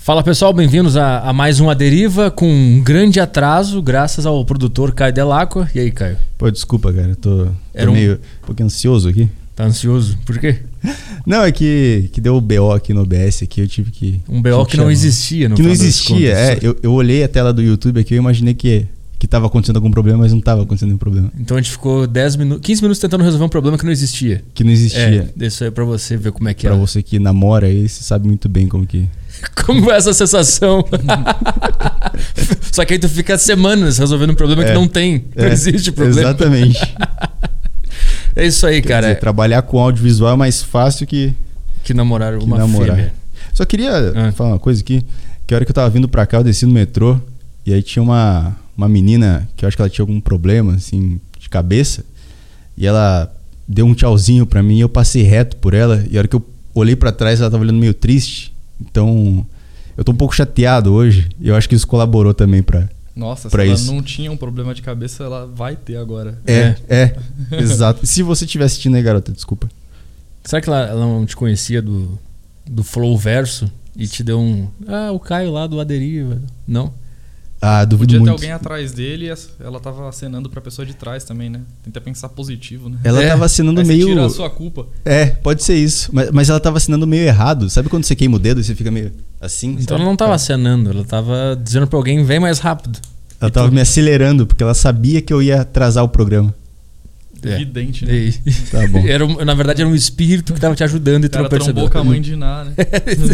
Fala pessoal, bem-vindos a mais um A Deriva com um grande atraso, graças ao produtor Caio Delacqua. E aí, Caio? Pô, desculpa, cara, eu tô meio um pouquinho ansioso aqui. Tá ansioso? Por quê? Não, é que deu o BO aqui no OBS, aqui eu tive que... Um BO que não existia, no Que não existia, eu olhei a tela do YouTube aqui e imaginei que tava acontecendo algum problema, mas não tava acontecendo nenhum problema. Então a gente ficou 15 minutos tentando resolver um problema que não existia. Que não existia. Isso aí pra você ver como é que Pra você que namora aí, você sabe muito bem como que... Como é essa sensação? Só que aí tu fica semanas resolvendo um problema que não tem. Não existe problema. Exatamente. É isso aí, cara. Quer dizer, trabalhar com audiovisual é mais fácil que namorar uma fêmea. Só queria falar uma coisa aqui. Que a hora que eu tava vindo pra cá, eu desci no metrô. E aí tinha uma menina que eu acho que ela tinha algum problema, assim, de cabeça. E ela deu um tchauzinho pra mim e eu passei reto por ela. E a hora que eu olhei pra trás, ela tava olhando meio triste. Então, eu tô um pouco chateado hoje. E eu acho que isso colaborou também pra... Nossa, pra se isso. ela não tinha um problema de cabeça, ela vai ter agora. Exato. Se você estiver assistindo aí, garota, desculpa. Será que ela não te conhecia do Flow Verso e te deu um... o Caio lá do A Deriva. Não? Duvido Podia muito. ter alguém atrás dele e ela tava acenando pra pessoa de trás também, né? Tenta pensar positivo, né? Ela tava acenando aí meio... você tira a sua culpa. Pode ser isso. Mas ela tava acenando meio errado. Sabe quando você queima o dedo e você fica meio assim? Então ela não tava acenando, ela tava dizendo pra alguém, vem mais rápido. Ela tava me acelerando, porque ela sabia que eu ia atrasar o programa. Evidente, né? Tá bom. Na verdade era um espírito que tava te ajudando e tu não percebeu. Trombou com a mãe de Ná, né?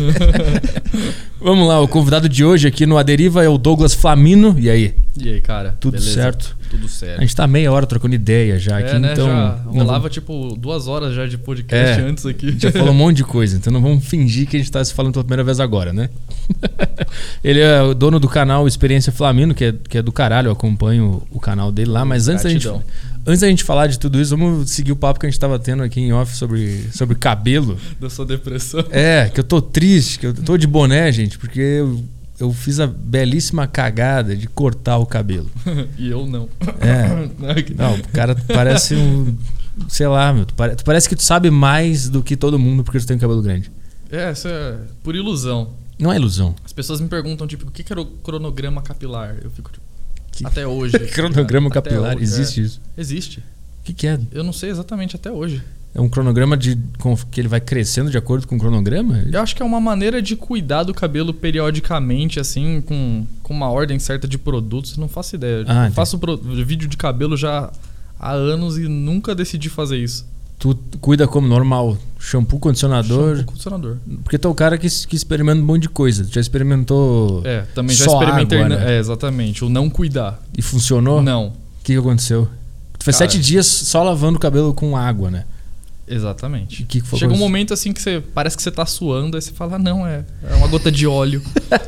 Vamos lá, o convidado de hoje aqui no A Deriva é o Douglas Flamino. E aí? E aí, cara? Tudo beleza? certo? Tudo certo. A gente tá meia hora trocando ideia já aqui, né? então... Já rolava tipo 2 horas já de podcast antes aqui. Já falou um monte de coisa, então não vamos fingir que a gente tá se falando pela primeira vez agora, né? Ele é o dono do canal Experiência Flamino, que é do caralho, eu acompanho o canal dele lá, mas antes da gente falar de tudo isso, vamos seguir o papo que a gente tava tendo aqui em off sobre cabelo. Da sua depressão. Que eu tô triste, que eu tô de boné, gente, porque eu fiz a belíssima cagada de cortar o cabelo. E eu não. Não, o cara parece um... Sei lá, meu, tu parece que tu sabe mais do que todo mundo porque tu tem cabelo grande. Isso é por ilusão. Não é ilusão. As pessoas me perguntam, tipo, o que era o cronograma capilar? Eu fico, tipo, até hoje. Cronograma capilar? Hoje, existe isso? Existe. O que é? Eu não sei exatamente até hoje. É um cronograma que ele vai crescendo de acordo com o cronograma? Eu acho que é uma maneira de cuidar do cabelo periodicamente, assim, com uma ordem certa de produtos. Não faço ideia. Eu faço vídeo de cabelo já há anos e nunca decidi fazer isso. Tu cuida como normal? Shampoo, condicionador? Shampoo, condicionador. Porque tu é o cara que experimenta um monte de coisa. Tu já experimentou também já só experimentei, água, né? exatamente. O não cuidar. E funcionou? Não. O que aconteceu? Tu fez 7 dias só lavando o cabelo com água, né? Exatamente. Que foi Chega um momento assim que parece que você tá suando, aí você fala, não, é uma gota de óleo.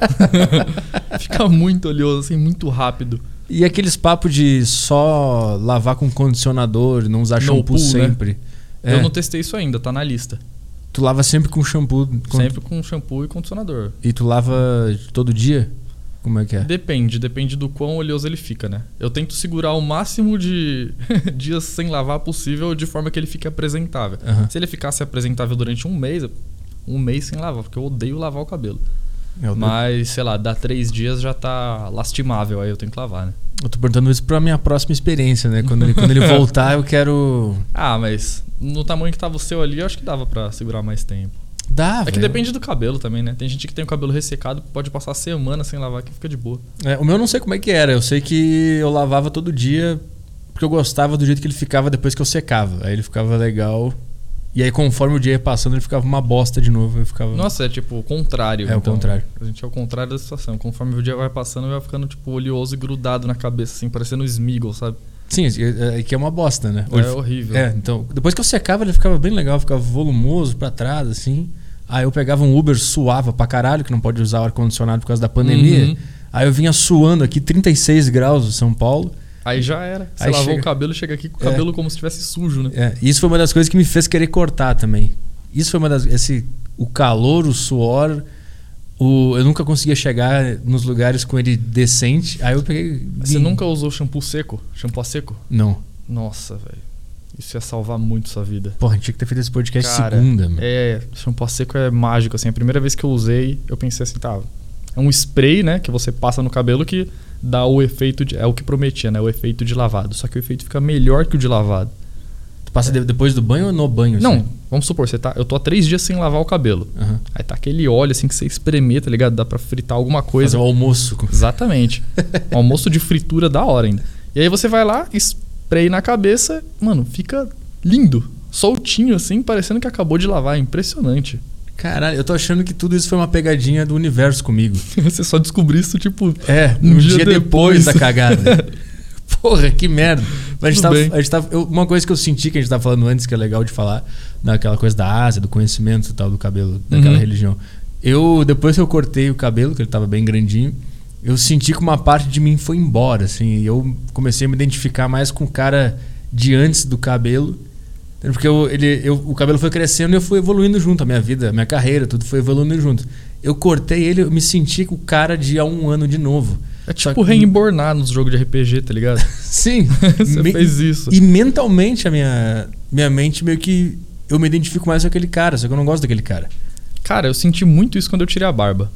Fica muito oleoso, assim, muito rápido. E aqueles papos de só lavar com condicionador, não usar shampoo sempre? Né? Eu não testei isso ainda, tá na lista. Tu lava sempre com shampoo? Sempre com shampoo e condicionador. E tu lava todo dia? Como é que é? Depende do quão oleoso ele fica, né? Eu tento segurar o máximo de dias sem lavar possível de forma que ele fique apresentável. Se ele ficasse apresentável durante um mês sem lavar, porque eu odeio lavar o cabelo. Mas, sei lá, dá 3 dias já tá lastimável, aí eu tenho que lavar, né? Eu tô perguntando isso pra minha próxima experiência, né? Quando ele voltar, eu quero... Mas no tamanho que tava o seu ali, eu acho que dava pra segurar mais tempo. Dá, que depende do cabelo também, né? Tem gente que tem o cabelo ressecado, pode passar semana sem lavar, que fica de boa. O meu eu não sei como é que era. Eu sei que eu lavava todo dia porque eu gostava do jeito que ele ficava depois que eu secava. Aí ele ficava legal. E aí conforme o dia ia passando, ele ficava uma bosta de novo. Eu ficava... Nossa, é tipo o contrário. O contrário. A gente é o contrário da situação. Conforme o dia vai passando, vai ficando tipo oleoso e grudado na cabeça, assim, parecendo um Smiggle, sabe? Sim, que é uma bosta, né? É horrível. Então, depois que eu secava, ele ficava bem legal, ficava volumoso pra trás, assim. Aí eu pegava um Uber, suava pra caralho, que não pode usar o ar-condicionado por causa da pandemia. Aí eu vinha suando aqui, 36 graus em São Paulo. Aí já era. Você lavou o cabelo e chega aqui com o cabelo como se estivesse sujo, né? Isso foi uma das coisas que me fez querer cortar também. Isso foi uma das... O calor, o suor... Eu nunca conseguia chegar nos lugares com ele decente. Aí eu peguei... Você nunca usou shampoo seco? Shampoo a seco? Não. Nossa, velho. Isso ia salvar muito sua vida. Porra, a gente tinha que ter feito esse podcast segunda, mano. Shampoo a seco é mágico, assim. A primeira vez que eu usei, eu pensei assim, um spray, né? Que você passa no cabelo que dá o efeito é o que prometia, né? O efeito de lavado. Só que o efeito fica melhor que o de lavado. Tu passa depois do banho ou no banho? Não, assim? Vamos supor, eu tô há 3 dias sem lavar o cabelo. Aí tá aquele óleo assim que você espremer, tá ligado? Dá pra fritar alguma coisa. Fazer um almoço. Exatamente. Um almoço de fritura da hora ainda. E aí você vai lá, spray na cabeça, mano, fica lindo. Soltinho assim, parecendo que acabou de lavar. Impressionante. Caralho, eu tô achando que tudo isso foi uma pegadinha do universo comigo. Você só descobriu isso, tipo... um dia depois da cagada. Porra, que merda. Mas uma coisa que eu senti que a gente tava falando antes, que é legal de falar, naquela coisa da Ásia, do conhecimento e tal, do cabelo, daquela religião. Depois que eu cortei o cabelo, que ele tava bem grandinho, eu senti que uma parte de mim foi embora, assim. E eu comecei a me identificar mais com o cara de antes do cabelo. Porque o cabelo foi crescendo e eu fui evoluindo junto. A minha vida, a minha carreira, tudo foi evoluindo junto. Eu cortei ele, eu me senti com o cara de há um ano de novo. É tipo rebornar nos jogos de RPG, tá ligado? Sim. Você fez isso. E mentalmente a minha mente meio que... Eu me identifico mais com aquele cara, só que eu não gosto daquele cara. Cara, eu senti muito isso quando eu tirei a barba.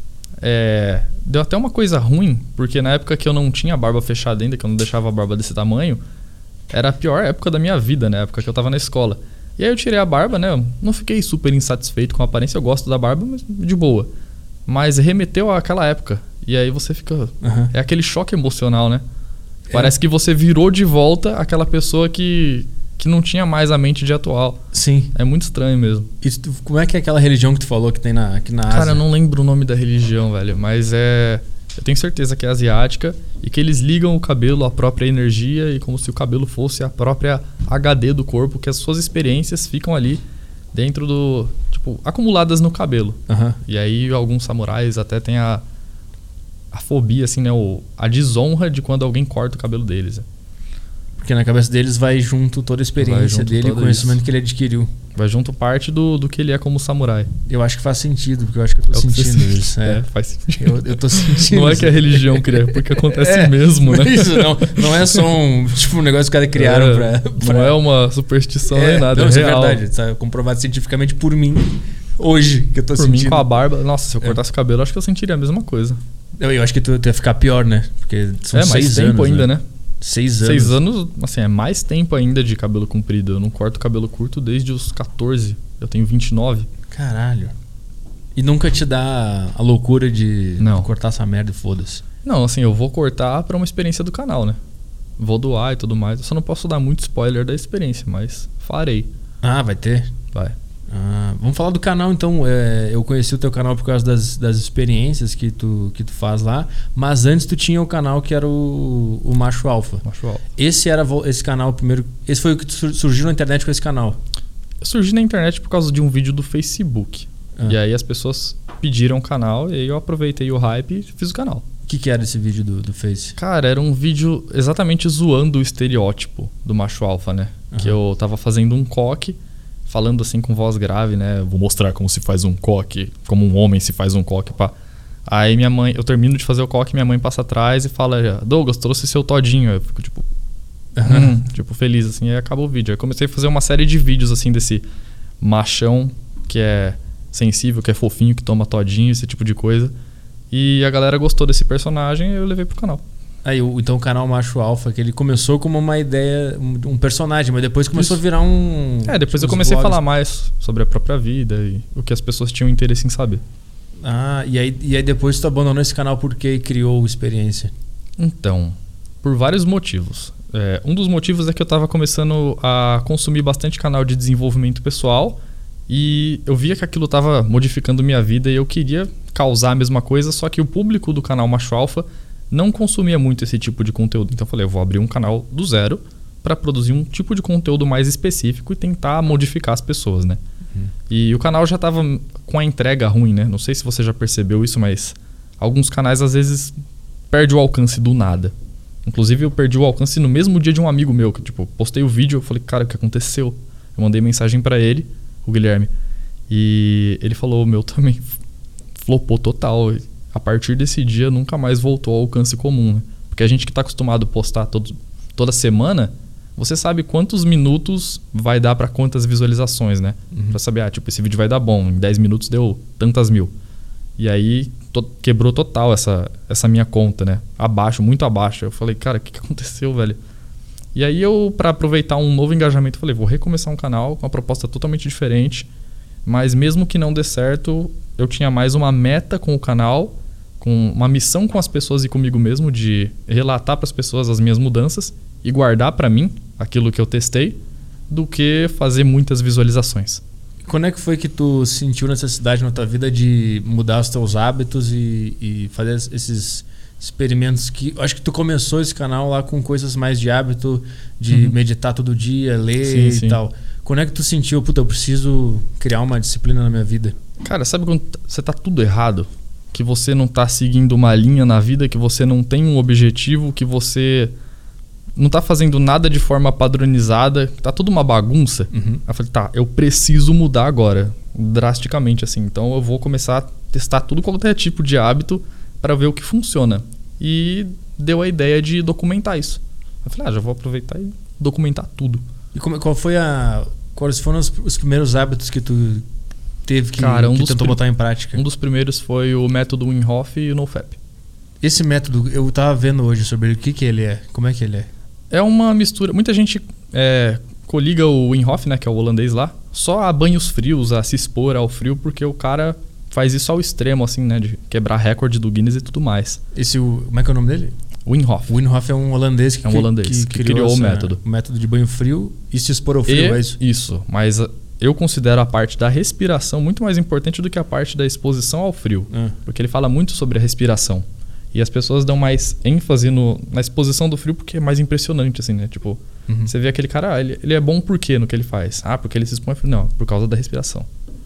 Deu até uma coisa ruim, porque na época que eu não tinha a barba fechada ainda, que eu não deixava a barba desse tamanho... Era a pior época da minha vida, né? A época que eu tava na escola. E aí eu tirei a barba, né? Eu não fiquei super insatisfeito com a aparência. Eu gosto da barba, mas de boa. Mas remeteu àquela época. E aí você fica... É aquele choque emocional, né? Parece que você virou de volta aquela pessoa que não tinha mais a mente de atual. Sim. É muito estranho mesmo. Como é que é aquela religião que tu falou que tem aqui na Ásia? Cara, eu não lembro o nome da religião, velho. Mas eu tenho certeza que é asiática e que eles ligam o cabelo à própria energia e como se o cabelo fosse a própria HD do corpo, que as suas experiências ficam ali dentro do... Tipo, acumuladas no cabelo. E aí alguns samurais até têm a fobia, assim, né? A desonra de quando alguém corta o cabelo deles. Porque na cabeça deles vai junto toda a experiência dele e o conhecimento que ele adquiriu. Vai junto parte do que ele é como samurai. Eu acho que faz sentido, porque eu acho que eu tô sentindo isso. Faz sentido. Eu tô sentindo. Não é que a religião cria, porque acontece mesmo, né? Isso, não é só um negócio que os caras criaram pra... Não é uma superstição nem nada, não, é real. É verdade, tá comprovado cientificamente por mim, hoje, que eu tô sentindo. Por mim, com a barba... Nossa, se eu cortasse o cabelo, acho que eu sentiria a mesma coisa. Eu acho que tu ia ficar pior, né? Porque são 6 anos. Mais tempo ainda, né? 6 anos. 6 anos, assim, é mais tempo ainda de cabelo comprido. Eu não corto cabelo curto desde os 14. Eu tenho 29. Caralho. E nunca te dá a loucura de cortar essa merda e foda-se? Não, assim, eu vou cortar pra uma experiência do canal, né? Vou doar e tudo mais. Eu só não posso dar muito spoiler da experiência, mas farei. Ah, vai ter? Vai. Vamos falar do canal então. Eu conheci o teu canal por causa das experiências que tu faz lá, mas antes tu tinha o canal que era o Macho Alfa. Esse canal primeiro. Esse foi o que tu surgiu na internet com esse canal? Eu surgi na internet por causa de um vídeo do Facebook. E aí as pessoas pediram o canal e aí eu aproveitei o hype e fiz o canal. O que era esse vídeo do Face? Cara, era um vídeo exatamente zoando o estereótipo do macho alfa, né? Que eu tava fazendo um coque, falando assim com voz grave, né? Vou mostrar como se faz um coque, como um homem se faz um coque, pá. Aí minha mãe, eu termino de fazer o coque, minha mãe passa atrás e fala: Douglas, trouxe seu todinho. Eu fico tipo... tipo, feliz, assim, aí acaba o vídeo. Aí comecei a fazer uma série de vídeos, assim, desse machão que é sensível, que é fofinho, que toma todinho, esse tipo de coisa. E a galera gostou desse personagem e eu levei pro canal. Aí, então o canal Macho Alfa, que ele começou como uma ideia, um personagem, mas depois começou a virar um... depois eu comecei a falar mais sobre a própria vida e o que as pessoas tinham interesse em saber. E aí depois tu abandonou esse canal porque criou Experiência? Então, por vários motivos. Um dos motivos é que eu estava começando a consumir bastante canal de desenvolvimento pessoal e eu via que aquilo estava modificando minha vida e eu queria causar a mesma coisa, só que o público do canal Macho Alfa não consumia muito esse tipo de conteúdo. Então eu falei, eu vou abrir um canal do zero para produzir um tipo de conteúdo mais específico e tentar modificar as pessoas, né? E o canal já estava com a entrega ruim, né? Não sei se você já percebeu isso, mas alguns canais às vezes perdem o alcance do nada. Inclusive eu perdi o alcance no mesmo dia de um amigo meu, que tipo, postei o vídeo, eu falei, cara, o que aconteceu? Eu mandei mensagem para ele, o Guilherme, e ele falou, o meu também flopou total. A partir desse dia nunca mais voltou ao alcance comum, né? Porque a gente que está acostumado a postar toda semana, você sabe quantos minutos vai dar para quantas visualizações, né? Para saber, tipo, esse vídeo vai dar bom, em 10 minutos deu tantas mil. E aí quebrou total essa minha conta, né? Abaixo, muito abaixo. Eu falei, cara, o que aconteceu, velho? E aí eu, pra aproveitar um novo engajamento, falei, vou recomeçar um canal com uma proposta totalmente diferente. Mas mesmo que não dê certo, eu tinha mais uma meta com o canal, com uma missão com as pessoas e comigo mesmo de relatar para as pessoas as minhas mudanças e guardar para mim aquilo que eu testei, do que fazer muitas visualizações. Quando é que foi que tu sentiu necessidade na tua vida de mudar os teus hábitos e fazer esses experimentos que... Acho que tu começou esse canal lá com coisas mais de hábito, de meditar todo dia, ler e tal. Quando é que tu sentiu, puta, eu preciso criar uma disciplina na minha vida? Cara, sabe quando você tá tudo errado? Que você não tá seguindo uma linha na vida, que você não tem um objetivo, que você não tá fazendo nada de forma padronizada, tá tudo uma bagunça. Aí eu falei, tá, eu preciso mudar agora, drasticamente assim. Então eu vou começar a testar tudo qualquer tipo de hábito para ver o que funciona. E deu a ideia de documentar isso. Eu falei, já vou aproveitar e documentar tudo. E quais foram os primeiros hábitos que tu teve que tentou botar em prática? Um dos primeiros foi o método Wim Hof e o NoFap. Esse método, eu tava vendo hoje sobre ele, o que ele é, como é que ele é? É uma mistura, muita gente coliga o Wim Hof, né, que é o holandês lá, só a banhos frios, a se expor ao frio, porque o cara faz isso ao extremo, assim, né, de quebrar recorde do Guinness e tudo mais. Como é que é o nome dele? Wim Hof. O Wim Hof é um holandês que criou o método. O método de banho frio e se expor ao frio, é isso? Isso, mas eu considero a parte da respiração muito mais importante do que a parte da exposição ao frio. Porque ele fala muito sobre a respiração. E as pessoas dão mais ênfase na exposição do frio porque é mais impressionante, assim, né? Tipo, você vê aquele cara, ele é bom por quê no que ele faz? Porque ele se expõe ao frio. Não, por causa da respiração.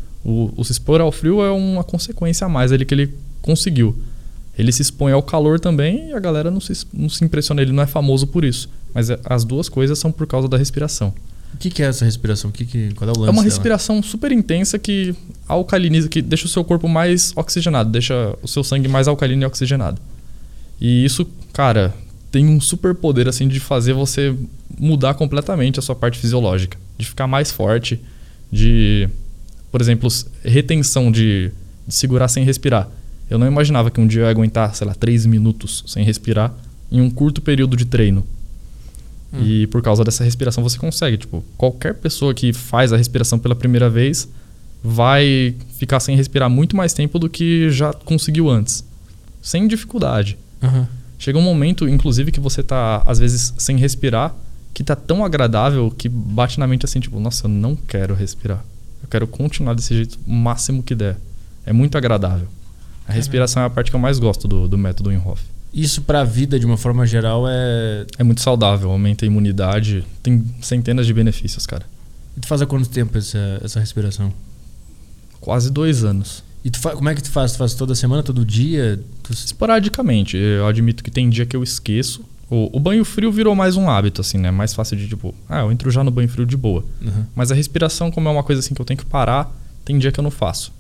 O se expor ao frio é uma consequência a mais ali que ele conseguiu. Ele se expõe ao calor também e a galera não se impressiona. Ele não é famoso por isso. Mas as duas coisas são por causa da respiração. O que é essa respiração? Qual é o lance É uma dela? respiração super intensa que alcaliniza, que deixa o seu corpo mais oxigenado, deixa o seu sangue mais alcalino e oxigenado. E isso, cara, tem um super poder assim, de fazer você mudar completamente a sua parte fisiológica. De ficar mais forte, de, por exemplo, retenção de segurar sem respirar. Eu não imaginava que um dia eu ia aguentar, 3 minutos sem respirar em um curto período de treino. E por causa dessa respiração você consegue. Tipo, qualquer pessoa que faz a respiração pela primeira vez vai ficar sem respirar muito mais tempo do que já conseguiu antes. Sem dificuldade. Chega um momento, inclusive, que você tá, às vezes, sem respirar, que tá tão agradável que bate na mente assim, tipo, nossa, eu não quero respirar. Eu quero continuar desse jeito o máximo que der. É muito agradável. A respiração é a parte que eu mais gosto do método Wim Hof. Isso pra vida, de uma forma geral, é muito saudável, aumenta a imunidade, tem centenas de benefícios, cara. E tu faz há quanto tempo essa respiração? Quase 2 anos. E como é que tu faz? Tu faz toda semana, todo dia? Esporadicamente. Eu admito que tem dia que eu esqueço. O banho frio virou mais um hábito, assim, né? Mais fácil de, tipo, eu entro já no banho frio de boa. Mas a respiração, como é uma coisa assim que eu tenho que parar, tem dia que eu não faço.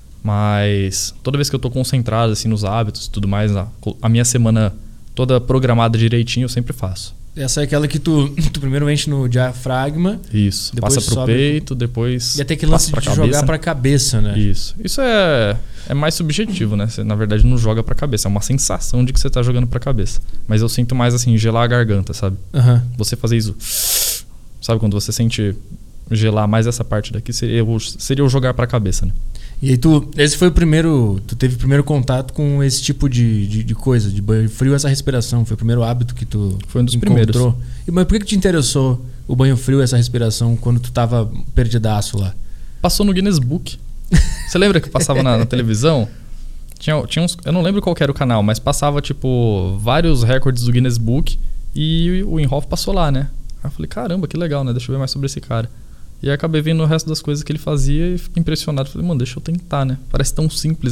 Mas toda vez que eu tô concentrado assim, nos hábitos e tudo mais, a minha semana toda programada direitinho, eu sempre faço. Essa é aquela que tu primeiro enche no diafragma. Isso. Depois passa pro peito, depois e até que lance de jogar pra cabeça, né? Isso. Isso é mais subjetivo, né? Você, na verdade, não joga pra cabeça. É uma sensação de que você tá jogando pra cabeça. Mas eu sinto mais assim, gelar a garganta, sabe? Você fazer isso. Sabe quando você sente gelar mais essa parte daqui? Seria eu jogar pra cabeça, né? E aí esse foi tu teve o primeiro contato com esse tipo de coisa, de banho frio, essa respiração, foi o primeiro hábito que tu foi um dos encontrou. Primeiros. Mas por que te interessou o banho frio, essa respiração, quando tu tava perdidaço lá? Passou no Guinness Book. Você lembra que passava na televisão? Tinha uns, eu não lembro qual que era o canal, mas passava tipo vários recordes do Guinness Book e o Wim Hof passou lá, né? Aí eu falei, caramba, que legal, né? Deixa eu ver mais sobre esse cara. E aí acabei vendo o resto das coisas que ele fazia e fiquei impressionado. Falei, mano, deixa eu tentar, né? Parece tão simples.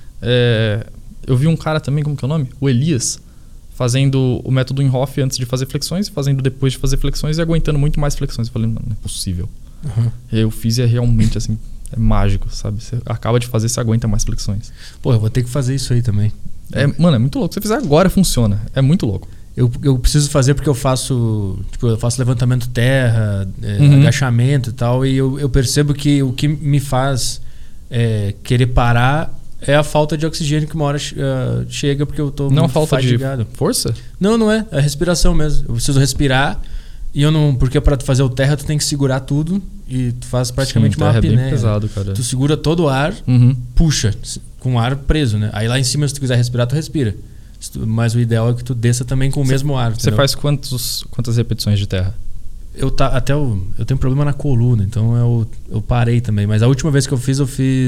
Eu vi um cara também, como que é o nome? O Elias, fazendo o método Wim Hof antes de fazer flexões, fazendo depois de fazer flexões e aguentando muito mais flexões. Eu falei, não é possível. Eu fiz e é realmente assim, é mágico, sabe? Você acaba de fazer, você aguenta mais flexões. Pô, eu vou ter que fazer isso aí também. Mano, é muito louco. Se você fizer agora, funciona. É muito louco. Eu preciso fazer porque eu faço levantamento terra, agachamento e tal, e eu percebo que o que me faz querer parar É a falta de oxigênio que uma hora chega porque eu tô não muito falta fatigado. De força? Não é. É a respiração mesmo. Eu preciso respirar e eu não... Porque para tu fazer o terra, tu tem que segurar tudo e tu faz praticamente uma apneia. É bem pesado, cara. Tu segura todo o ar, puxa, com o ar preso, né? Aí lá em cima, se tu quiser respirar, tu respira. Mas o ideal é que tu desça também com o mesmo ar. Você faz quantas repetições de terra? Eu tenho problema na coluna, então eu parei também. Mas a última vez que eu fiz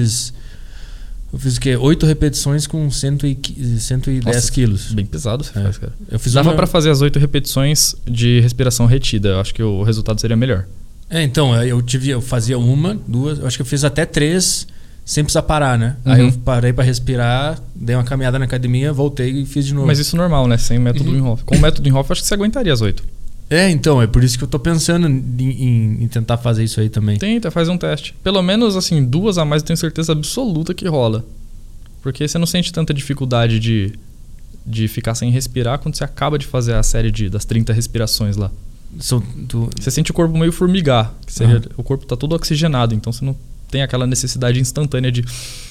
o quê? 8 repetições com 110 quilos. Bem pesado você faz, cara. Dava pra fazer as 8 repetições de respiração retida. Eu acho que o resultado seria melhor. Então, eu fazia 1, 2, eu acho que eu fiz até 3 sem precisar parar, né? Aí eu parei pra respirar, dei uma caminhada na academia, voltei e fiz de novo. Mas isso é normal, né? Sem método Wim Hof. Com o método Wim Hof, eu acho que você aguentaria as 8. Então, é por isso que eu tô pensando em tentar fazer isso aí também. Tenta, faz um teste. Pelo menos, assim, 2 a mais eu tenho certeza absoluta que rola. Porque você não sente tanta dificuldade de ficar sem respirar quando você acaba de fazer a série das 30 respirações lá. Você sente o corpo meio formigar. O corpo tá todo oxigenado, então você não tem aquela necessidade instantânea de...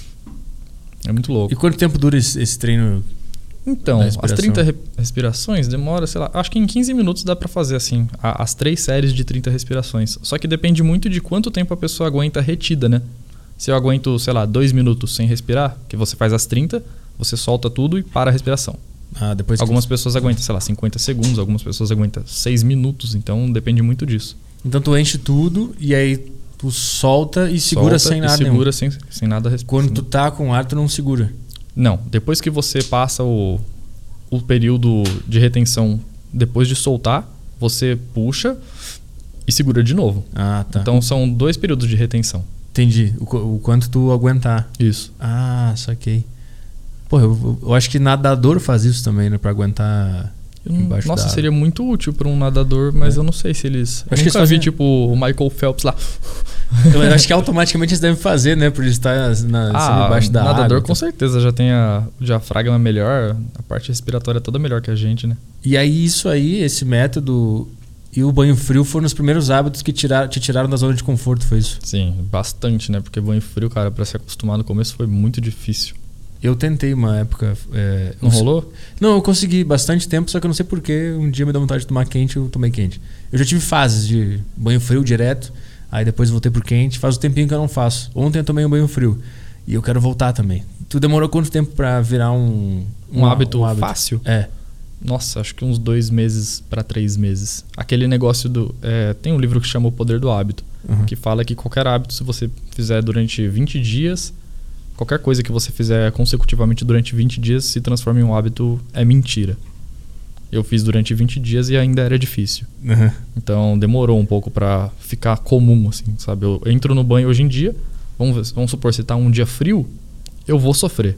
É muito louco. E quanto tempo dura esse treino? Então, as 30 respirações demora, sei lá, acho que em 15 minutos dá pra fazer assim, as 3 séries de 30 respirações. Só que depende muito de quanto tempo a pessoa aguenta retida, né? Se eu aguento, sei lá, 2 minutos sem respirar, que você faz as 30, você solta tudo e para a respiração. Algumas pessoas aguentam, sei lá, 50 segundos, algumas pessoas aguentam 6 minutos, então depende muito disso. Então tu enche tudo e aí tu solta e segura sem nada. Segura sem nada respirar. Quando tu tá com ar, tu não segura. Não, depois que você passa o período de retenção, depois de soltar, você puxa e segura de novo. Ah, tá. Então são 2 períodos de retenção. Entendi. O quanto tu aguentar. Isso. Ah, saquei. Pô, eu acho que nadador faz isso também, né? Pra aguentar embaixo da água. Seria muito útil pra um nadador, mas eu não sei se eles... Eu nunca vi, tipo, o Michael Phelps lá... Eu acho que automaticamente eles devem fazer, né? Por ele estar embaixo da água. O nadador com certeza já tem o diafragma melhor, a parte respiratória toda melhor que a gente, né? E aí esse método e o banho frio foram os primeiros hábitos que te tiraram da zona de conforto, foi isso? Sim, bastante, né? Porque banho frio, cara, pra se acostumar no começo foi muito difícil. Eu tentei uma época... Não rolou? Não, eu consegui bastante tempo, só que eu não sei porquê. Um dia me deu vontade de tomar quente, eu tomei quente. Eu já tive fases de banho frio direto. Aí depois voltei pro quente. Faz um tempinho que eu não faço. Ontem eu tomei um banho frio. E eu quero voltar também. Tu demorou quanto tempo pra virar um hábito fácil? É. Nossa, acho que uns 2 meses pra 3 meses. Aquele negócio tem um livro que chama O Poder do Hábito. Que fala que qualquer hábito, se você fizer durante 20 dias... Qualquer coisa que você fizer consecutivamente durante 20 dias se transforma em um hábito, é mentira. Eu fiz durante 20 dias e ainda era difícil. Então demorou um pouco pra ficar comum, assim, sabe? Eu entro no banho hoje em dia, vamos supor, se tá um dia frio, eu vou sofrer.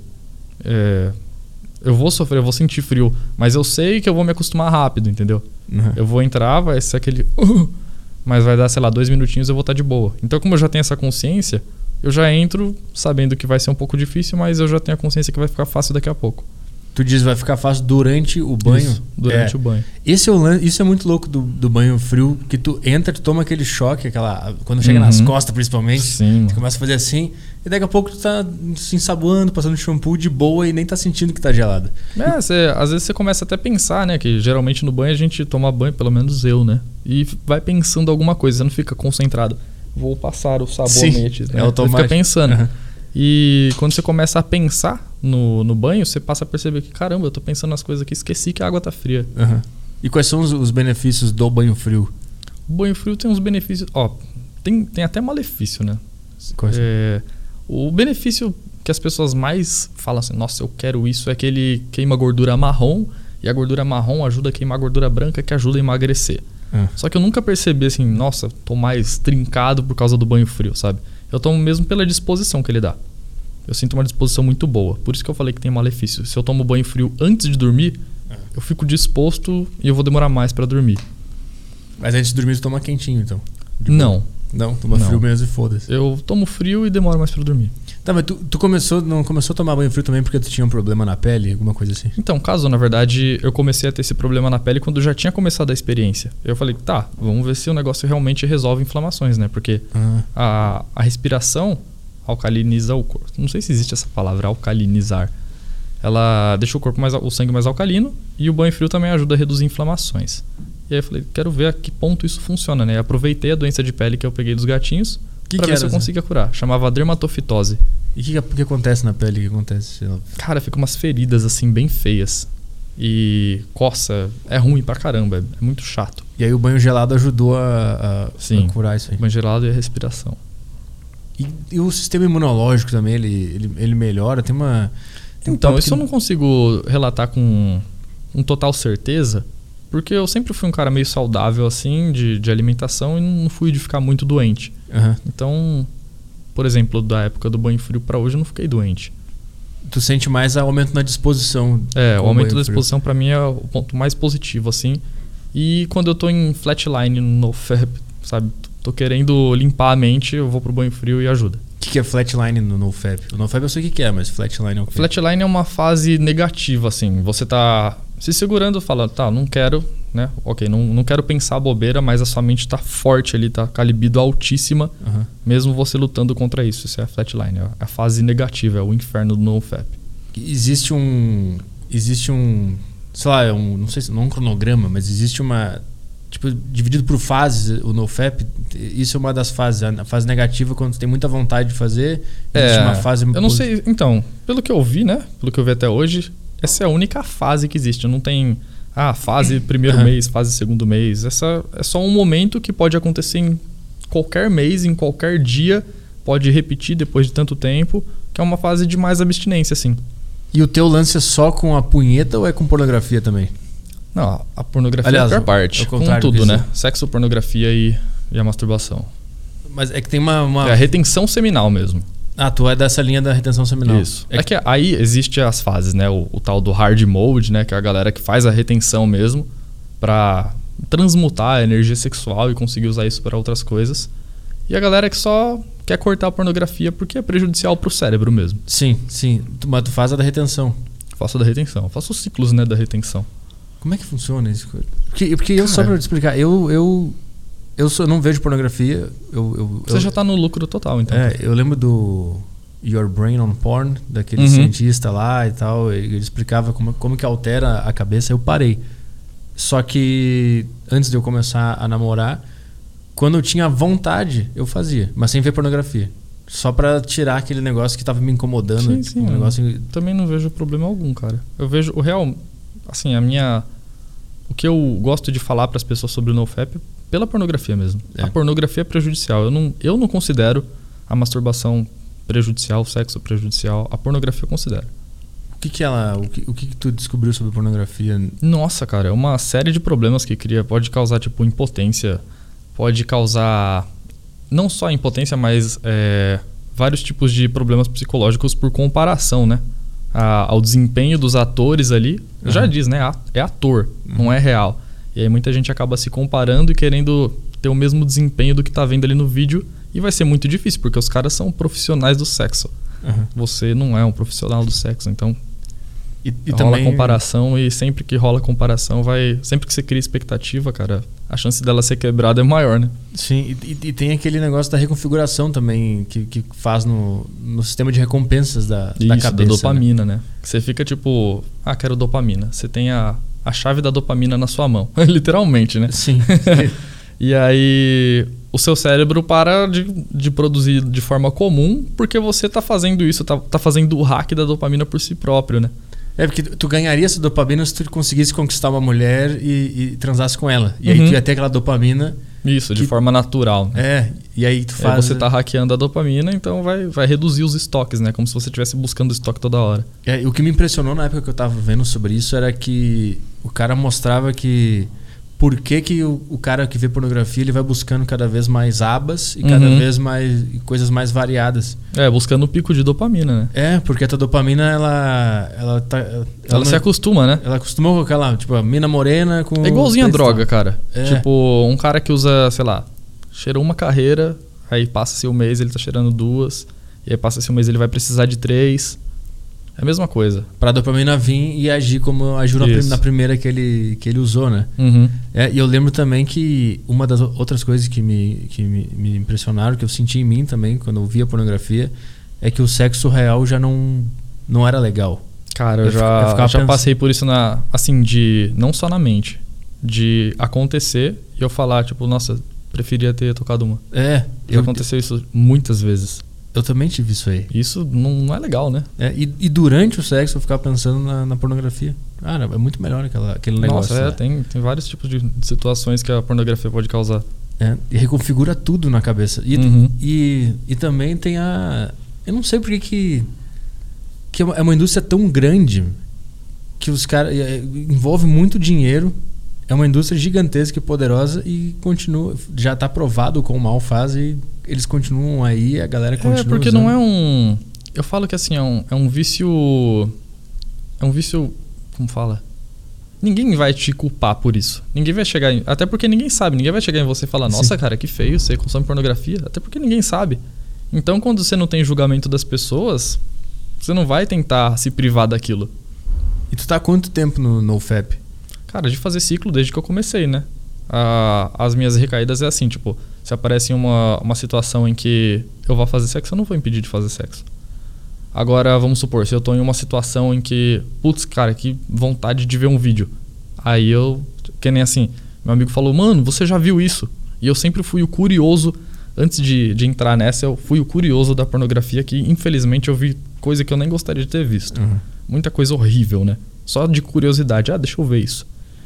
Eu vou sentir frio, mas eu sei que eu vou me acostumar rápido, entendeu? Eu vou entrar, vai ser aquele... mas vai dar, sei lá, 2 minutinhos e eu vou estar de boa. Então, como eu já tenho essa consciência, eu já entro sabendo que vai ser um pouco difícil, mas eu já tenho a consciência que vai ficar fácil daqui a pouco. Tu diz vai ficar fácil durante o banho? Isso, durante o banho. Isso é muito louco do banho frio, que tu entra, tu toma aquele choque, quando chega nas costas principalmente, sim, tu começa a fazer assim, e daqui a pouco tu tá se ensaboando, passando shampoo de boa e nem tá sentindo que tá gelado. Às vezes você começa até a pensar, né, que geralmente no banho a gente toma banho, pelo menos eu, né, e vai pensando alguma coisa, você não fica concentrado. Vou passar o sabonete, né? Você fica pensando. E quando você começa a pensar no banho, você passa a perceber que, caramba, eu tô pensando nas coisas aqui, esqueci que a água tá fria. E quais são os benefícios do banho frio? O banho frio tem uns benefícios... Tem até malefício, né? O benefício que as pessoas mais falam assim, nossa, eu quero isso, é que ele queima gordura marrom, e a gordura marrom ajuda a queimar a gordura branca, que ajuda a emagrecer. Só que eu nunca percebi assim, nossa, tô mais trincado por causa do banho frio, sabe? Eu tomo mesmo pela disposição que ele dá. Eu sinto uma disposição muito boa. Por isso que eu falei que tem malefício. Se eu tomo banho frio antes de dormir, eu fico disposto e eu vou demorar mais pra dormir. Mas antes de dormir tu toma quentinho, então? Não. Não, toma frio mesmo e foda-se. Eu tomo frio e demoro mais pra dormir. Tá, mas tu não começou a tomar banho frio também porque tu tinha um problema na pele, alguma coisa assim? Então, na verdade, eu comecei a ter esse problema na pele quando já tinha começado a experiência. Eu falei, vamos ver se o negócio realmente resolve inflamações, né? Porque a respiração, alcaliniza o corpo. Não sei se existe essa palavra, alcalinizar. Ela deixa o sangue mais alcalino e o banho frio também ajuda a reduzir inflamações. E aí eu falei, quero ver a que ponto isso funciona, né? Aproveitei a doença de pele que eu peguei dos gatinhos pra ver se eu conseguia curar. Chamava dermatofitose. E o que acontece na pele? O que acontece? Cara, fica umas feridas assim bem feias. E coça, é ruim pra caramba, é muito chato. E aí o banho gelado ajudou a curar isso aí? O banho gelado e a respiração. E o sistema imunológico também, ele melhora? Então, isso eu não consigo relatar com total certeza, porque eu sempre fui um cara meio saudável assim, de alimentação, e não fui de ficar muito doente. Uhum. Então, por exemplo, da época do banho frio pra hoje eu não fiquei doente. Tu sente mais aumento na disposição? O aumento da disposição pra mim é o ponto mais positivo, assim. E quando eu tô em flatline no NoFap, sabe? Tô querendo limpar a mente, eu vou pro banho frio e ajuda. O que é flatline no NoFap? O NoFap eu sei o que é, mas flatline é o quê? Flatline é uma fase negativa, assim. Você tá se segurando, falando, tá, não quero, né? Ok, não quero pensar bobeira, mas a sua mente tá forte ali, tá com a libido altíssima, mesmo você lutando contra isso. Isso é a flatline, é a fase negativa, é o inferno do NoFap. Existe um, sei lá, não sei se não um cronograma, mas existe uma, tipo, dividido por fases, o NoFap, isso é uma das fases. A fase negativa, quando você tem muita vontade de fazer, existe uma fase... Eu não sei, então, pelo que eu vi, né? Pelo que eu vi até hoje, essa é a única fase que existe. Não tem, fase primeiro mês, fase segundo mês. Essa é só um momento que pode acontecer em qualquer mês, em qualquer dia. Pode repetir depois de tanto tempo, que é uma fase de mais abstinência, assim. E o teu lance é só com a punheta ou é com pornografia também? Não, a pornografia é a pior parte. Com tudo, né? Sexo, pornografia e a masturbação. Mas é que tem uma... É a retenção seminal mesmo. Tu é dessa linha da retenção seminal. Isso. É que aí existe as fases, né? O tal do hard mode, né? Que é a galera que faz a retenção mesmo pra transmutar a energia sexual e conseguir usar isso para outras coisas. E a galera que só quer cortar a pornografia porque é prejudicial pro cérebro mesmo. Sim. Mas tu faz a da retenção. Faço a da retenção. Faço os ciclos, né, da retenção. Como é que funciona isso? Porque eu, só pra te explicar, eu não vejo pornografia. Você já tá no lucro total, então. Eu lembro do Your Brain on Porn, daquele cientista lá e tal. Ele explicava como que altera a cabeça. Eu parei. Só que antes de eu começar a namorar, quando eu tinha vontade, eu fazia, mas sem ver pornografia. Só pra tirar aquele negócio que tava me incomodando. Sim, um negócio... Também não vejo problema algum, cara. Eu vejo o real... Assim, o que eu gosto de falar para as pessoas sobre o NoFap é pela pornografia mesmo. A pornografia é prejudicial. Eu não considero a masturbação prejudicial, o sexo prejudicial. A pornografia eu considero. O que tu descobriu sobre pornografia? Nossa, cara, é uma série de problemas que cria. Pode causar, tipo, impotência. Pode causar não só impotência, mas vários tipos de problemas psicológicos por comparação, né? Ao desempenho dos atores ali. Já diz, né? É ator, não é real. E aí muita gente acaba se comparando e querendo ter o mesmo desempenho do que tá vendo ali no vídeo. E vai ser muito difícil, porque os caras são profissionais do sexo. Você não é um profissional do sexo, então... E rola também... comparação, e sempre que rola comparação, sempre que você cria expectativa, cara, a chance dela ser quebrada é maior, né? Sim, e tem aquele negócio da reconfiguração também, que faz no sistema de recompensas da cabeça. Da dopamina, né? Você fica tipo, quero dopamina. Você tem a chave da dopamina na sua mão, literalmente, né? Sim. E aí o seu cérebro para de produzir de forma comum, porque você tá fazendo isso, tá fazendo o hack da dopamina por si próprio, né? Porque tu ganharia essa dopamina se tu conseguisse conquistar uma mulher e transasse com ela. E aí tu ia ter aquela dopamina... Isso, de forma natural. E aí tu faz... Você tá hackeando a dopamina, então vai reduzir os estoques, né? Como se você estivesse buscando estoque toda hora. O que me impressionou na época que eu tava vendo sobre isso era que o cara mostrava que... Por que o cara que vê pornografia ele vai buscando cada vez mais abas e cada vez mais coisas mais variadas. Buscando o pico de dopamina, né? Porque a tua dopamina, ela se acostuma, né? Ela acostumou com aquela, tipo, a mina morena com... É igualzinho a droga, cara. Tipo, um cara que usa, sei lá, cheirou uma carreira, aí passa-se um mês ele tá cheirando 2, e aí passa-se um mês ele vai precisar de 3... É a mesma coisa. Pra dopamina vir e agir como agiu na primeira que ele usou, né? E eu lembro também que uma das outras coisas que me impressionaram, que eu senti em mim também, quando eu via pornografia, é que o sexo real já não era legal. Cara, eu já passei por isso assim, não só na mente, de acontecer e eu falar, tipo, nossa, preferia ter tocado uma. Já aconteceu isso muitas vezes. Eu também tive isso aí. Isso não é legal, né? E durante o sexo eu ficava pensando na pornografia. Cara, é muito melhor aquele negócio. Nossa, tem vários tipos de situações que a pornografia pode causar. E reconfigura tudo na cabeça. E também tem eu não sei porque que é uma indústria tão grande que os caras... envolve muito dinheiro. É uma indústria gigantesca e poderosa e continua... Já está provado quão mal faz e eles continuam aí, a galera continua porque usando. não é um... Eu falo que assim, é um vício... É um vício... Como fala? Ninguém vai te culpar por isso. Ninguém vai chegar... Até porque ninguém sabe. Ninguém vai chegar em você e falar, nossa, cara, que feio, você consome pornografia. Até porque ninguém sabe. Então, quando você não tem julgamento das pessoas, você não vai tentar se privar daquilo. E tu tá há quanto tempo no NoFap? Cara, de fazer ciclo desde que eu comecei, né? As minhas recaídas é assim, tipo... Se aparece uma situação em que eu vou fazer sexo, eu não vou impedir de fazer sexo. Agora, vamos supor, se eu tô em uma situação em que... Putz, cara, que vontade de ver um vídeo. Aí eu... Que nem assim... Meu amigo falou, mano, você já viu isso? E eu sempre fui o curioso... Antes de entrar nessa, eu fui o curioso da pornografia, que infelizmente eu vi coisa que eu nem gostaria de ter visto. Muita coisa horrível, né? Só de curiosidade. Deixa eu ver isso.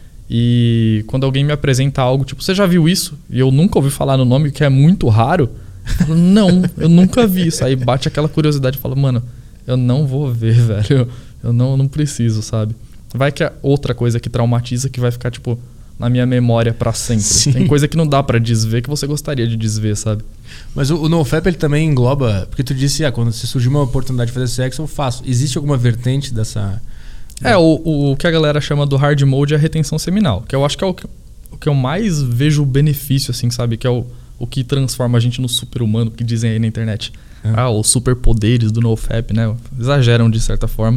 E quando alguém me apresenta algo, tipo, você já viu isso? E eu nunca ouvi falar no nome, que é muito raro. Eu falo, não, eu nunca vi isso. Aí bate aquela curiosidade e fala, mano, eu não vou ver, velho. Eu não preciso, sabe? Vai que é outra coisa que traumatiza, que vai ficar, tipo... na minha memória pra sempre. Sim. Tem coisa que não dá pra desver que você gostaria de desver, sabe? Mas o NoFap, ele também engloba... Porque tu disse, quando se surgir uma oportunidade de fazer sexo, eu faço. Existe alguma vertente dessa... O que a galera chama do hard mode é a retenção seminal. Que eu acho que é o que eu mais vejo o benefício, assim, sabe? Que é o que transforma a gente no super-humano, que dizem aí na internet. Os superpoderes do NoFap, né? Exageram de certa forma.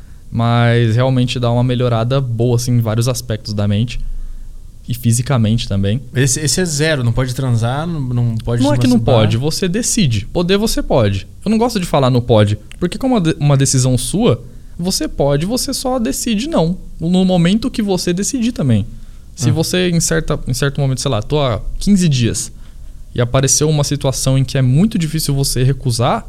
Mas realmente dá uma melhorada boa, assim, em vários aspectos da mente. E fisicamente também. Esse é zero, não pode transar, não pode... Não é que não pode, você decide. Poder você pode. Eu não gosto de falar não pode, porque como é uma decisão sua, você pode, você só decide não. No momento que você decidir também. Se você em certo momento, sei lá, tô há 15 dias e apareceu uma situação em que é muito difícil você recusar,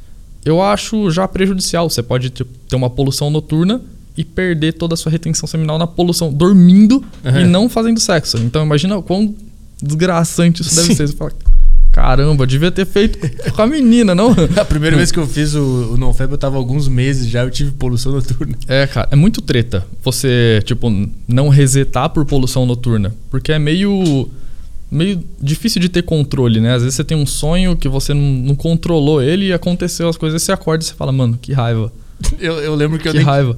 eu acho já prejudicial. Você pode ter uma poluição noturna e perder toda a sua retenção seminal na poluição, dormindo e não fazendo sexo. Então imagina o quão desgraçante isso deve ser. Você fala, caramba, devia ter feito com a menina, não? A primeira vez que eu fiz o NoFap, eu tava há alguns meses já, eu tive poluição noturna. Cara, é muito treta você, tipo, não resetar por poluição noturna. Porque é meio difícil de ter controle, né? Às vezes você tem um sonho que você não controlou ele e aconteceu as coisas, você acorda e você fala, mano, que raiva. Eu lembro que raiva.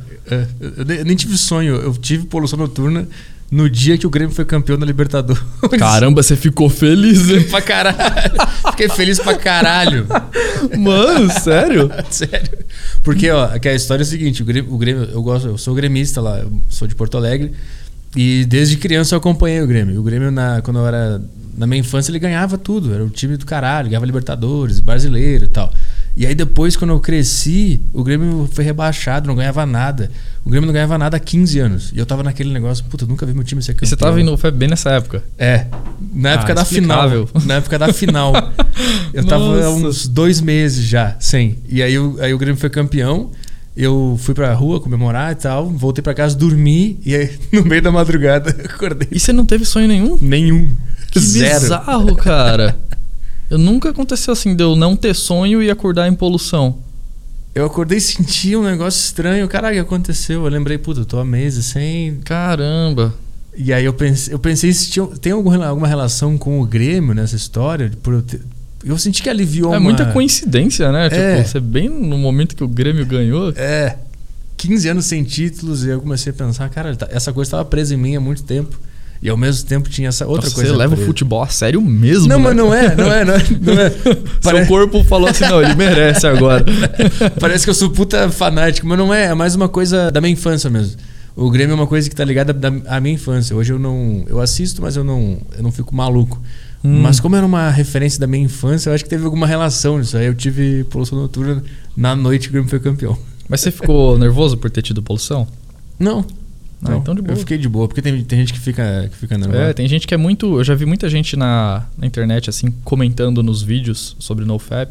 Eu nem tive sonho. Eu tive poluição noturna no dia que o Grêmio foi campeão da Libertadores. Caramba, você ficou feliz, né? Pra caralho. Fiquei feliz pra caralho. Mano, sério? Sério. Porque, que a história é a seguinte: o Grêmio, eu sou gremista lá, eu sou de Porto Alegre. E desde criança eu acompanhei o Grêmio. O Grêmio, quando eu era na minha infância, ele ganhava tudo. Era o time do caralho, ganhava Libertadores, brasileiro e tal. E aí depois, quando eu cresci, o Grêmio foi rebaixado, não ganhava nada. O Grêmio não ganhava nada há 15 anos. E eu tava naquele negócio, puta, eu nunca vi meu time ser campeão. E você tava indo bem nessa época? Na época da final. Na época da final. Eu tava há uns 2 meses já, sem. E aí o Grêmio foi campeão. Eu fui pra rua comemorar e tal. Voltei pra casa, dormi. E aí, no meio da madrugada, acordei. E você não teve sonho nenhum? Nenhum. Que zero. Bizarro, cara. Eu nunca aconteceu assim, de eu não ter sonho e acordar em poluição. Eu acordei e senti um negócio estranho. Caralho, o que aconteceu? Eu lembrei, puta, eu tô há meses sem... Caramba. E aí eu pensei se tem alguma relação com o Grêmio nessa história. Eu senti que aliviou muita coincidência, né? Tipo, você bem no momento que o Grêmio ganhou. 15 anos sem títulos e eu comecei a pensar, cara, essa coisa estava presa em mim há muito tempo. E ao mesmo tempo tinha essa outra coisa. Você leva o futebol a sério mesmo, não, né? Mas não é. Seu corpo falou assim, não, ele merece agora. Parece que eu sou puta fanático, mas não é. É mais uma coisa da minha infância mesmo. O Grêmio é uma coisa que tá ligada à minha infância. Hoje eu assisto, mas eu não fico maluco. Mas como era uma referência da minha infância, eu acho que teve alguma relação nisso. Aí eu tive poluição noturna na noite que o Grêmio foi campeão. Mas você ficou nervoso por ter tido poluição? Não. Não, então de boa. Eu fiquei de boa, porque tem gente que fica nervosa. Tem gente que é muito... Eu já vi muita gente na internet, assim, comentando nos vídeos sobre NoFap.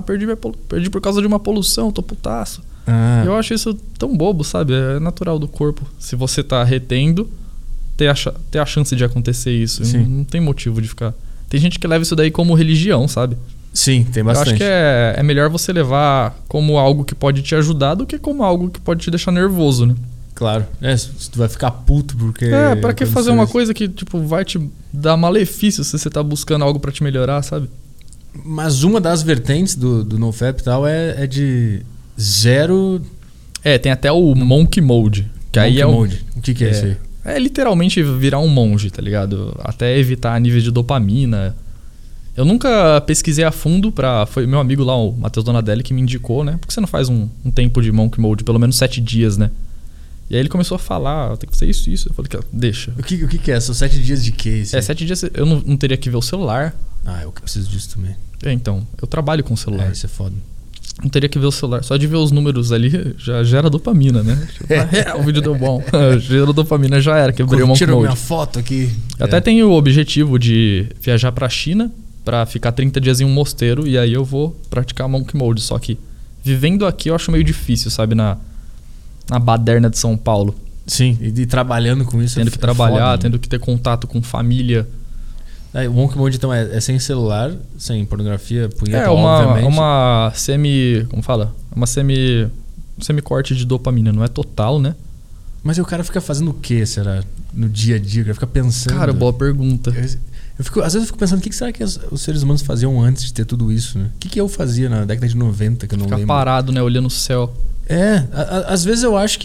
Perdi por causa de uma poluição, tô putaço. Eu acho isso tão bobo, sabe? É natural do corpo. Se você tá retendo, ter a chance de acontecer isso. Não tem motivo de ficar... Tem gente que leva isso daí como religião, sabe? Sim, tem bastante. Eu acho que é melhor você levar como algo que pode te ajudar do que como algo que pode te deixar nervoso, né? Claro. Se tu vai ficar puto porque... Pra que fazer uma coisa que, tipo, vai te dar malefício se você tá buscando algo pra te melhorar, sabe? Mas uma das vertentes do NoFap e tal é de zero... tem até o Monk Mode. Que aí é Mode. O que é isso aí? É literalmente virar um monge, tá ligado? Até evitar níveis de dopamina. Eu nunca pesquisei a fundo foi meu amigo lá, o Matheus Donadelli, que me indicou, né? Por que você não faz um tempo de Monk Mode, pelo menos 7 dias, né? E aí ele começou a falar, tem que fazer isso. Eu falei, deixa. O que é? São 7 dias de quê? 7 dias eu não teria que ver o celular. Eu que preciso disso também. Então, eu trabalho com o celular. Isso é foda. Não teria que ver o celular. Só de ver os números ali já gera dopamina, né? O vídeo deu bom. Gerou dopamina, já era. Quebrei o Monk Mode. Tirou minha foto aqui. Eu até tenho o objetivo de viajar pra China pra ficar 30 dias em um mosteiro. E aí eu vou praticar Monk Mode. Só que vivendo aqui eu acho meio difícil, sabe? Na baderna de São Paulo. Sim, e trabalhando com isso. Tendo que trabalhar, foda, tendo que ter contato com família. O Monk Mode, então, é sem celular, sem pornografia, punheta, obviamente. Uma semi... Como fala? Uma semi-corte de dopamina. Não é total, né? Mas aí o cara fica fazendo o que, será? No dia a dia? O cara fica pensando... Cara, boa pergunta. Às vezes eu fico pensando, o que será que os seres humanos faziam antes de ter tudo isso, né? O que eu fazia na década de 90, que eu não lembro? Ficar parado, né? Olhando o céu. Às vezes eu acho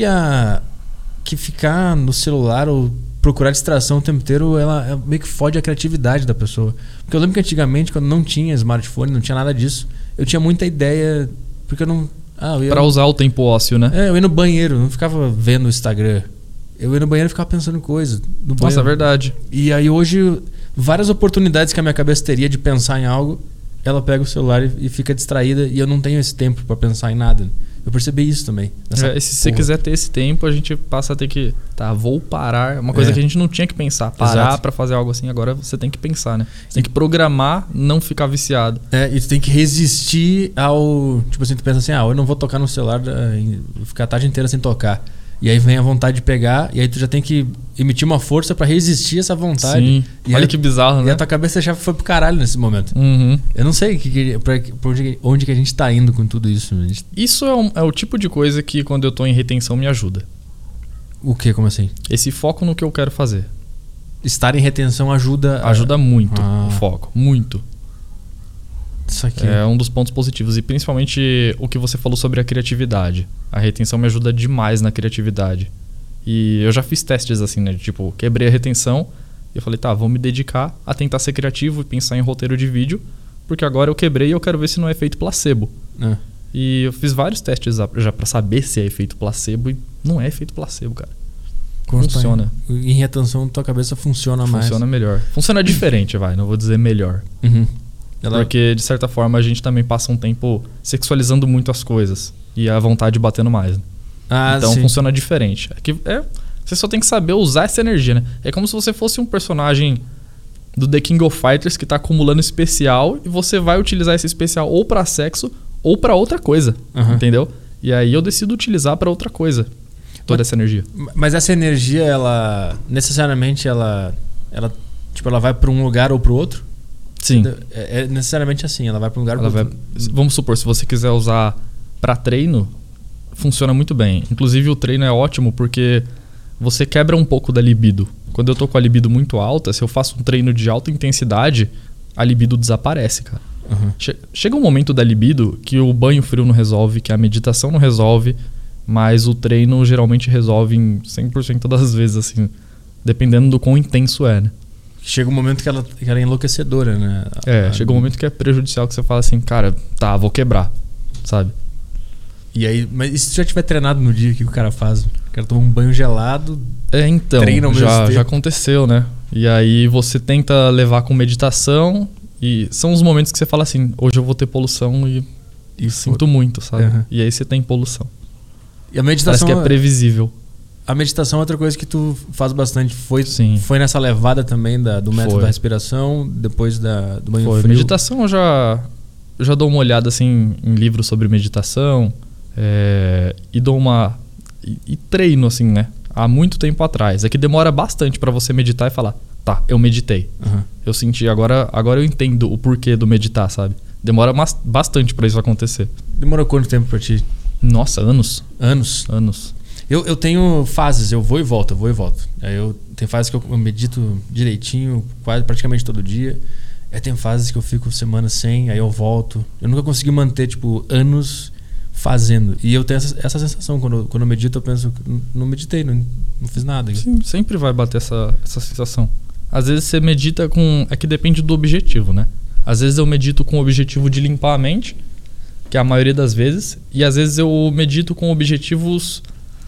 que ficar no celular ou procurar distração o tempo inteiro, ela meio que fode a criatividade da pessoa. Porque eu lembro que antigamente, quando não tinha smartphone, não tinha nada disso, eu tinha muita ideia, porque eu não... Pra usar o tempo ósseo, né? Eu ia no banheiro, não ficava vendo o Instagram. Eu ia no banheiro e ficava pensando em coisa. Nossa, é verdade. E aí hoje, várias oportunidades que a minha cabeça teria de pensar em algo, ela pega o celular e fica distraída, e eu não tenho esse tempo pra pensar em nada. Eu percebi isso também. Se você quiser ter esse tempo, a gente passa a ter que... vou parar. Uma coisa que a gente não tinha que pensar. Parar pra fazer algo assim. Agora você tem que pensar, né? Você tem que programar, não ficar viciado. E tu tem que resistir ao... Tipo assim, tu pensa assim, eu não vou tocar no celular, vou ficar a tarde inteira sem tocar. E aí vem a vontade de pegar, e aí tu já tem que emitir uma força pra resistir essa vontade. Sim. E olha que bizarro, né? E a tua cabeça já foi pro caralho nesse momento. Uhum. Eu não sei onde que a gente tá indo com tudo isso. Isso é o tipo de coisa que quando eu tô em retenção me ajuda. O quê? Como assim? Esse foco no que eu quero fazer. Estar em retenção ajuda... Ajuda muito o foco. Muito. Isso aqui. É um dos pontos positivos. E principalmente o que você falou sobre a criatividade. A retenção me ajuda demais na criatividade. E eu já fiz testes assim, né? Tipo, quebrei a retenção e eu falei, vou me dedicar a tentar ser criativo e pensar em roteiro de vídeo, porque agora eu quebrei e eu quero ver se não é efeito placebo. E eu fiz vários testes já pra saber se é efeito placebo e não é efeito placebo, cara. Funciona. Em retenção, tua cabeça funciona mais. Funciona melhor. Funciona diferente, não vou dizer melhor. Uhum. Porque, de certa forma, a gente também passa um tempo sexualizando muito as coisas. E a vontade batendo mais. Então sim. funciona diferente. Você só tem que saber usar essa energia, né? É como se você fosse um personagem do The King of Fighters que tá acumulando especial e você vai utilizar esse especial ou pra sexo ou pra outra coisa. Entendeu? E aí eu decido utilizar pra outra coisa. Toda essa energia. Mas essa energia, ela... Necessariamente, ela vai pra um lugar ou pro outro? Sim. É necessariamente assim, ela vai pra um lugar ou pro outro. Vamos supor, se você quiser usar pra treino, funciona muito bem. Inclusive o treino é ótimo porque você quebra um pouco da libido. Quando eu tô com a libido muito alta, se eu faço um treino de alta intensidade, a libido desaparece, cara. Chega um momento da libido que o banho frio não resolve, que a meditação não resolve, mas o treino geralmente resolve em 100% das vezes, assim, dependendo do quão intenso é, né? Chega um momento que ela é enlouquecedora, né? Chega um momento que é prejudicial, que você fala assim, cara, vou quebrar, sabe? E aí, mas e se já tiver treinado no dia, o que o cara faz? O cara toma um banho gelado, então, treina ao mesmo tempo. Já aconteceu, né? E aí você tenta levar com meditação e são os momentos que você fala assim, hoje eu vou ter poluição e sinto muito, sabe? Uhum. E aí você tem poluição. E a meditação... Parece que é previsível. A meditação é outra coisa que tu faz bastante. Foi nessa levada também do método da respiração, depois do banho frio? Meditação eu já dou uma olhada assim, em livros sobre meditação e dou e treino assim, né? Há muito tempo atrás. É que demora bastante para você meditar e falar, tá, eu meditei. Uhum. Eu senti, agora eu entendo o porquê do meditar, sabe? Demora bastante para isso acontecer. Demorou quanto tempo para ti? Nossa, anos. Anos. Eu tenho fases, eu vou e volto. Aí tem fases que eu medito direitinho, praticamente todo dia. Aí tem fases que eu fico semanas sem, aí eu volto. Eu nunca consegui manter, anos fazendo. E eu tenho essa sensação, quando eu medito, eu penso, não meditei, não fiz nada. Sim, sempre vai bater essa sensação. Às vezes você medita com... É que depende do objetivo, né? Às vezes eu medito com o objetivo de limpar a mente, que é a maioria das vezes. E às vezes eu medito com objetivos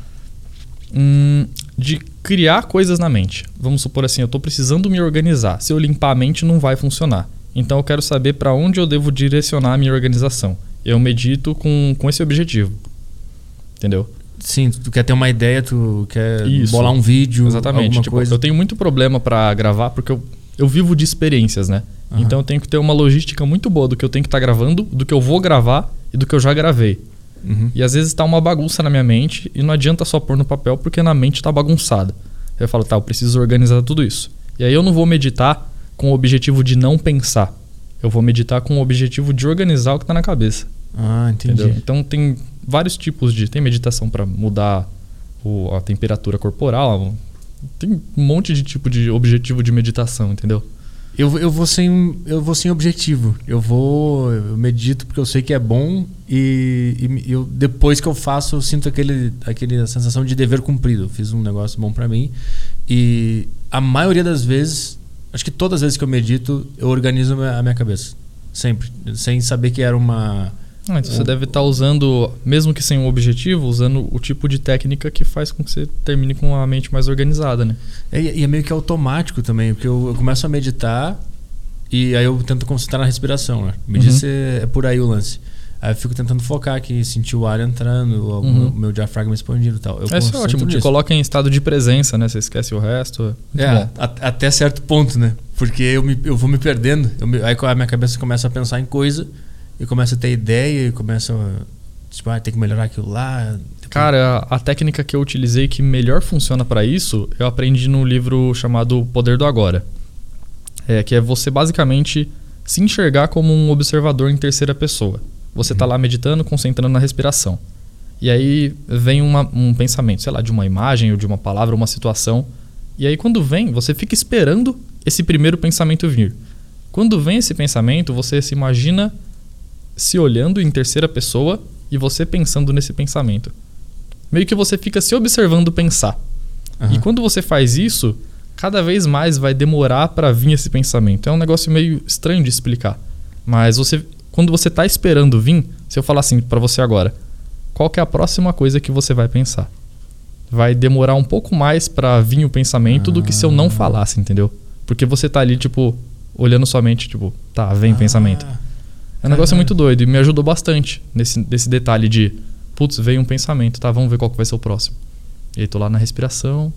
de criar coisas na mente. Vamos supor assim, eu estou precisando me organizar. Se eu limpar a mente, não vai funcionar. Então eu quero saber para onde eu devo direcionar a minha organização. Eu medito com esse objetivo. Entendeu? Sim, tu quer ter uma ideia, tu quer bolar um vídeo, exatamente, alguma coisa. Eu tenho muito problema para gravar porque eu vivo de experiências, né? Uhum. Então eu tenho que ter uma logística muito boa do que eu tenho que estar gravando, do que eu vou gravar e do que eu já gravei. Uhum. E às vezes está uma bagunça na minha mente e não adianta só pôr no papel porque na mente está bagunçada. Eu falo, tá, eu preciso organizar tudo isso. E aí eu não vou meditar com o objetivo de não pensar. Eu vou meditar com o objetivo de organizar o que está na cabeça. Ah, entendi. Entendeu? Então tem vários tipos tem meditação para mudar a temperatura corporal. Tem um monte de tipo de objetivo de meditação, entendeu? Eu vou sem objetivo. Eu medito porque eu sei que é bom e depois que eu faço eu sinto aquela sensação de dever cumprido. Eu fiz um negócio bom pra mim e a maioria das vezes, acho que todas as vezes que eu medito, eu organizo a minha cabeça. Sempre. Sem saber que era uma... Então você deve estar usando, mesmo que sem um objetivo, usando o tipo de técnica que faz com que você termine com a mente mais organizada, né? E é meio que automático também, porque eu começo a meditar e aí eu tento concentrar na respiração, né? Me disse é por aí o lance. Aí eu fico tentando focar aqui, sentir o ar entrando, o meu diafragma expandindo e tal. Isso é ótimo, te coloca em estado de presença, né? Você esquece o resto. Até certo ponto, né? Porque eu vou me perdendo. Aí a minha cabeça começa a pensar em coisa. E começa a ter ideia e começa a tem que melhorar aquilo lá. Cara, a técnica que eu utilizei que melhor funciona para isso, eu aprendi num livro chamado O Poder do Agora. Que é você basicamente se enxergar como um observador em terceira pessoa. Você tá lá meditando, concentrando na respiração. E aí vem um pensamento, sei lá, de uma imagem ou de uma palavra, uma situação. E aí quando vem, você fica esperando esse primeiro pensamento vir. Quando vem esse pensamento, você se imagina se olhando em terceira pessoa e você pensando nesse pensamento. Meio que você fica se observando pensar. Uhum. E quando você faz isso, cada vez mais vai demorar para vir esse pensamento. É um negócio meio estranho de explicar. Mas quando você está esperando vir, se eu falar assim para você agora, qual que é a próxima coisa que você vai pensar? Vai demorar um pouco mais para vir o pensamento do que se eu não falasse, entendeu? Porque você tá ali, olhando sua mente, vem pensamento. É um negócio muito doido e me ajudou bastante nesse detalhe de, veio um pensamento, tá, vamos ver qual que vai ser o próximo. E aí tô lá na respiração,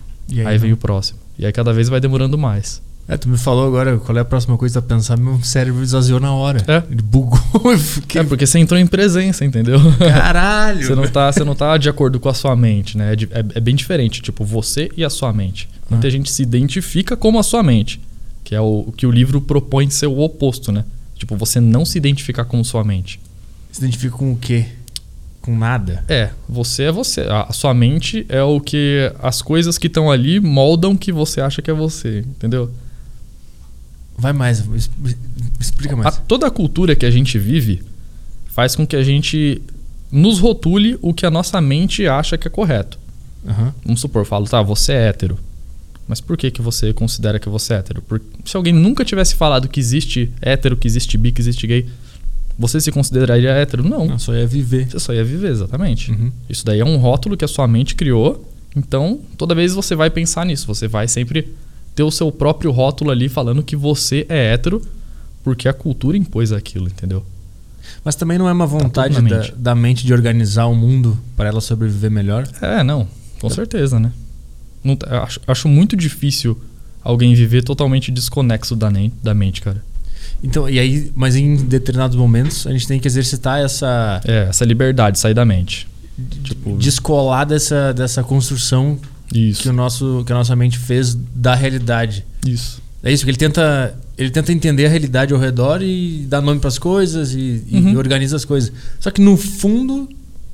aí vem o próximo. E aí cada vez vai demorando mais. Tu me falou agora qual é a próxima coisa a pensar, meu cérebro esvaziou na hora. Ele bugou. Porque você entrou em presença, entendeu? Caralho! Você não tá de acordo com a sua mente, né? É bem diferente, você e a sua mente. Muita gente se identifica como a sua mente, que é o que o livro propõe ser o oposto, né? Você não se identificar como sua mente. Se identifica com o quê? Com nada? Você é você. A sua mente é o que... As coisas que estão ali moldam que você acha que é você, entendeu? Vai mais, explica mais. Toda a cultura que a gente vive faz com que a gente nos rotule o que a nossa mente acha que é correto. Uhum. Vamos supor, eu falo, você é hétero. Mas por que você considera que você é hétero? Porque se alguém nunca tivesse falado que existe hétero, que existe bi, que existe gay, você se consideraria hétero? Não. Só ia viver. Você só ia viver, exatamente. Uhum. Isso daí é um rótulo que a sua mente criou. Então, toda vez você vai pensar nisso. Você vai sempre ter o seu próprio rótulo ali falando que você é hétero porque a cultura impôs aquilo, entendeu? Mas também não é uma vontade da mente de organizar o mundo para ela sobreviver melhor? Não. Com certeza, né? Não, acho muito difícil alguém viver totalmente desconexo da mente, cara. Então, e aí, mas em determinados momentos a gente tem que exercitar essa... essa liberdade, sair da mente. Tipo, descolar dessa construção isso. que a nossa mente fez da realidade. Isso. É isso, que ele tenta entender a realidade ao redor e dar nome para as coisas e organiza as coisas. Só que no fundo,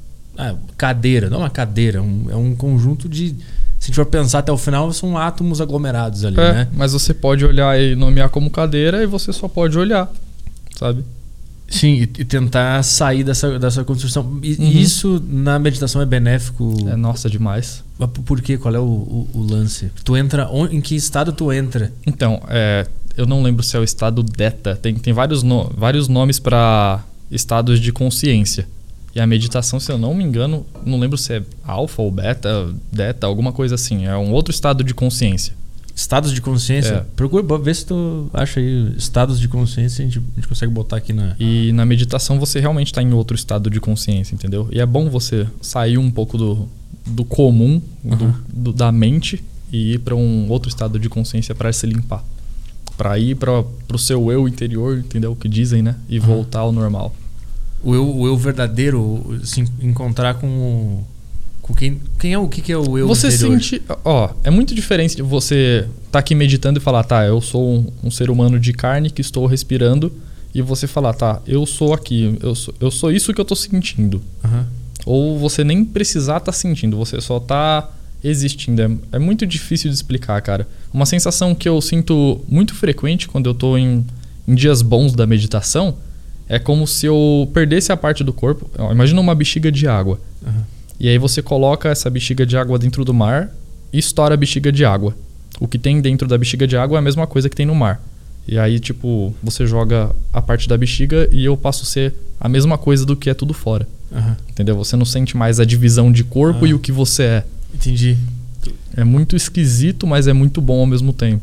cadeira, não é uma cadeira, é um conjunto de... Se a gente for pensar até o final, são átomos aglomerados ali, né? Mas você pode olhar e nomear como cadeira e você só pode olhar, sabe? Sim, e tentar sair dessa construção. E isso na meditação é benéfico? Nossa, demais. Por quê? Qual é o lance? Tu entra... Em que estado tu entra? Então, eu não lembro se é o estado Theta. Tem vários nomes para estados de consciência. E a meditação, se eu não me engano, não lembro se é alfa ou beta, delta, alguma coisa assim. É um outro estado de consciência. Estados de consciência? Procura ver se tu acha aí estados de consciência, a gente consegue botar aqui na... E na meditação você realmente está em outro estado de consciência, entendeu? E é bom você sair um pouco do comum, da mente, e ir para um outro estado de consciência para se limpar. Para ir para o seu eu interior, entendeu? O que dizem, né? E voltar ao normal. O eu verdadeiro, se encontrar com quem é o que é o eu você interior? Sente, é muito diferente de você estar aqui meditando e falar, eu sou um ser humano de carne que estou respirando, e você falar, eu sou aqui, eu sou isso que eu estou sentindo. Ou você nem precisar estar sentindo, você só está existindo. É muito difícil de explicar, cara. Uma sensação que eu sinto muito frequente quando eu estou em dias bons da meditação é como se eu perdesse a parte do corpo. Imagina uma bexiga de água. E aí você coloca essa bexiga de água dentro do mar e estoura a bexiga de água. O que tem dentro da bexiga de água é a mesma coisa que tem no mar. E aí, você joga a parte da bexiga e eu passo a ser a mesma coisa do que é tudo fora. Entendeu? Você não sente mais a divisão de corpo e o que você é. Entendi. É muito esquisito, mas é muito bom ao mesmo tempo.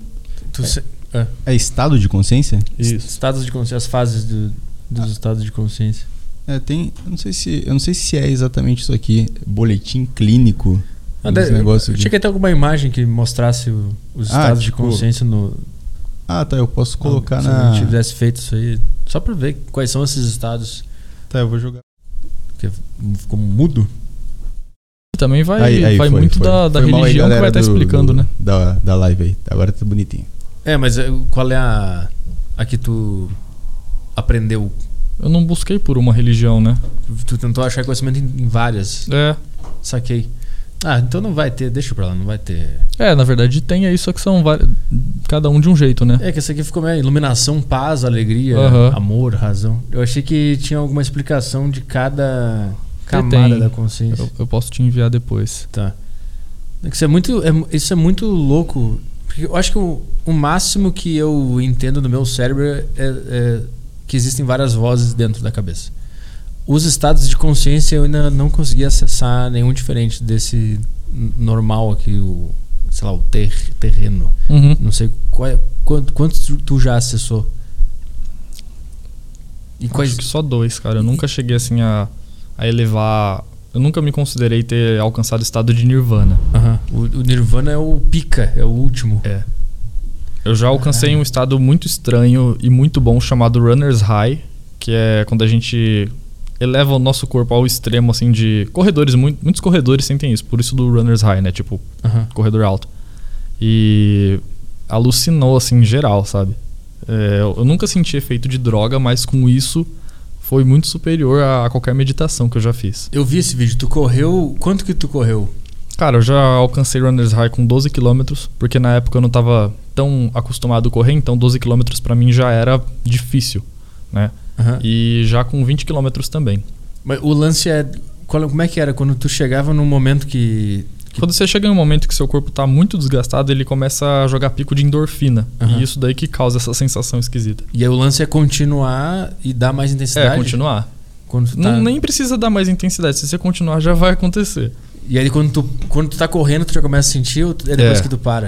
É estado de consciência? Isso. Estados de consciência, as fases dos estados de consciência. Eu não sei se é exatamente isso aqui, boletim clínico. Achei que ia ter alguma imagem que mostrasse os estados de consciência no... eu posso colocar se a gente tivesse feito isso aí, só pra ver quais são esses estados. Eu vou jogar. Porque ficou mudo? Também vai muito da religião que vai estar explicando, né? Da live aí. Agora tá bonitinho. Mas qual é a que tu aprendeu? Eu não busquei por uma religião, né? Tu tentou achar conhecimento em várias. Saquei. Então não vai ter, deixa pra lá, não vai ter. Na verdade tem aí, só que são cada um de um jeito, né? Que essa aqui ficou meio iluminação, paz, alegria, amor, razão. Eu achei que tinha alguma explicação de cada camada da consciência. Eu posso te enviar depois. Tá. Isso é muito louco. Porque eu acho que o máximo que eu entendo no meu cérebro é que existem várias vozes dentro da cabeça. Os estados de consciência eu ainda não consegui acessar nenhum diferente desse normal aqui, o terreno. Não sei quantos tu já acessou. Acho que só 2, cara. Eu nunca cheguei assim a elevar... Eu nunca me considerei ter alcançado o estado de nirvana. O nirvana é o pica, é o último. Eu já alcancei um estado muito estranho e muito bom chamado Runner's High, que é quando a gente eleva o nosso corpo ao extremo, assim, de corredores. Muitos corredores sentem isso, por isso do Runner's High, né? Tipo, corredor alto. E alucinou, assim, em geral, sabe? Eu nunca senti efeito de droga, mas com isso foi muito superior a qualquer meditação que eu já fiz. Eu vi esse vídeo. Tu correu... Quanto que tu correu? Cara, eu já alcancei Runner's High com 12 km, porque na época eu não tava tão acostumado a correr, então 12 km pra mim já era difícil, né? E já com 20 km também. Mas o lance é... Como é que era quando tu chegava num momento que... Quando você chega em um momento que seu corpo tá muito desgastado, ele começa a jogar pico de endorfina. E isso daí que causa essa sensação esquisita. E aí o lance é continuar e dar mais intensidade? Continuar. Nem precisa dar mais intensidade. Se você continuar, já vai acontecer. E aí quando tu tá correndo, tu já começa a sentir ou é depois que tu para?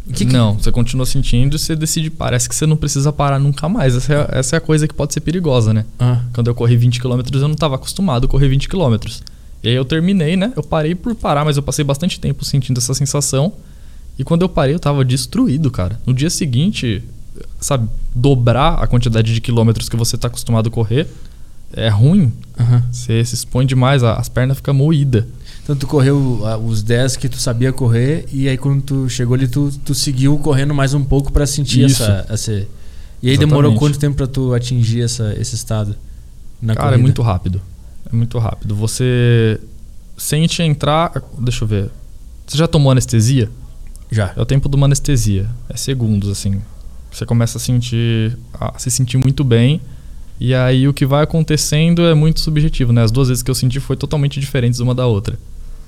Não, você continua sentindo e você decide, parece que você não precisa parar nunca mais. Essa é a coisa que pode ser perigosa, né? Quando eu corri 20 km, eu não estava acostumado a correr 20 km. E aí eu terminei, né? Eu parei por parar, mas eu passei bastante tempo sentindo essa sensação. E quando eu parei, eu tava destruído, cara. No dia seguinte, sabe, dobrar a quantidade de quilômetros que você tá acostumado a correr é ruim. Você se expõe demais, as pernas ficam moídas. Então tu correu os 10 que tu sabia correr e aí quando tu chegou ali, tu seguiu correndo mais um pouco pra sentir essa... E aí Exatamente. Demorou quanto tempo pra tu atingir esse estado na corrida? Cara, é muito rápido. É muito rápido. Você sente entrar... Deixa eu ver. Você já tomou anestesia? Já. É o tempo de uma anestesia. É segundos, assim. Você começa a se sentir muito bem. E aí o que vai acontecendo é muito subjetivo, né? As 2 vezes que eu senti foi totalmente diferentes uma da outra.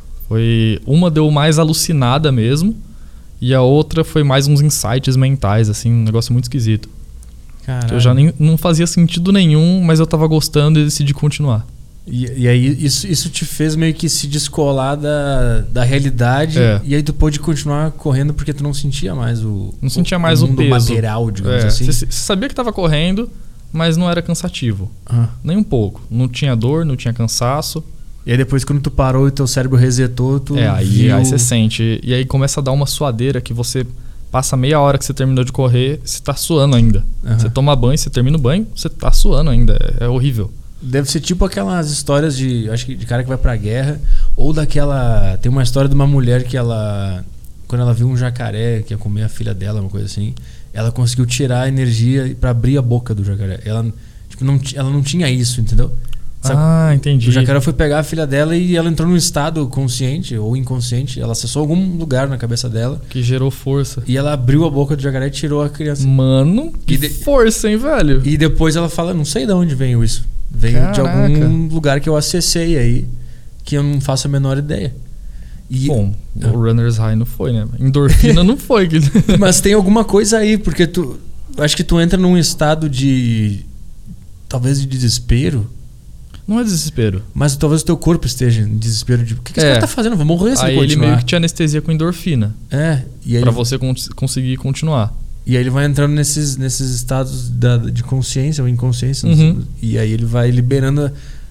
Uma deu mais alucinada mesmo. E a outra foi mais uns insights mentais, assim. Um negócio muito esquisito. Caralho. Eu já não fazia sentido nenhum, mas eu tava gostando e decidi continuar. E aí isso te fez meio que se descolar da realidade. E aí tu pôde continuar correndo porque tu não sentia mais o peso material, digamos assim. Você sabia que estava correndo, mas não era cansativo. Nem um pouco. Não tinha dor, não tinha cansaço. E aí depois quando tu parou e teu cérebro resetou, tu aí você sente. E aí começa a dar uma suadeira que você passa meia hora que você terminou de correr, você tá suando ainda. Você toma banho, você termina o banho, você tá suando ainda. É horrível. Deve ser tipo aquelas histórias acho que de cara que vai pra guerra, ou tem uma história de uma mulher que quando ela viu um jacaré que ia comer a filha dela, uma coisa assim, ela conseguiu tirar a energia pra abrir a boca do jacaré. Ela não tinha isso, entendeu? Entendi. O jacaré foi pegar a filha dela e ela entrou num estado consciente ou inconsciente, ela acessou algum lugar na cabeça dela que gerou força. E ela abriu a boca do jacaré e tirou a criança. Mano, que força, hein, velho? E depois ela fala, não sei de onde veio isso. Veio de algum lugar que eu acessei aí, que eu não faço a menor ideia. Bom, o Runner's High não foi, né? Endorfina não foi. Mas tem alguma coisa aí, porque acho que tu entra num estado talvez de desespero. Não é desespero. Mas talvez o teu corpo esteja em desespero de... O que esse cara tá fazendo? Eu vou morrer se ele continuar. Aí ele meio que te anestesia com endorfina. E aí pra você conseguir continuar. E aí ele vai entrando nesses estados de consciência ou inconsciência. E aí ele vai liberando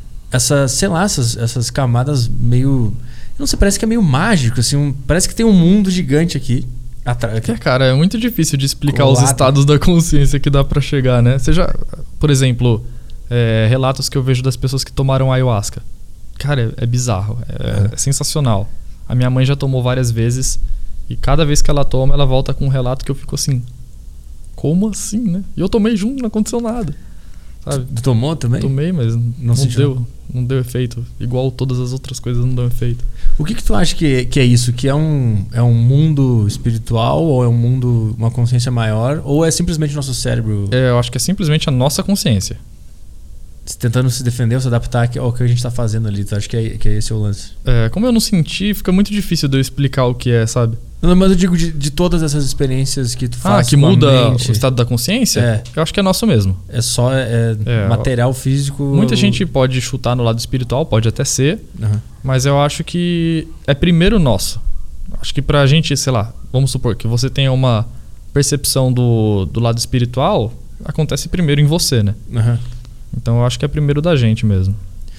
essas camadas meio... Não sei, parece que é meio mágico, assim. Parece que tem um mundo gigante aqui. Cara, é muito difícil de explicar os estados da consciência que dá pra chegar, né? Por exemplo, relatos que eu vejo das pessoas que tomaram ayahuasca. Cara, é bizarro. É sensacional. A minha mãe já tomou várias vezes. E cada vez que ela toma, ela volta com um relato que eu fico assim... Como assim, né? E eu tomei junto, não aconteceu nada. Sabe? Tu tomou também? Tomei, mas não deu efeito. Igual todas as outras coisas não dão efeito. O que tu acha que é isso? Que é um mundo espiritual? Ou é uma consciência maior? Ou é simplesmente nosso cérebro? Eu acho que é simplesmente a nossa consciência. Tentando se defender ou se adaptar ao que a gente tá fazendo ali. Tu acha que é esse o lance? Como eu não senti, fica muito difícil de eu explicar o que é, sabe? Não, mas eu digo de todas essas experiências que tu faz. Que muda o estado da consciência? Eu acho que é nosso mesmo. É só material físico. Muita gente pode chutar no lado espiritual, pode até ser. Mas eu acho que é primeiro nosso. Acho que pra gente, sei lá, vamos supor que você tenha uma percepção do lado espiritual, acontece primeiro em você, né? Então eu acho que é primeiro da gente mesmo.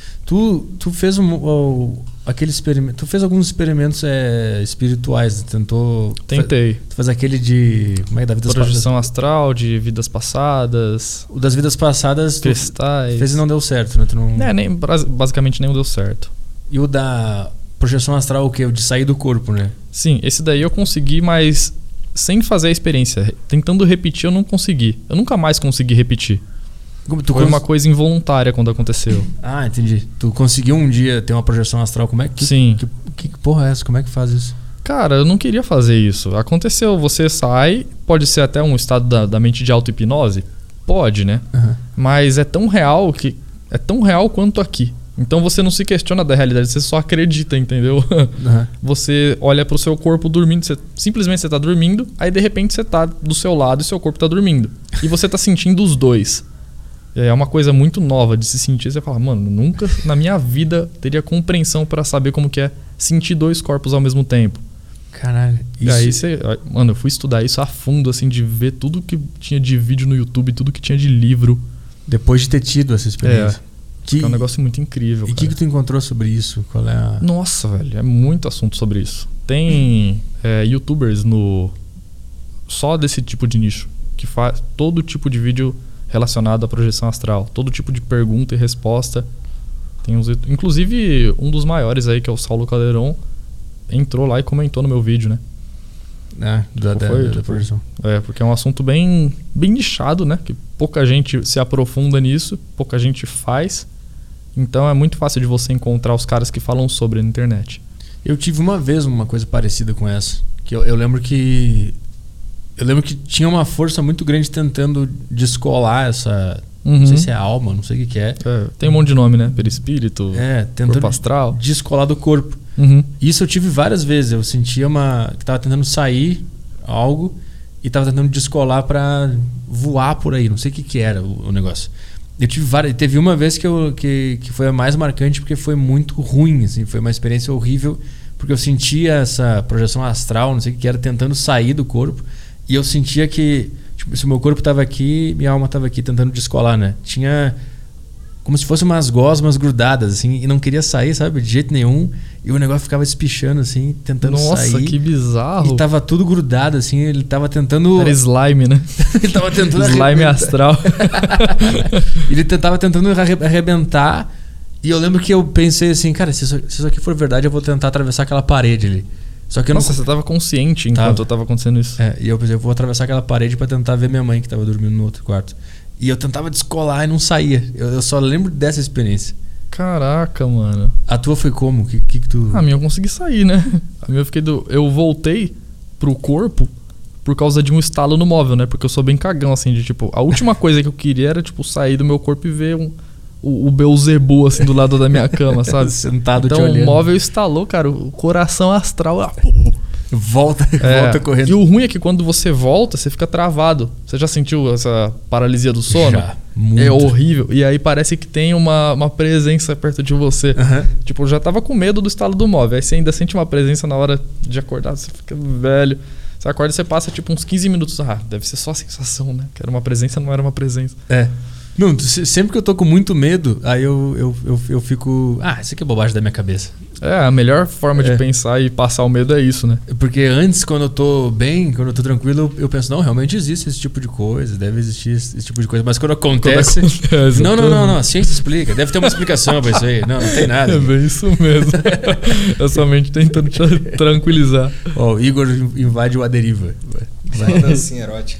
Tu fez aquele experimento. Tu fez alguns experimentos espirituais. Tentei. Tu fez aquele de... Como é que é? Da vidas projeção astral, de vidas passadas. O das vidas passadas... Cristais. Tu fez e não deu certo, né? Tu não... Basicamente nem deu certo. E o da projeção astral, o quê? O de sair do corpo, né? Sim, esse daí eu consegui, mas sem fazer a experiência. Tentando repetir, eu não consegui. Eu nunca mais consegui repetir. Foi uma coisa involuntária quando aconteceu. Entendi. Tu conseguiu um dia ter uma projeção astral? Como é que... Sim. Que porra é essa? Como é que faz isso? Cara, eu não queria fazer isso. Aconteceu, você sai, pode ser até um estado da mente de auto-hipnose? Pode, né? Mas é tão real quanto aqui. Então você não se questiona da realidade, você só acredita, entendeu? Você olha pro seu corpo dormindo, simplesmente você tá dormindo, aí de repente você tá do seu lado e seu corpo tá dormindo. E você tá sentindo os dois. É uma coisa muito nova de se sentir. Você fala, mano, nunca na minha vida teria compreensão para saber como que é sentir 2 corpos ao mesmo tempo. Caralho. E aí mano, eu fui estudar isso a fundo, assim, de ver tudo que tinha de vídeo no YouTube, tudo que tinha de livro. Depois de ter tido essa experiência. É um negócio muito incrível. E o que tu encontrou sobre isso? Qual é a... Nossa, velho, é muito assunto sobre isso. Tem youtubers só desse tipo de nicho, que faz todo tipo de vídeo relacionado à projeção astral, todo tipo de pergunta e resposta. Inclusive, um dos maiores aí, que é o Saulo Calderon, entrou lá e comentou no meu vídeo, né? Da projeção. Porque é um assunto bem nichado, né? Que pouca gente se aprofunda nisso, pouca gente faz. Então é muito fácil de você encontrar os caras que falam sobre na internet. Eu tive uma vez uma coisa parecida com essa. Que eu lembro que tinha uma força muito grande tentando descolar essa... Não sei se é alma, não sei o que é. Tem um monte de nome, né? Perispírito, corpo astral. Descolar do corpo. Isso eu tive várias vezes. Eu sentia que tava tentando sair algo e tava tentando descolar para voar por aí. Não sei o que era o negócio. Eu tive teve uma vez que foi a mais marcante porque foi muito ruim, assim, foi uma experiência horrível, porque eu sentia essa projeção astral, não sei o que era, tentando sair do corpo, e eu sentia que, tipo, se o meu corpo estava aqui, minha alma estava aqui tentando descolar, né? Tinha como se fossem umas gosmas grudadas, assim, e não queria sair, sabe, de jeito nenhum, e o negócio ficava espichando, assim, tentando sair. Nossa, que bizarro! E tava tudo grudado, assim, ele tava tentando... Era slime, né? Ele tava tentando... Slime astral. Ele tava tentando arrebentar, e eu lembro que eu pensei assim, cara, se isso aqui for verdade, eu vou tentar atravessar aquela parede ali. Só que Nossa, você tava consciente enquanto tava acontecendo isso. E eu pensei, eu vou atravessar aquela parede pra tentar ver minha mãe, que tava dormindo no outro quarto. E eu tentava descolar e não saía. Eu só lembro dessa experiência. Caraca, mano. A tua foi como? Que tu... A minha eu consegui sair, né? A minha eu voltei pro corpo por causa de um estalo no móvel, né? Porque eu sou bem cagão, assim, de tipo... A última coisa que eu queria era, tipo, sair do meu corpo e ver o Beelzebub, assim, do lado da minha cama, sabe? Sentado então, te olhando. O móvel estalou, cara. O coração astral... Volta correndo. E o ruim é que quando você volta, você fica travado. Você já sentiu essa paralisia do sono? Já, muito. É horrível. E aí parece que tem uma presença perto de você. Tipo, eu já tava com medo do estalo do móvel. Aí você ainda sente uma presença na hora de acordar. Você fica velho. Você acorda e você passa tipo uns 15 minutos. Deve ser só a sensação, né? Que era uma presença, não era uma presença. Não, sempre que eu tô com muito medo, aí eu fico... isso aqui é bobagem da minha cabeça. A melhor forma de pensar e passar o medo é isso, né? Porque antes, quando eu tô bem, quando eu tô tranquilo, eu penso, não, realmente existe esse tipo de coisa, deve existir esse tipo de coisa. Mas quando acontece... Não, a ciência explica, deve ter uma explicação pra isso aí. Não tem nada. É bem isso mesmo. É somente tentando te tranquilizar. O Igor invade o A Deriva. Vai. Uma dancinha erótica.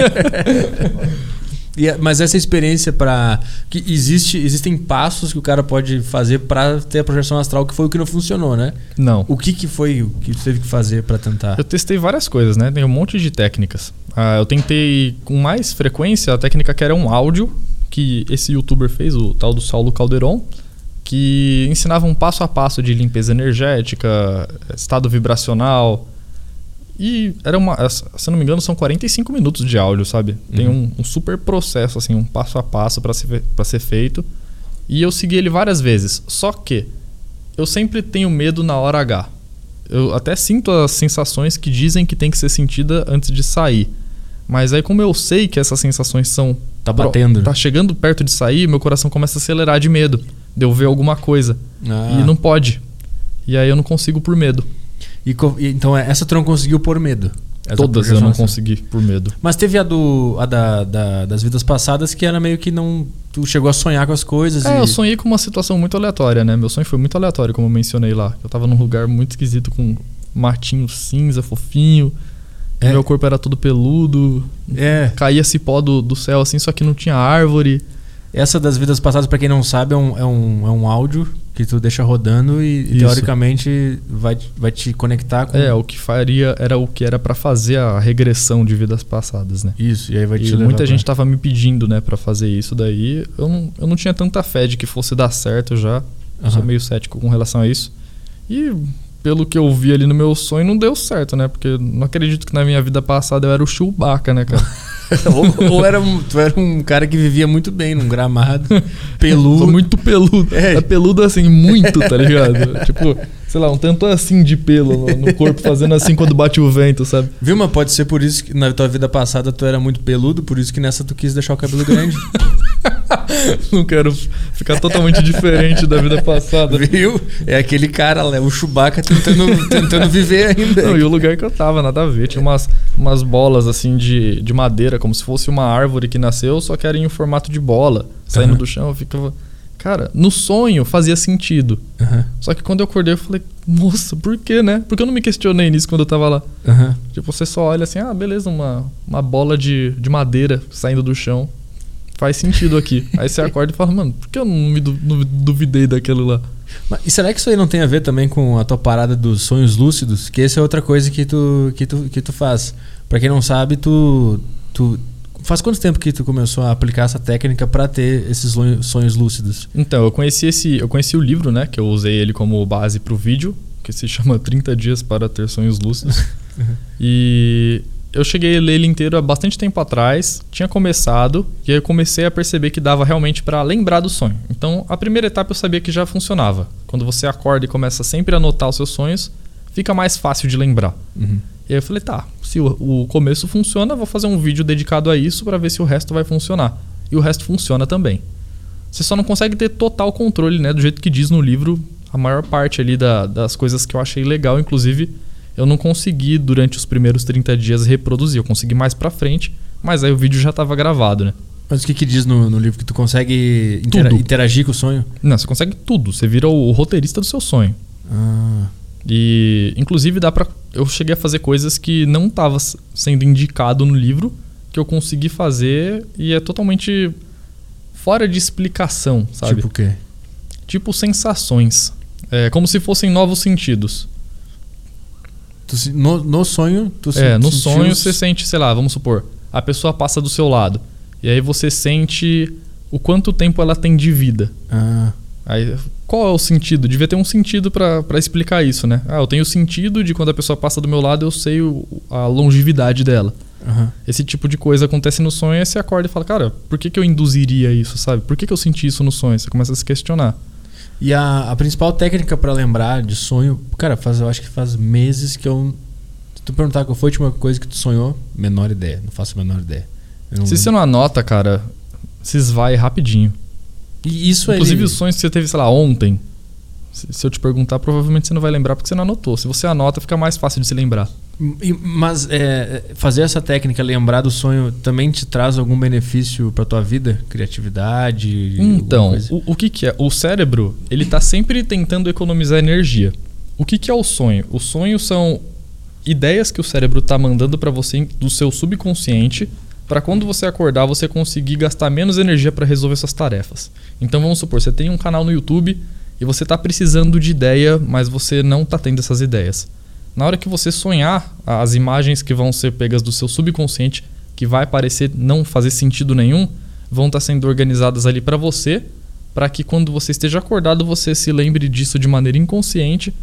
Mas essa experiência que existem passos que o cara pode fazer para ter a projeção astral, que foi o que não funcionou, né? Não. O que foi o que você teve que fazer para tentar? Eu testei várias coisas, né? Tem um monte de técnicas. Eu tentei com mais frequência a técnica que era um áudio que esse youtuber fez, o tal do Saulo Calderon, que ensinava um passo a passo de limpeza energética, estado vibracional. E se não me engano, são 45 minutos de áudio, sabe? Tem um super processo, assim, um passo a passo para ser feito. E eu segui ele várias vezes. Só que eu sempre tenho medo na hora H. Eu até sinto as sensações que dizem que tem que ser sentida antes de sair. Mas aí, como eu sei que essas sensações são... Tá batendo. Tá chegando perto de sair, meu coração começa a acelerar de medo. De eu ver alguma coisa. E não pode. E aí eu não consigo por medo. Então essa tu não conseguiu por medo? Todas eu não consegui por medo. Mas teve das vidas passadas que era meio que não... Tu chegou a sonhar com as coisas eu sonhei com uma situação muito aleatória, né? Meu sonho foi muito aleatório, como eu mencionei lá. Eu tava num lugar muito esquisito com matinho cinza, fofinho. Meu corpo era todo peludo. Caía cipó do céu assim, só que não tinha árvore. Essa das vidas passadas, pra quem não sabe, é um áudio que tu deixa rodando e teoricamente vai te conectar com... o que faria era o que era pra fazer a regressão de vidas passadas, né? Isso, e aí vai te levar. Muita gente tava me pedindo, né, pra fazer isso daí. Eu não tinha tanta fé de que fosse dar certo já. Eu sou meio cético com relação a isso. E pelo que eu vi ali no meu sonho, não deu certo, né? Porque eu não acredito que na minha vida passada eu era o Chewbacca, né, cara? Tu era um cara que vivia muito bem num gramado, peludo. Tô muito peludo. É peludo assim, muito, tá ligado? Tipo, sei lá, um tanto assim de pelo no corpo, fazendo assim quando bate o vento, sabe? Viu, mas pode ser por isso que na tua vida passada tu era muito peludo, por isso que nessa tu quis deixar o cabelo grande. Não quero ficar totalmente diferente da vida passada. Viu? É aquele cara lá, o Chewbacca tentando viver ainda. Não, e o lugar que eu tava, nada a ver. Tinha umas bolas assim de madeira, como se fosse uma árvore que nasceu, só que era em formato de bola, saindo do chão. Eu ficava... Cara, no sonho fazia sentido. Só que quando eu acordei eu falei, nossa, por quê, né? Porque eu não me questionei nisso quando eu tava lá. Tipo, você só olha assim, beleza, uma bola de madeira saindo do chão. Faz sentido aqui. Aí você acorda e fala, mano, por que eu não duvidei daquilo lá? Mas, e será que isso aí não tem a ver também com a tua parada dos sonhos lúcidos? Que essa é outra coisa que tu faz. Pra quem não sabe, tu faz quanto tempo que tu começou a aplicar essa técnica pra ter esses sonhos lúcidos? Então, eu conheci o livro, né? Que eu usei ele como base pro vídeo, que se chama 30 dias para ter sonhos lúcidos. E eu cheguei a ler ele inteiro há bastante tempo atrás, tinha começado, e aí eu comecei a perceber que dava realmente para lembrar do sonho. Então, a primeira etapa eu sabia que já funcionava. Quando você acorda e começa sempre a anotar os seus sonhos, fica mais fácil de lembrar. E aí eu falei, tá, se o começo funciona, vou fazer um vídeo dedicado a isso para ver se o resto vai funcionar. E o resto funciona também. Você só não consegue ter total controle, né? Do jeito que diz no livro, a maior parte ali das coisas que eu achei legal, inclusive... Eu não consegui, durante os primeiros 30 dias, reproduzir. Eu consegui mais pra frente, mas aí o vídeo já estava gravado, né? Mas o que diz no livro? Que tu consegue interagir com o sonho? Não, você consegue tudo. Você vira o roteirista do seu sonho. E, inclusive, eu cheguei a fazer coisas que não estava sendo indicado no livro, que eu consegui fazer e é totalmente fora de explicação, sabe? Tipo o quê? Tipo sensações. É como se fossem novos sentidos. No sonho, no sonho você sente, sei lá, vamos supor, a pessoa passa do seu lado. E aí você sente o quanto tempo ela tem de vida. Aí, qual é o sentido? Devia ter um sentido pra explicar isso, né? Eu tenho o sentido de quando a pessoa passa do meu lado, eu sei a longevidade dela. Esse tipo de coisa acontece no sonho, aí você acorda e fala, cara, por que eu induziria isso, sabe? Por que eu senti isso no sonho? Você começa a se questionar. E a principal técnica pra lembrar de sonho... Cara, eu acho que faz meses que eu... Se tu perguntar qual foi a última coisa que tu sonhou, menor ideia. Não faço a menor ideia. Se você não anota, cara, se esvai rapidinho. E isso inclusive os sonhos que você teve, sei lá, ontem. Se eu te perguntar, provavelmente você não vai lembrar porque você não anotou. Se você anota, fica mais fácil de se lembrar. Mas fazer essa técnica, lembrar do sonho, também te traz algum benefício pra tua vida? Criatividade? Então, o que é? O cérebro, ele tá sempre tentando economizar energia. O que é o sonho? O sonho são ideias que o cérebro tá mandando pra você do seu subconsciente, para quando você acordar, você conseguir gastar menos energia para resolver suas tarefas. Então vamos supor, você tem um canal no YouTube e você tá precisando de ideia, mas você não tá tendo essas ideias. Na hora que você sonhar, as imagens que vão ser pegas do seu subconsciente, que vai parecer não fazer sentido nenhum, vão estar sendo organizadas ali para você, para que quando você esteja acordado, você se lembre disso de maneira inconsciente,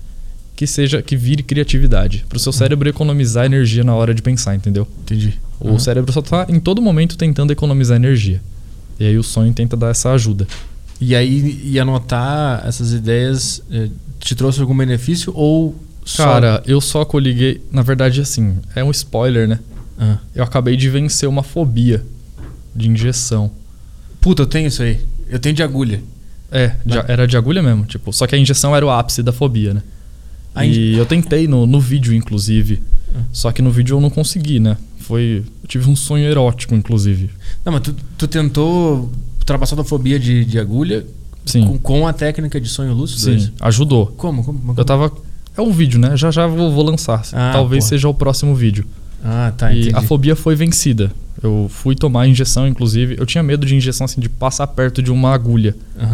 que vire criatividade. Para o seu cérebro economizar energia na hora de pensar, entendeu? Entendi. O cérebro só está em todo momento tentando economizar energia. E aí o sonho tenta dar essa ajuda. E aí, anotar essas ideias te trouxe algum benefício ou... Cara, eu só coliguei... Na verdade, assim, é um spoiler, né? Eu acabei de vencer uma fobia de injeção. Puta, eu tenho isso aí. Eu tenho de agulha. Era de agulha mesmo. Tipo, só que a injeção era o ápice da fobia, né? E eu tentei no vídeo, inclusive. Só que no vídeo eu não consegui, né? Eu tive um sonho erótico, inclusive. Não, mas tu tentou ultrapassar a fobia de agulha? Sim. Com a técnica de sonho lúcido? Sim, ajudou. Como? Eu tava... É um vídeo, né? Já vou lançar. Talvez seja o próximo vídeo. Tá, e entendi. a fobia foi vencida. Eu fui tomar a injeção, inclusive. Eu tinha medo de injeção, assim, de passar perto de uma agulha.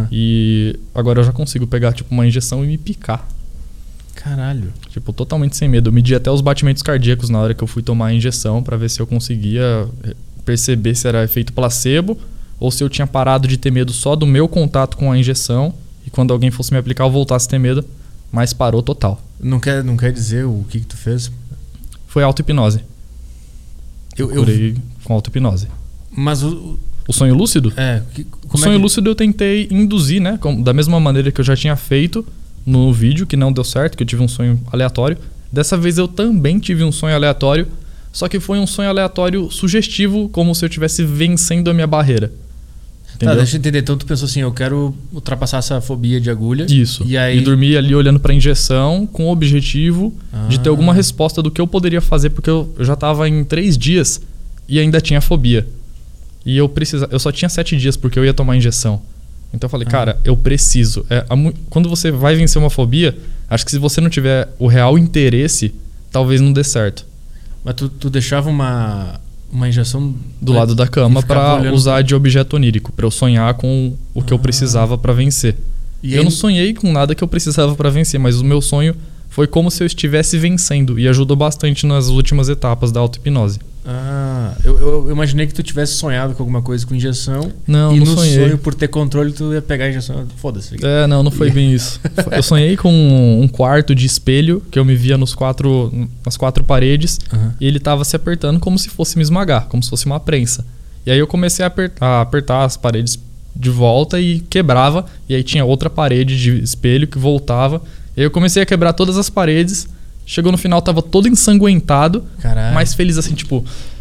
E agora eu já consigo pegar, tipo, uma injeção e me picar. Caralho. Tipo, totalmente sem medo. Eu medi até os batimentos cardíacos na hora que eu fui tomar a injeção pra ver se eu conseguia perceber se era efeito placebo ou se eu tinha parado de ter medo só do meu contato com a injeção e quando alguém fosse me aplicar eu voltasse a ter medo, mas parou total. Não quer dizer o que tu fez? Foi auto-hipnose. Eu com auto-hipnose. Mas o sonho lúcido? O sonho lúcido eu tentei induzir, né? Da mesma maneira que eu já tinha feito no vídeo, que não deu certo, que eu tive um sonho aleatório. Dessa vez eu também tive um sonho aleatório, só que foi um sonho aleatório sugestivo, como se eu estivesse vencendo a minha barreira. Entendeu? Deixa eu entender. Então tu pensou assim, eu quero ultrapassar essa fobia de agulha. Isso. E dormir ali olhando pra injeção com o objetivo de ter alguma resposta do que eu poderia fazer, porque eu já tava em 3 dias e ainda tinha fobia. E eu só tinha 7 dias porque eu ia tomar injeção. Então eu falei, cara, eu preciso. Quando você vai vencer uma fobia, acho que se você não tiver o real interesse, talvez não dê certo. Mas tu deixava uma injeção do lado da cama para usar de objeto onírico, para eu sonhar com o que eu precisava para vencer. E eu não sonhei com nada que eu precisava para vencer, mas o meu sonho foi como se eu estivesse vencendo e ajudou bastante nas últimas etapas da auto-hipnose. Eu imaginei que tu tivesse sonhado com alguma coisa com injeção. Não, e não no sonhei. sonho, por ter controle, tu ia pegar a injeção. Foda-se. Não foi bem isso. Eu sonhei com um quarto de espelho que eu me via nas 4 paredes e ele tava se apertando como se fosse me esmagar, como se fosse uma prensa. E aí eu comecei a apertar as paredes de volta e quebrava, e aí tinha outra parede de espelho que voltava. E aí eu comecei a quebrar todas as paredes. Chegou no final, tava todo ensanguentado. Caralho. Mas feliz assim, tipo...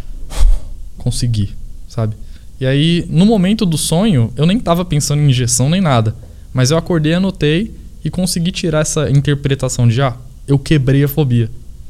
Consegui, sabe? E aí, no momento do sonho, eu nem tava pensando em injeção nem nada. Mas eu acordei, anotei e consegui tirar essa interpretação de... eu quebrei a fobia.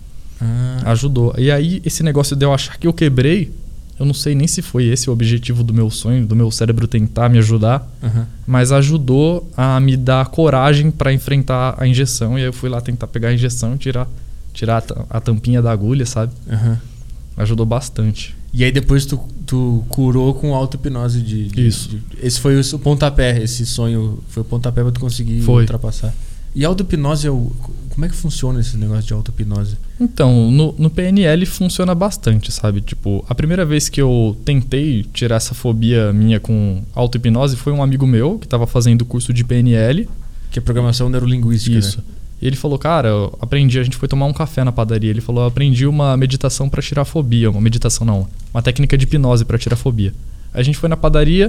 Ajudou. E aí, esse negócio de eu achar que eu quebrei... Eu não sei nem se foi esse o objetivo do meu sonho, do meu cérebro tentar me ajudar. Mas ajudou a me dar coragem para enfrentar a injeção. E aí eu fui lá tentar pegar a injeção e tirar a tampinha da agulha, sabe? Ajudou bastante. E aí depois tu curou com auto-hipnose Isso. Esse foi o pontapé, esse sonho foi o pontapé pra tu conseguir ultrapassar. E a auto-hipnose, como é que funciona esse negócio de auto-hipnose? Então, no PNL funciona bastante, sabe? Tipo, a primeira vez que eu tentei tirar essa fobia minha com auto-hipnose foi um amigo meu que estava fazendo o curso de PNL. Que é programação neurolinguística, Isso. Né? E ele falou, cara, eu aprendi, a gente foi tomar um café na padaria. Ele falou, eu aprendi uma meditação para tirar fobia. Uma técnica de hipnose para tirar fobia. Aí a gente foi na padaria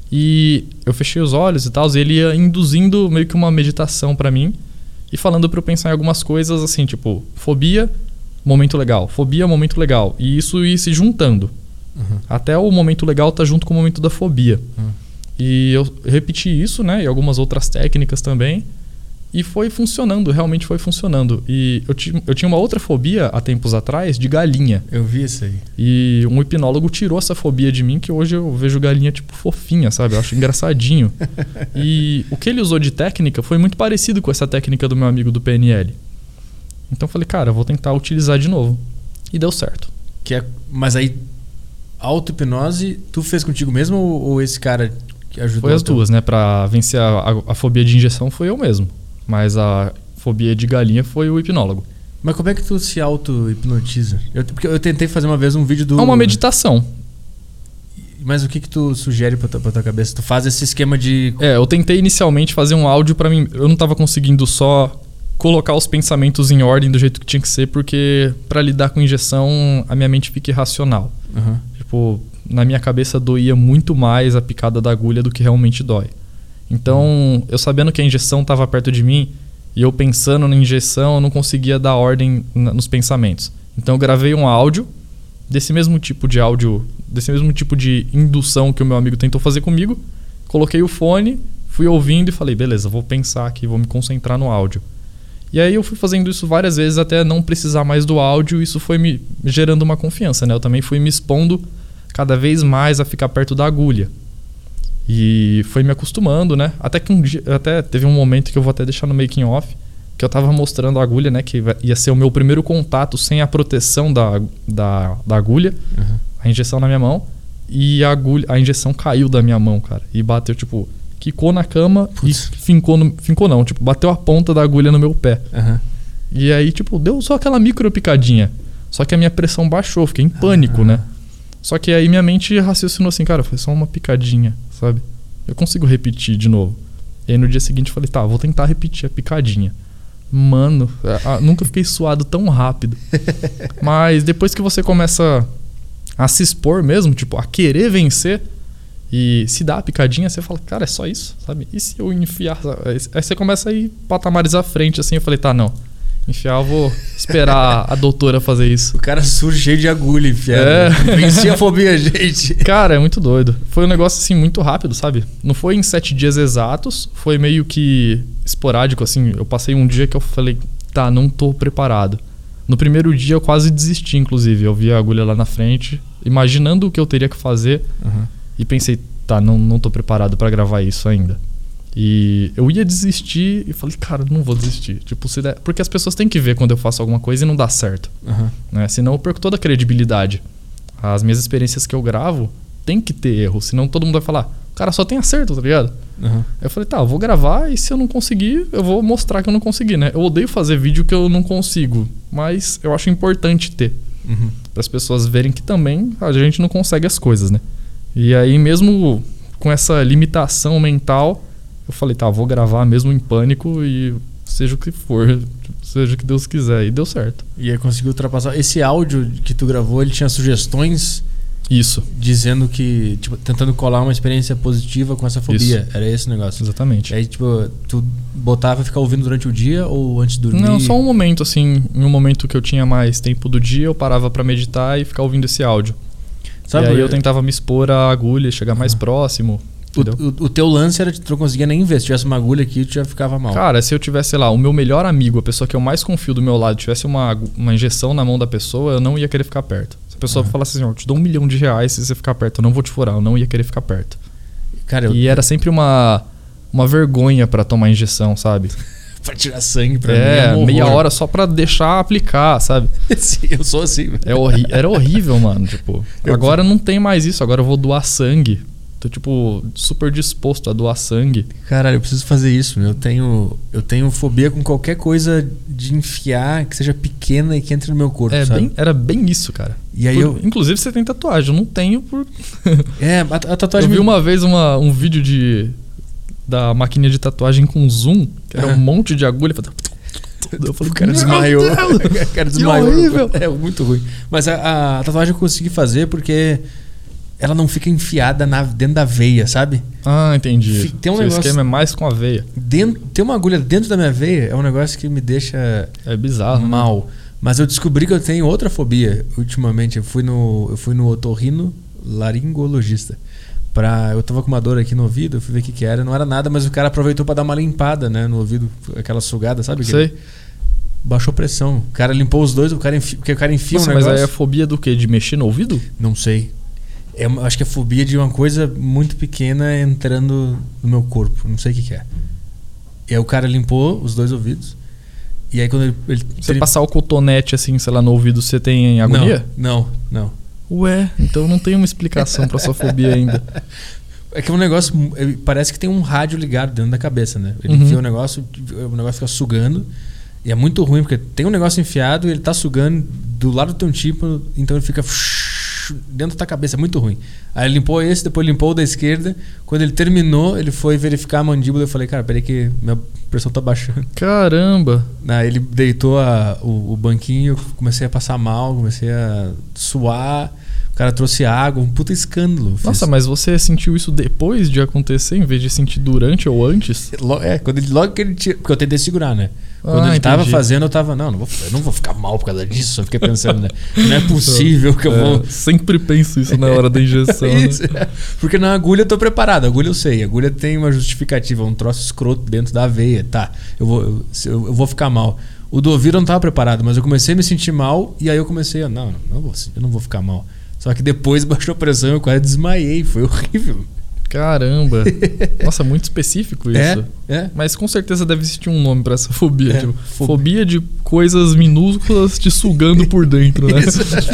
e eu fechei os olhos e tal. E ele ia induzindo meio que uma meditação para mim e falando para eu pensar em algumas coisas assim, tipo, fobia, momento legal. Fobia, momento legal. E isso ia se juntando. Até o momento legal tá junto com o momento da fobia. E eu repeti isso, né? E algumas outras técnicas também. E foi funcionando, realmente foi funcionando. E eu tinha uma outra fobia há tempos atrás de galinha. Eu vi isso aí. E um hipnólogo tirou essa fobia de mim, que hoje eu vejo galinha tipo fofinha, sabe? Eu acho engraçadinho. E o que ele usou de técnica foi muito parecido com essa técnica do meu amigo do PNL. Então eu falei, cara, eu vou tentar utilizar de novo. E deu certo. Mas aí, auto-hipnose, tu fez contigo mesmo ou esse cara que ajudou? Foi as duas, né? Pra vencer a fobia de injeção foi eu mesmo. Mas a fobia de galinha foi o hipnólogo. Mas como é que tu se auto-hipnotiza? Porque eu tentei fazer uma vez um vídeo do... É uma meditação. Mas o que tu sugere pra tua cabeça? Tu faz esse esquema de... Eu tentei inicialmente fazer um áudio pra mim. Eu não tava conseguindo só colocar os pensamentos em ordem do jeito que tinha que ser, porque pra lidar com injeção, a minha mente fica irracional. Tipo, na minha cabeça doía muito mais a picada da agulha do que realmente dói. Então, eu sabendo que a injeção estava perto de mim e eu pensando na injeção, eu não conseguia dar ordem nos pensamentos. Então, eu gravei um áudio desse mesmo tipo de indução que o meu amigo tentou fazer comigo. Coloquei o fone, fui ouvindo e falei, beleza, vou pensar aqui, vou me concentrar no áudio. E aí eu fui fazendo isso várias vezes até não precisar mais do áudio. Isso foi me gerando uma confiança, né? Eu também fui me expondo cada vez mais a ficar perto da agulha. E foi me acostumando, né? Até que um dia, até teve um momento que eu vou até deixar no making off, que eu tava mostrando a agulha, né? Que ia ser o meu primeiro contato sem a proteção da agulha, a injeção na minha mão. E a injeção caiu da minha mão, cara. E bateu, tipo, quicou na cama. Putz. E fincou não, tipo, bateu a ponta da agulha no meu pé. E aí, tipo, deu só aquela micro picadinha. Só que a minha pressão baixou, fiquei em pânico, né? Só que aí minha mente raciocinou assim, cara, foi só uma picadinha, sabe? Eu consigo repetir de novo. E aí no dia seguinte eu falei, tá, vou tentar repetir a picadinha. Mano, nunca fiquei suado tão rápido. Mas depois que você começa a se expor mesmo, tipo, a querer vencer. E se dá a picadinha, você fala, cara, é só isso, sabe? E se eu enfiar? Aí você começa a ir patamares à frente, assim. Eu falei, tá, não. Enfiar, eu vou esperar a doutora fazer isso. O cara surge cheio de agulha enfiada. Venci a fobia, gente. Cara, é muito doido. Foi um negócio, assim, muito rápido, sabe? Não foi em 7 dias exatos. Foi meio que esporádico, assim. Eu passei um dia que eu falei, tá, não tô preparado. No primeiro dia eu quase desisti, inclusive. Eu vi a agulha lá na frente, imaginando o que eu teria que fazer. E pensei, tá, não tô preparado pra gravar isso ainda. E eu ia desistir e falei, cara, não vou desistir. Tipo, porque as pessoas têm que ver quando eu faço alguma coisa e não dá certo. Né? Senão eu perco toda a credibilidade. As minhas experiências que eu gravo tem que ter erro. Senão todo mundo vai falar, cara, só tem acerto, tá ligado? Aí eu falei, tá, eu vou gravar e se eu não conseguir, eu vou mostrar que eu não consegui, né? Eu odeio fazer vídeo que eu não consigo, mas eu acho importante ter. Para as pessoas verem que também a gente não consegue as coisas, né? E aí mesmo com essa limitação mental, eu falei, tá, vou gravar mesmo em pânico e seja o que for, seja o que Deus quiser. E deu certo. E aí conseguiu ultrapassar. Esse áudio que tu gravou, ele tinha sugestões? Isso. Dizendo que, tipo, tentando colar uma experiência positiva com essa fobia. Isso. Era esse o negócio. Exatamente. E aí, tipo, tu botava pra ficar ouvindo durante o dia ou antes de dormir? Não, só um momento, assim. Em um momento que eu tinha mais tempo do dia, eu parava pra meditar e ficar ouvindo esse áudio. Sabe, e aí eu tentava me expor à agulha, chegar mais próximo. O teu lance era que tu não conseguia nem ver. Se tivesse uma agulha aqui, tu já ficava mal. Cara, se eu tivesse, sei lá, o meu melhor amigo, a pessoa que eu mais confio do meu lado, tivesse uma injeção na mão da pessoa, eu não ia querer ficar perto. Se a pessoa falasse assim, eu te dou R$1 milhão se você ficar perto, eu não vou te furar, eu não ia querer ficar perto. Cara, e era sempre uma vergonha pra tomar injeção, sabe? Pra tirar sangue pra mim. Meia hora só pra deixar aplicar, sabe? Sim, eu sou assim. Era horrível, mano. Tipo, agora não tem mais isso. Agora eu vou doar sangue. Tô, tipo, super disposto a doar sangue. Caralho, eu preciso fazer isso. Eu tenho fobia com qualquer coisa de enfiar que seja pequena e que entre no meu corpo, sabe? Era bem isso, cara. E aí inclusive você tem tatuagem. Eu não tenho por... a tatuagem... Eu vi uma vez um vídeo da maquininha de tatuagem com zoom, que era um monte de agulha. Eu falei, o cara desmaiou. O cara desmaiou. Horrível. É muito ruim. Mas a tatuagem eu consegui fazer porque ela não fica enfiada dentro da veia, sabe? Ah, entendi. Tem um negócio, esquema é mais com a veia. Ter uma agulha dentro da minha veia é um negócio que me deixa bizarro, mal. Né? Mas eu descobri que eu tenho outra fobia ultimamente. Eu fui no otorrino laringologista. Eu tava com uma dor aqui no ouvido, eu fui ver o que era, não era nada, mas o cara aproveitou pra dar uma limpada, né, no ouvido, aquela sugada, sabe? Sei. Baixou pressão. O cara limpou os dois, porque o cara enfia um negócio. Mas aí é fobia do quê? De mexer no ouvido? Não sei. Acho que é fobia de uma coisa muito pequena entrando no meu corpo. Não sei o que é. E aí o cara limpou os dois ouvidos. E aí quando ele você passar o cotonete assim, sei lá, no ouvido, você tem agonia? Não. Ué, então não tem uma explicação pra sua fobia ainda. É que é um negócio... Parece que tem um rádio ligado dentro da cabeça, né? Ele enfia o negócio fica sugando. E é muito ruim, porque tem um negócio enfiado e ele tá sugando do lado do teu tímpano, então ele fica dentro da cabeça. É muito ruim. Aí ele limpou esse, depois limpou o da esquerda. Quando ele terminou, ele foi verificar a mandíbula. Eu falei, cara, peraí que minha pressão tá baixando. Caramba! Aí ele deitou o banquinho, eu comecei a passar mal, comecei a suar. O cara trouxe água, um puta escândalo. Nossa, mas você sentiu isso depois de acontecer, em vez de sentir durante ou antes? Logo que ele tira... Porque eu tentei segurar, né? Quando ele tava fazendo, eu tava... eu não vou ficar mal por causa disso. Eu fiquei pensando, né? Não é possível que eu vou... Sempre penso isso na hora da injeção. Isso, né? Porque na agulha eu tô preparado. A agulha eu sei. A agulha tem uma justificativa. Um troço escroto dentro da veia. Tá, eu vou ficar mal. O do ouvido eu não tava preparado, mas eu comecei a me sentir mal. E aí eu comecei a... Eu não vou ficar mal. Só que depois baixou a pressão e eu quase desmaiei. Foi horrível. Caramba. Nossa, muito específico isso. Mas com certeza deve existir um nome pra essa fobia. Tipo, fobia de coisas minúsculas te sugando por dentro, né?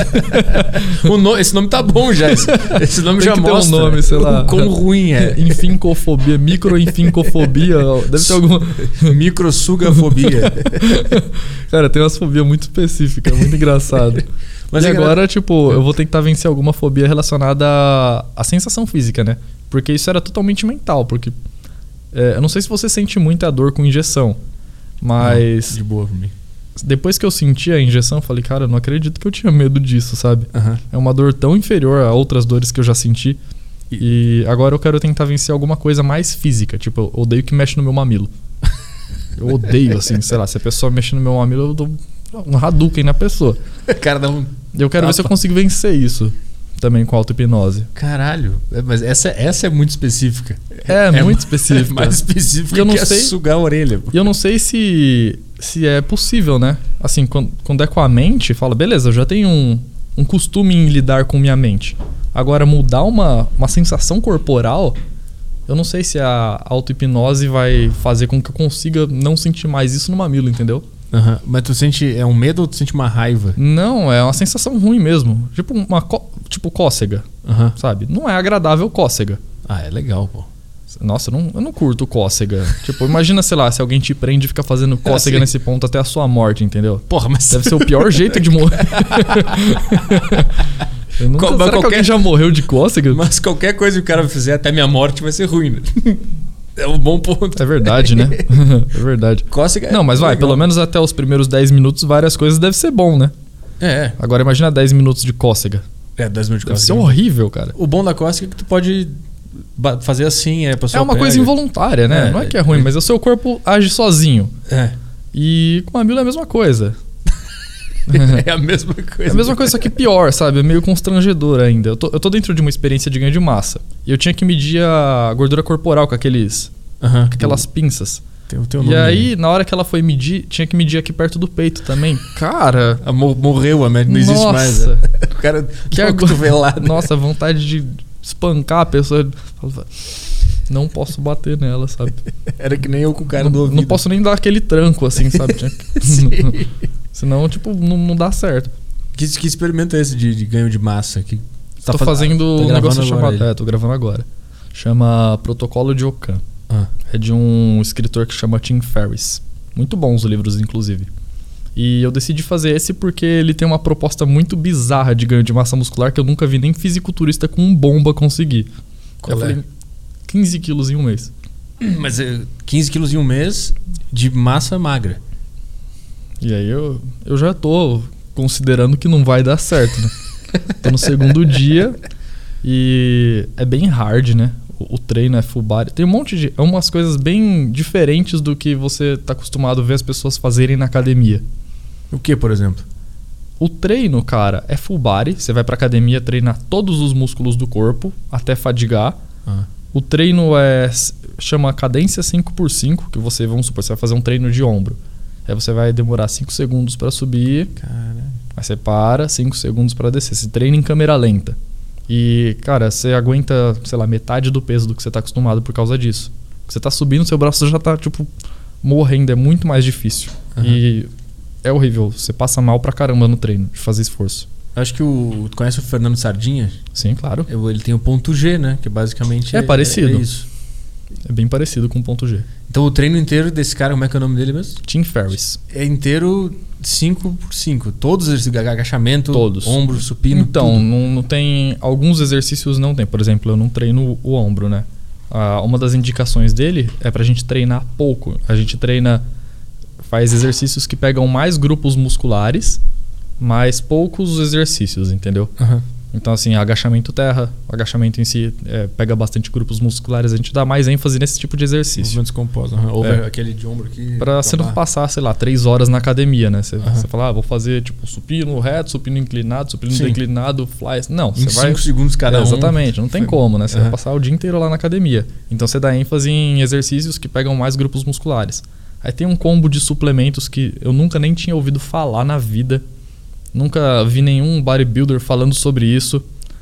Esse nome tá bom já. Esse nome já mostra um nome, sei lá, o quão ruim é. Infincofobia, microinfincofobia. Deve ter alguma... Microsugafobia. Cara, tem umas fobias muito específicas, muito engraçado. Mas agora, tipo, eu vou tentar vencer alguma fobia relacionada à sensação física, né? Porque isso era totalmente mental, porque... eu não sei se você sente muita dor com injeção, mas... Não, de boa pra mim. depois que eu senti a injeção, eu falei, cara, eu não acredito que eu tinha medo disso, sabe? É uma dor tão inferior a outras dores que eu já senti. E agora eu quero tentar vencer alguma coisa mais física. Tipo, eu odeio que mexe no meu mamilo. Eu odeio, assim, sei lá, se a pessoa mexe no meu mamilo, eu dou um Hadouken na pessoa. Cara, dá um... Eu quero ver se eu consigo vencer isso também com auto-hipnose. Caralho, mas essa é muito específica. É muito específica. Mais específica que sugar a orelha. E eu não sei se é possível, né? Assim, quando é com a mente, fala, beleza, eu já tenho um costume em lidar com minha mente. Agora, mudar uma sensação corporal, eu não sei se a auto-hipnose vai fazer com que eu consiga não sentir mais isso no mamilo, entendeu? Mas tu sente... É um medo ou tu sente uma raiva? Não, é uma sensação ruim mesmo. Tipo cócega, sabe? Não é agradável cócega. Ah, é legal, pô. Nossa, eu não curto cócega. Tipo, imagina, sei lá, se alguém te prende e fica fazendo cócega nesse ponto até a sua morte, entendeu? Porra, mas... Deve ser o pior jeito de morrer. Será que alguém já morreu de cócega? Mas qualquer coisa que o cara fizer até minha morte vai ser ruim, né? É um bom ponto. É verdade, né? É verdade. Cócega não, mas vai, legal. Pelo menos até os primeiros 10 minutos, várias coisas deve ser bom, né? É. Agora imagina 10 minutos de cócega. 10 minutos de cócega. Deve ser horrível, cara. O bom da cócega é que tu pode fazer assim, a pessoa é uma coisa involuntária, né? Não é que é ruim, mas o seu corpo age sozinho. E com o mamilo é a mesma coisa. É a mesma coisa. É a mesma coisa, só que pior, sabe? É meio constrangedor ainda. Eu tô dentro de uma experiência de ganho de massa. E eu tinha que medir a gordura corporal com aquelas pinças. Tem o teu nome. E aí, na hora que ela foi medir, tinha que medir aqui perto do peito também. Cara... Morreu, a médica não existe mais. Nossa. O cara que cotovelada. Nossa, vontade de espancar a pessoa. Não posso bater nela, sabe? Era que nem eu com o cara do ouvido. Não posso nem dar aquele tranco assim, sabe? Sim. Senão, tipo, não dá certo. Que experimento é esse de ganho de massa? Que tô fazendo um negócio chamado... tô gravando agora. Chama Protocolo de Ockham. É de um escritor que chama Tim Ferriss. Muito bons os livros, inclusive. E eu decidi fazer esse porque ele tem uma proposta muito bizarra de ganho de massa muscular que eu nunca vi nem fisiculturista com bomba conseguir. Eu falei, 15 quilos em um mês. Mas 15 quilos em um mês de massa magra. E aí eu já tô considerando que não vai dar certo, né? Tô no segundo dia e é bem hard, né? O treino é full body. Tem um monte de... É umas coisas bem diferentes do que você tá acostumado a ver as pessoas fazerem na academia. O que, por exemplo? O treino, cara, é full body. Você vai pra academia treinar todos os músculos do corpo até fadigar. O treino chama cadência 5x5, que você, vamos supor, você vai fazer um treino de ombro. Aí você vai demorar 5 segundos pra subir. Caralho. Aí você para, 5 segundos pra descer. Você treina em câmera lenta. E, cara, você aguenta, sei lá, metade do peso do que você tá acostumado por causa disso. Você tá subindo, seu braço já tá, tipo, morrendo. É muito mais difícil. E é horrível. Você passa mal pra caramba no treino de fazer esforço. Acho que tu conhece o Fernando Sardinha? Sim, claro. Ele tem o ponto G, né? Que basicamente é parecido. É isso. É bem parecido com o ponto G. Então o treino inteiro desse cara, como é que é o nome dele mesmo? Tim Ferriss. É inteiro 5x5. Todos esses agachamento, todos. Ombro, supino, então, tudo. Não tem... Alguns exercícios não tem. Por exemplo, eu não treino o ombro, né? Uma das indicações dele é pra gente treinar pouco. A gente faz exercícios que pegam mais grupos musculares, mas poucos exercícios, entendeu? Então, assim, agachamento terra, o agachamento em si pega bastante grupos musculares, a gente dá mais ênfase nesse tipo de exercício. Movimentos compostos, ou aquele de ombro aqui. Pra você não passar, sei lá, 3 horas na academia, né? Você fala, vou fazer tipo supino reto, supino inclinado, supino declinado, fly. Não, você vai... 5 segundos cada um. Exatamente, não tem como, né? Você vai passar o dia inteiro lá na academia. Então você dá ênfase em exercícios que pegam mais grupos musculares. Aí tem um combo de suplementos que eu nunca nem tinha ouvido falar na vida. Nunca vi nenhum bodybuilder falando sobre isso.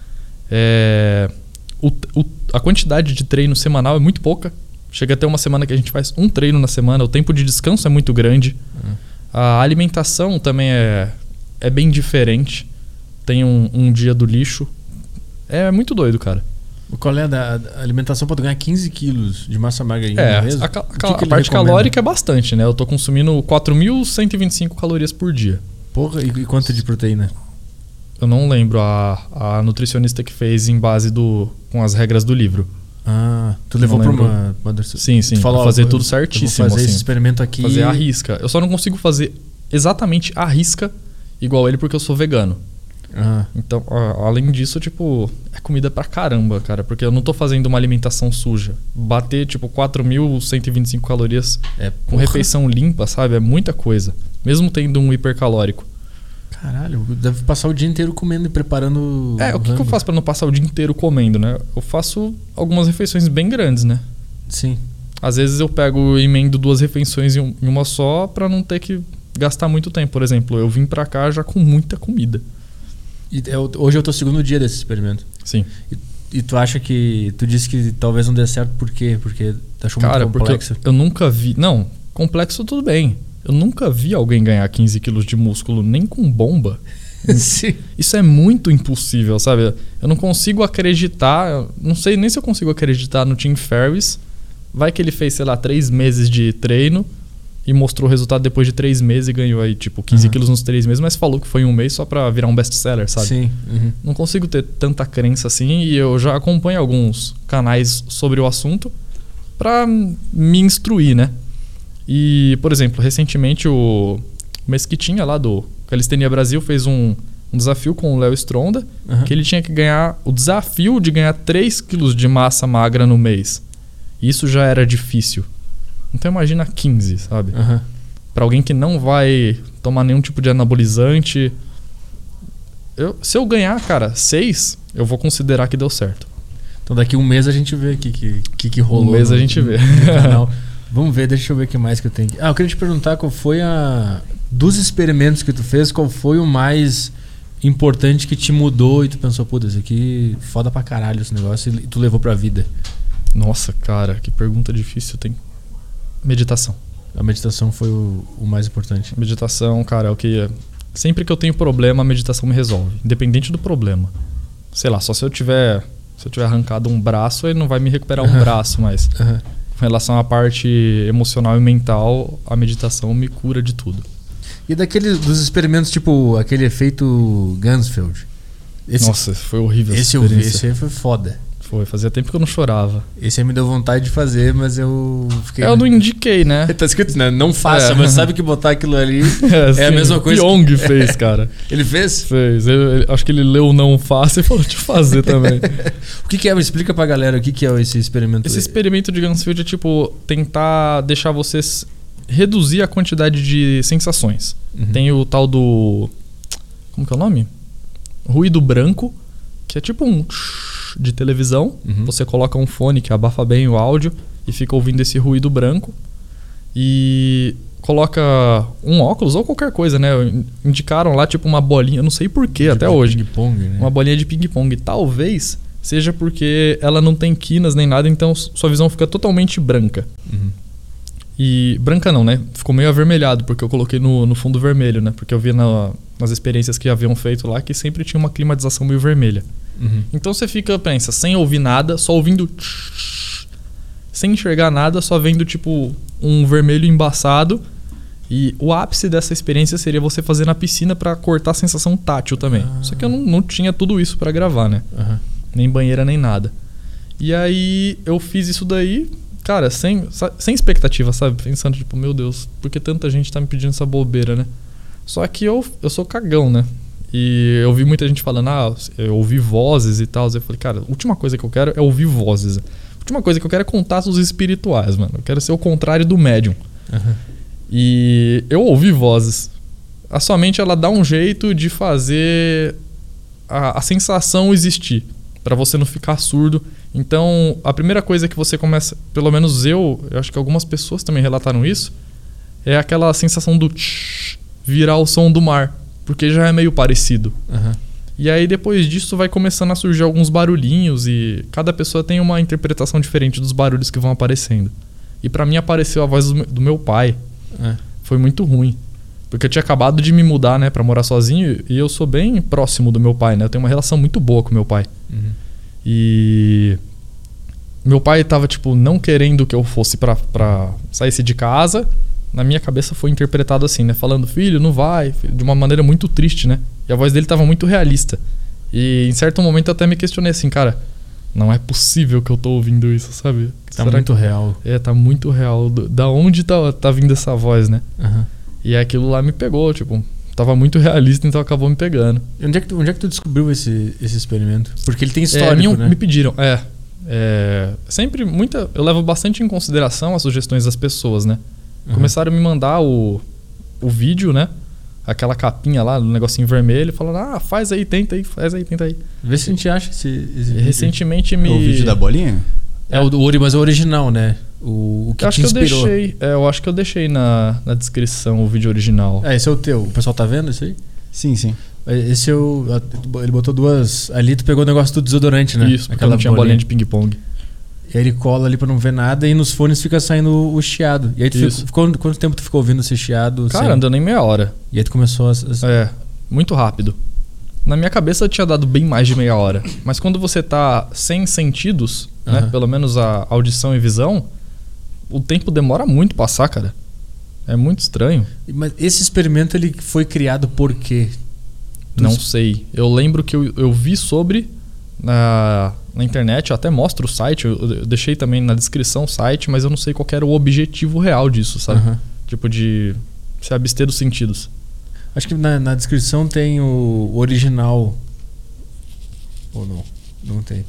A quantidade de treino semanal é muito pouca. Chega até uma semana que a gente faz um treino na semana. O tempo de descanso é muito grande. A alimentação também é bem diferente. Tem um dia do lixo. É muito doido, cara. Qual é a alimentação para ganhar 15 quilos de massa magra em um mês? A parte calórica é bastante, né? Eu tô consumindo 4.125 calorias por dia. Porra, e quanto de proteína? Eu não lembro. A nutricionista que fez em base com as regras do livro. Tu levou para uma... Sim. Tu falou, fazer tudo certíssimo. Vou fazer assim, esse experimento aqui. Fazer a risca. Eu só não consigo fazer exatamente à risca igual ele porque eu sou vegano. Então, além disso, tipo, é comida pra caramba, cara. Porque eu não tô fazendo uma alimentação suja. Bater, tipo, 4.125 calorias com refeição limpa, sabe? É muita coisa. Mesmo tendo um hipercalórico. Caralho, deve passar o dia inteiro comendo e preparando... o que eu faço pra não passar o dia inteiro comendo, né? Eu faço algumas refeições bem grandes, né? Sim. Às vezes eu pego e emendo 2 refeições em uma só pra não ter que gastar muito tempo. Por exemplo, eu vim pra cá já com muita comida. E hoje é o teu segundo dia desse experimento. Sim. E tu acha que... Tu disse que talvez não dê certo por quê? Porque tu achou muito complexo? Porque eu nunca vi... Não, complexo tudo bem. Eu nunca vi alguém ganhar 15 quilos de músculo nem com bomba. Sim. Isso é muito impossível, sabe? Eu não consigo acreditar... Não sei nem se eu consigo acreditar no Tim Ferriss. Vai que ele fez, sei lá, 3 meses de treino e mostrou o resultado depois de 3 meses e ganhou aí, tipo, 15 quilos nos 3 meses, mas falou que foi em 1 mês só pra virar um best-seller, sabe? Sim. Não consigo ter tanta crença assim e eu já acompanho alguns canais sobre o assunto pra me instruir, né? E, por exemplo, recentemente o Mesquitinha lá do Calistenia Brasil fez um desafio com o Léo Stronda, que ele tinha que ganhar o desafio de ganhar 3 quilos de massa magra no mês. Isso já era difícil. Então imagina 15, sabe? Pra alguém que não vai tomar nenhum tipo de anabolizante. Se eu ganhar, cara, 6, eu vou considerar que deu certo. Então daqui 1 mês a gente vê o que rolou. 1 mês a gente vê. No canal. Vamos ver, deixa eu ver o que mais que eu tenho aqui. Eu queria te perguntar qual foi dos experimentos que tu fez, qual foi o mais importante que te mudou e tu pensou, puta, isso aqui foda pra caralho esse negócio e tu levou pra vida. Nossa, cara, que pergunta difícil. Meditação. A meditação foi o mais importante. Meditação, cara, é o que... Sempre que eu tenho problema, a meditação me resolve. Independente do problema. Sei lá, só se eu tiver arrancado um braço, ele não vai me recuperar um braço, mas... Com relação à parte emocional e mental, a meditação me cura de tudo. E dos experimentos, tipo aquele efeito Ganzfeld? Nossa, foi horrível. Esse eu vi, esse aí foi foda. Fazia tempo que eu não chorava. Esse aí me deu vontade de fazer, mas eu fiquei... Eu não indiquei, né? Tá escrito, né? Não faça, mas sabe que botar aquilo ali é a mesma coisa. O Pyong fez, cara. Ele fez? Fez. Acho que ele leu não faça e falou de fazer também. O que é? Explica pra galera o que é esse experimento. Esse experimento de Ganzfeld é tipo tentar deixar vocês reduzir a quantidade de sensações. Tem o tal do... Como que é o nome? Ruído branco, que é tipo um... de televisão. Você coloca um fone que abafa bem o áudio e fica ouvindo esse ruído branco e coloca um óculos ou qualquer coisa, né? Indicaram lá tipo uma bolinha, eu não sei porquê até hoje. Ping-pong, né? Uma bolinha de ping-pong. Talvez seja porque ela não tem quinas nem nada, então sua visão fica totalmente branca. E branca não, né? Ficou meio avermelhado porque eu coloquei no fundo vermelho, né? Porque eu vi nas experiências que haviam feito lá que sempre tinha uma climatização meio vermelha. Então você pensa, sem ouvir nada, só ouvindo sem enxergar nada, só vendo tipo um vermelho embaçado. E o ápice dessa experiência seria você fazer na piscina pra cortar a sensação tátil também. Só que eu não tinha tudo isso pra gravar, né? Nem banheira, nem nada. E aí eu fiz isso daí, cara, sem expectativa, sabe? Pensando tipo, meu Deus, por que tanta gente tá me pedindo essa bobeira, né? Só que eu sou cagão, né? E eu vi muita gente falando, eu ouvi vozes e tal. Eu falei, cara, a última coisa que eu quero é ouvir vozes. A última coisa que eu quero é contatos espirituais, mano. Eu quero ser o contrário do médium. E eu ouvi vozes. A sua mente, ela dá um jeito de fazer a sensação existir, pra você não ficar surdo. Então, a primeira coisa que você começa, pelo menos eu acho que algumas pessoas também relataram isso, é aquela sensação do virar o som do mar. Porque já é meio parecido. E aí depois disso vai começando a surgir alguns barulhinhos e cada pessoa tem uma interpretação diferente dos barulhos que vão aparecendo. E pra mim apareceu a voz do meu pai. Foi muito ruim. Porque eu tinha acabado de me mudar, né, pra morar sozinho e eu sou bem próximo do meu pai, né? Eu tenho uma relação muito boa com meu pai. E meu pai tava, tipo, não querendo que eu fosse pra saísse de casa. Na minha cabeça foi interpretado assim, né? Falando, filho, não vai. De uma maneira muito triste, né? E a voz dele tava muito realista. E em certo momento eu até me questionei assim, cara, não é possível que eu tô ouvindo isso, sabe? Tá muito real. Tá muito real. Da onde tá vindo essa voz, né? E aquilo lá me pegou, tipo, tava muito realista, então acabou me pegando. E onde é que tu descobriu esse experimento? Porque ele tem histórico, né? Me pediram, sempre eu levo bastante em consideração as sugestões das pessoas, né? Começaram a me mandar o vídeo, né? Aquela capinha lá, no negocinho vermelho, falando, faz aí, tenta aí, faz aí, tenta aí. Vê se a gente acha esse vídeo. Recentemente É o vídeo da bolinha? Mas é o original, né? O que te inspirou. Eu acho que eu deixei na descrição o vídeo original. Esse é o teu. O pessoal tá vendo isso aí? Sim, sim. Esse ele botou duas... Ali tu pegou o negócio do desodorante, né? Isso, porque não tinha bolinha de ping-pong. E aí ele cola ali pra não ver nada e nos fones fica saindo o chiado. E aí quanto tempo tu ficou ouvindo esse chiado? Cara, não deu nem meia hora. E aí tu começou a... muito rápido. Na minha cabeça eu tinha dado bem mais de meia hora. Mas quando você tá sem sentidos, né? Pelo menos a audição e visão, o tempo demora muito pra passar, cara. É muito estranho. Mas esse experimento ele foi criado por quê? Não sei. Eu lembro que eu vi sobre na internet, eu até mostro o site, eu deixei também na descrição o site, mas eu não sei qual era o objetivo real disso, sabe? Tipo de se abster dos sentidos. Acho que na descrição tem o original. Ou não? Não tem.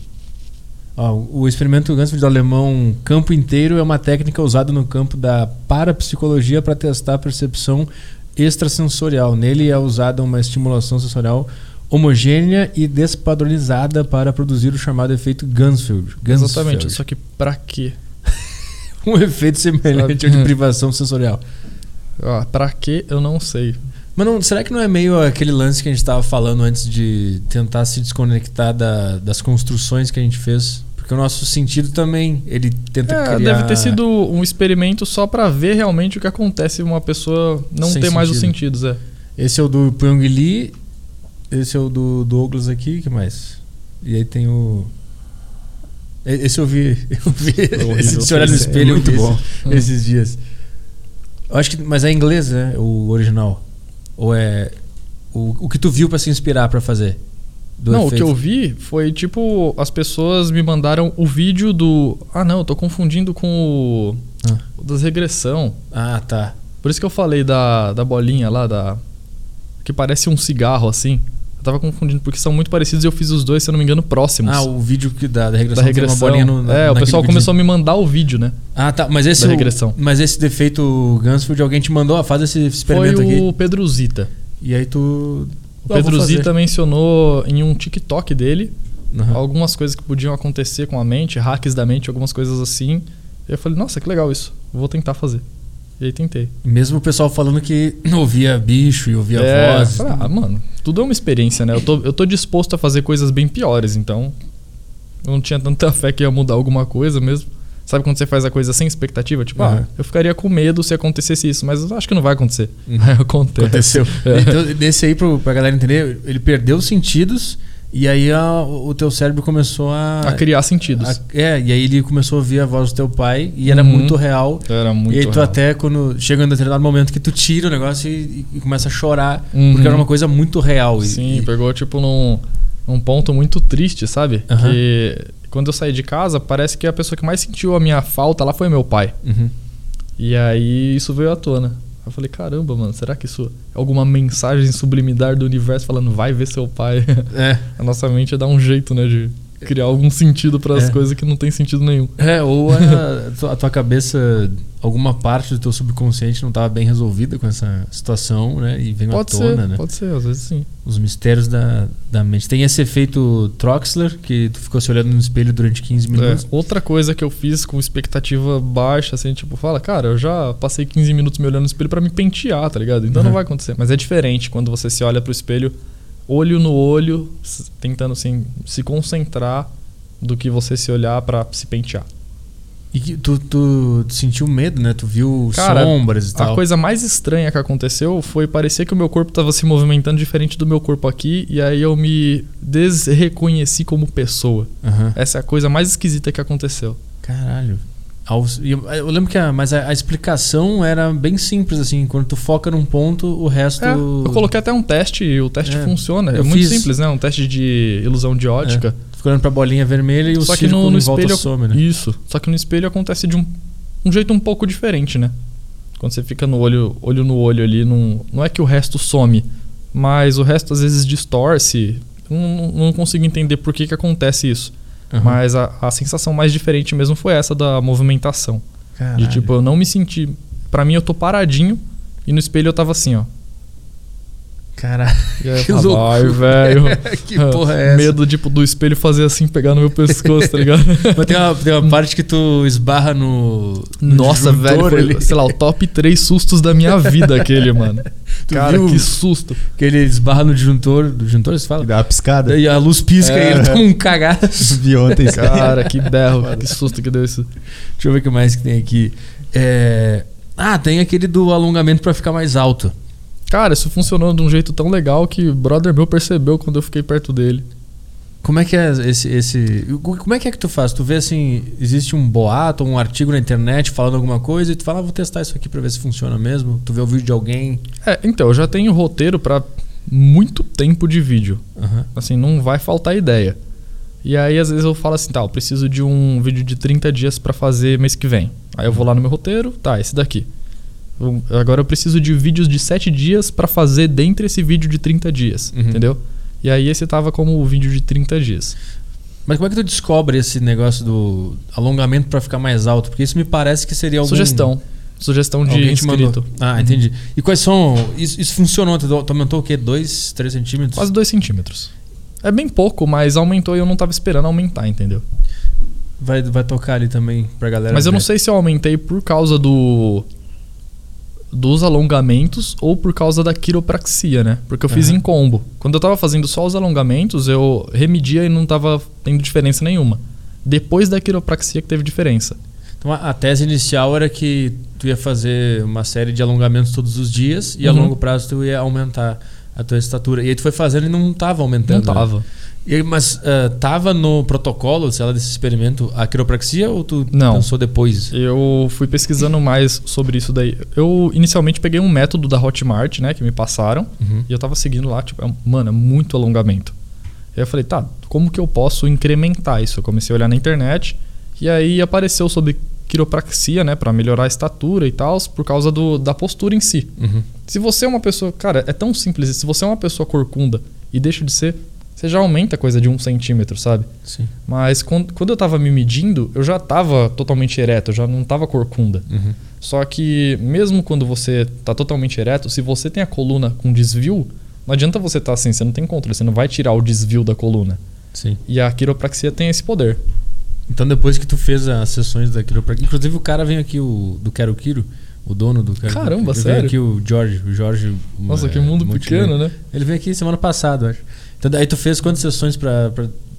O experimento Gansfeld do alemão Campo Inteiro é uma técnica usada no campo da parapsicologia para testar a percepção extrasensorial. Nele é usada uma estimulação sensorial homogênea e despadronizada para produzir o chamado efeito Gansfeld. Exatamente, só que pra quê? Um efeito semelhante ao de privação sensorial. Pra quê? Eu não sei. Mas será que não é meio aquele lance que a gente estava falando antes de tentar se desconectar das construções que a gente fez? Porque o nosso sentido também, ele tenta criar... Deve ter sido um experimento só para ver realmente o que acontece se uma pessoa não ter mais os sentidos. Esse é o do Pyong Lee, esse é o do Douglas aqui, o que mais? E aí tem o... Esse eu vi esse de se olhar no espelho muito bom esses dias. Eu acho que, mas é em inglês, né? O original. Ou é o que tu viu pra se inspirar pra fazer? Não, efeito? O que eu vi foi tipo, as pessoas me mandaram o vídeo do... eu tô confundindo com o das regressão. Tá. Por isso que eu falei da bolinha lá, que parece um cigarro assim. Eu tava confundindo, porque são muito parecidos e eu fiz os dois, se eu não me engano, próximos. O vídeo da regressão. Da regressão. Tem uma bolinha o pessoal começou a me mandar o vídeo, né? Tá. Mas esse da regressão. Mas esse defeito Gansfeld, alguém te mandou, faz esse experimento aqui. Foi o Pedro Zita. E aí tu... O Pedro Zita mencionou em um TikTok dele algumas coisas que podiam acontecer com a mente, hacks da mente, algumas coisas assim. E eu falei, nossa, que legal isso. Vou tentar fazer. E aí tentei. Mesmo o pessoal falando que ouvia bicho e ouvia vozes. Mano, tudo é uma experiência, né? Eu tô disposto a fazer coisas bem piores, então eu não tinha tanta fé que ia mudar alguma coisa mesmo. Sabe quando você faz a coisa sem expectativa? Tipo, eu ficaria com medo se acontecesse isso, mas eu acho que não vai acontecer. Aconteceu. Então, nesse aí, pra galera entender, ele perdeu os sentidos e aí o teu cérebro começou a criar sentidos. E aí ele começou a ouvir a voz do teu pai e era muito real. Era muito real. E aí tu até, quando chega em determinado momento que tu tira o negócio e começa a chorar, porque era uma coisa muito real. Sim, pegou tipo num ponto muito triste, sabe? Que... Quando eu saí de casa, parece que a pessoa que mais sentiu a minha falta lá foi meu pai. E aí isso veio à tona. Eu falei, caramba, mano, será que isso é alguma mensagem subliminar do universo falando, vai ver seu pai? A nossa mente dá um jeito, né, de criar algum sentido para as coisas que não tem sentido nenhum. Ou a tua cabeça, alguma parte do teu subconsciente não estava bem resolvida com essa situação, né? E veio à tona, né? Pode ser, às vezes sim. Os mistérios da mente. Tem esse efeito Troxler, que tu ficou se olhando no espelho durante 15 minutos. Outra coisa que eu fiz com expectativa baixa, assim, tipo, fala, cara, eu já passei 15 minutos me olhando no espelho para me pentear, tá ligado? Então não vai acontecer. Mas é diferente quando você se olha pro espelho, olho no olho, tentando assim, se concentrar do que você se olhar para se pentear. E tu sentiu medo, né? Tu viu sombras e tal. A coisa mais estranha que aconteceu foi parecer que o meu corpo estava se movimentando diferente do meu corpo aqui, e aí eu me desreconheci como pessoa. Essa é a coisa mais esquisita que aconteceu. Caralho. Eu lembro que a explicação era bem simples, assim. Quando tu foca num ponto, o resto... Eu coloquei até um teste e o teste funciona. É muito simples, né? Um teste de ilusão de ótica. Tu fica olhando pra bolinha vermelha e o círculo em volta some, né? Isso. Só que no espelho acontece de um jeito um pouco diferente, né? Quando você fica no olho no olho ali, não é que o resto some, mas o resto às vezes distorce. Não consigo entender por que acontece isso. Uhum. Mas a sensação mais diferente mesmo foi essa da movimentação. Caralho. De tipo, eu não me senti... Pra mim, eu tô paradinho e no espelho eu tava assim, ó. Caralho. E aí eu falava, ai, velho. Que porra é essa? Medo, tipo, do espelho fazer assim, pegar no meu pescoço, tá ligado? Mas tem uma parte que tu esbarra no Nossa, velho, foi, sei lá, o top 3 sustos da minha vida aquele, mano. Cara, que susto. Que ele esbarra no disjuntor. Do disjuntor, você fala? E dá uma piscada. E a luz pisca e ele toma um cagaço. Vi ontem, cara, que berro, que susto que deu isso. Deixa eu ver o que mais que tem aqui. Tem aquele do alongamento pra ficar mais alto. Cara, isso funcionou de um jeito tão legal que o brother meu percebeu quando eu fiquei perto dele. Como é que é como é que tu faz? Tu vê assim, existe um boato, um artigo na internet falando alguma coisa e tu fala, vou testar isso aqui pra ver se funciona mesmo? Tu vê o vídeo de alguém? Então, eu já tenho roteiro pra muito tempo de vídeo. Uhum. Assim, não vai faltar ideia. E aí, às vezes eu falo assim, eu preciso de um vídeo de 30 dias pra fazer mês que vem. Aí eu vou lá no meu roteiro, esse daqui. Agora eu preciso de vídeos de 7 dias pra fazer dentro desse vídeo de 30 dias, entendeu? E aí esse tava como o vídeo de 30 dias. Mas como é que tu descobre esse negócio do alongamento pra ficar mais alto? Porque isso me parece que seria algum... Sugestão de inscrito. Ah, entendi. E quais são... Isso funcionou? Tu aumentou o quê? 2, 3 centímetros? Quase 2 centímetros. É bem pouco, mas aumentou e eu não tava esperando aumentar, entendeu? Vai tocar ali também pra galera. Mas eu não sei se eu aumentei por causa dos alongamentos ou por causa da quiropraxia, né? Porque eu fiz em combo. Quando eu tava fazendo só os alongamentos, eu remedia e não tava tendo diferença nenhuma. Depois da quiropraxia que teve diferença. Então a tese inicial era que tu ia fazer uma série de alongamentos todos os dias e a longo prazo tu ia aumentar a tua estatura. E aí tu foi fazendo e não tava aumentando. Não tava. Né? Mas tava no protocolo, sei lá, desse experimento, a quiropraxia ou tu pensou depois? Eu fui pesquisando mais sobre isso daí. Eu inicialmente peguei um método da Hotmart, né, que me passaram, e eu tava seguindo lá, tipo, mano, é muito alongamento. Aí eu falei, como que eu posso incrementar isso? Eu comecei a olhar na internet e aí apareceu sobre quiropraxia, né, pra melhorar a estatura e tal, por causa da postura em si. Se você é uma pessoa, cara, é tão simples, se você é uma pessoa corcunda e deixa de ser, você já aumenta coisa de 1 centímetro, sabe? Sim. Mas quando eu tava me medindo, eu já tava totalmente ereto, eu já não tava corcunda. Só que mesmo quando você tá totalmente ereto, se você tem a coluna com desvio, não adianta você tá assim, você não tem controle, você não vai tirar o desvio da coluna. Sim. E a quiropraxia tem esse poder. Então depois que tu fez as sessões da quiropraxia, inclusive o cara vem aqui, do Quero Quiro, o dono do Quero Quiro. Caramba, sério? Veio aqui o Jorge. Nossa, que mundo pequeno, né? Ele veio aqui semana passada, acho. Então aí tu fez quantas sessões pra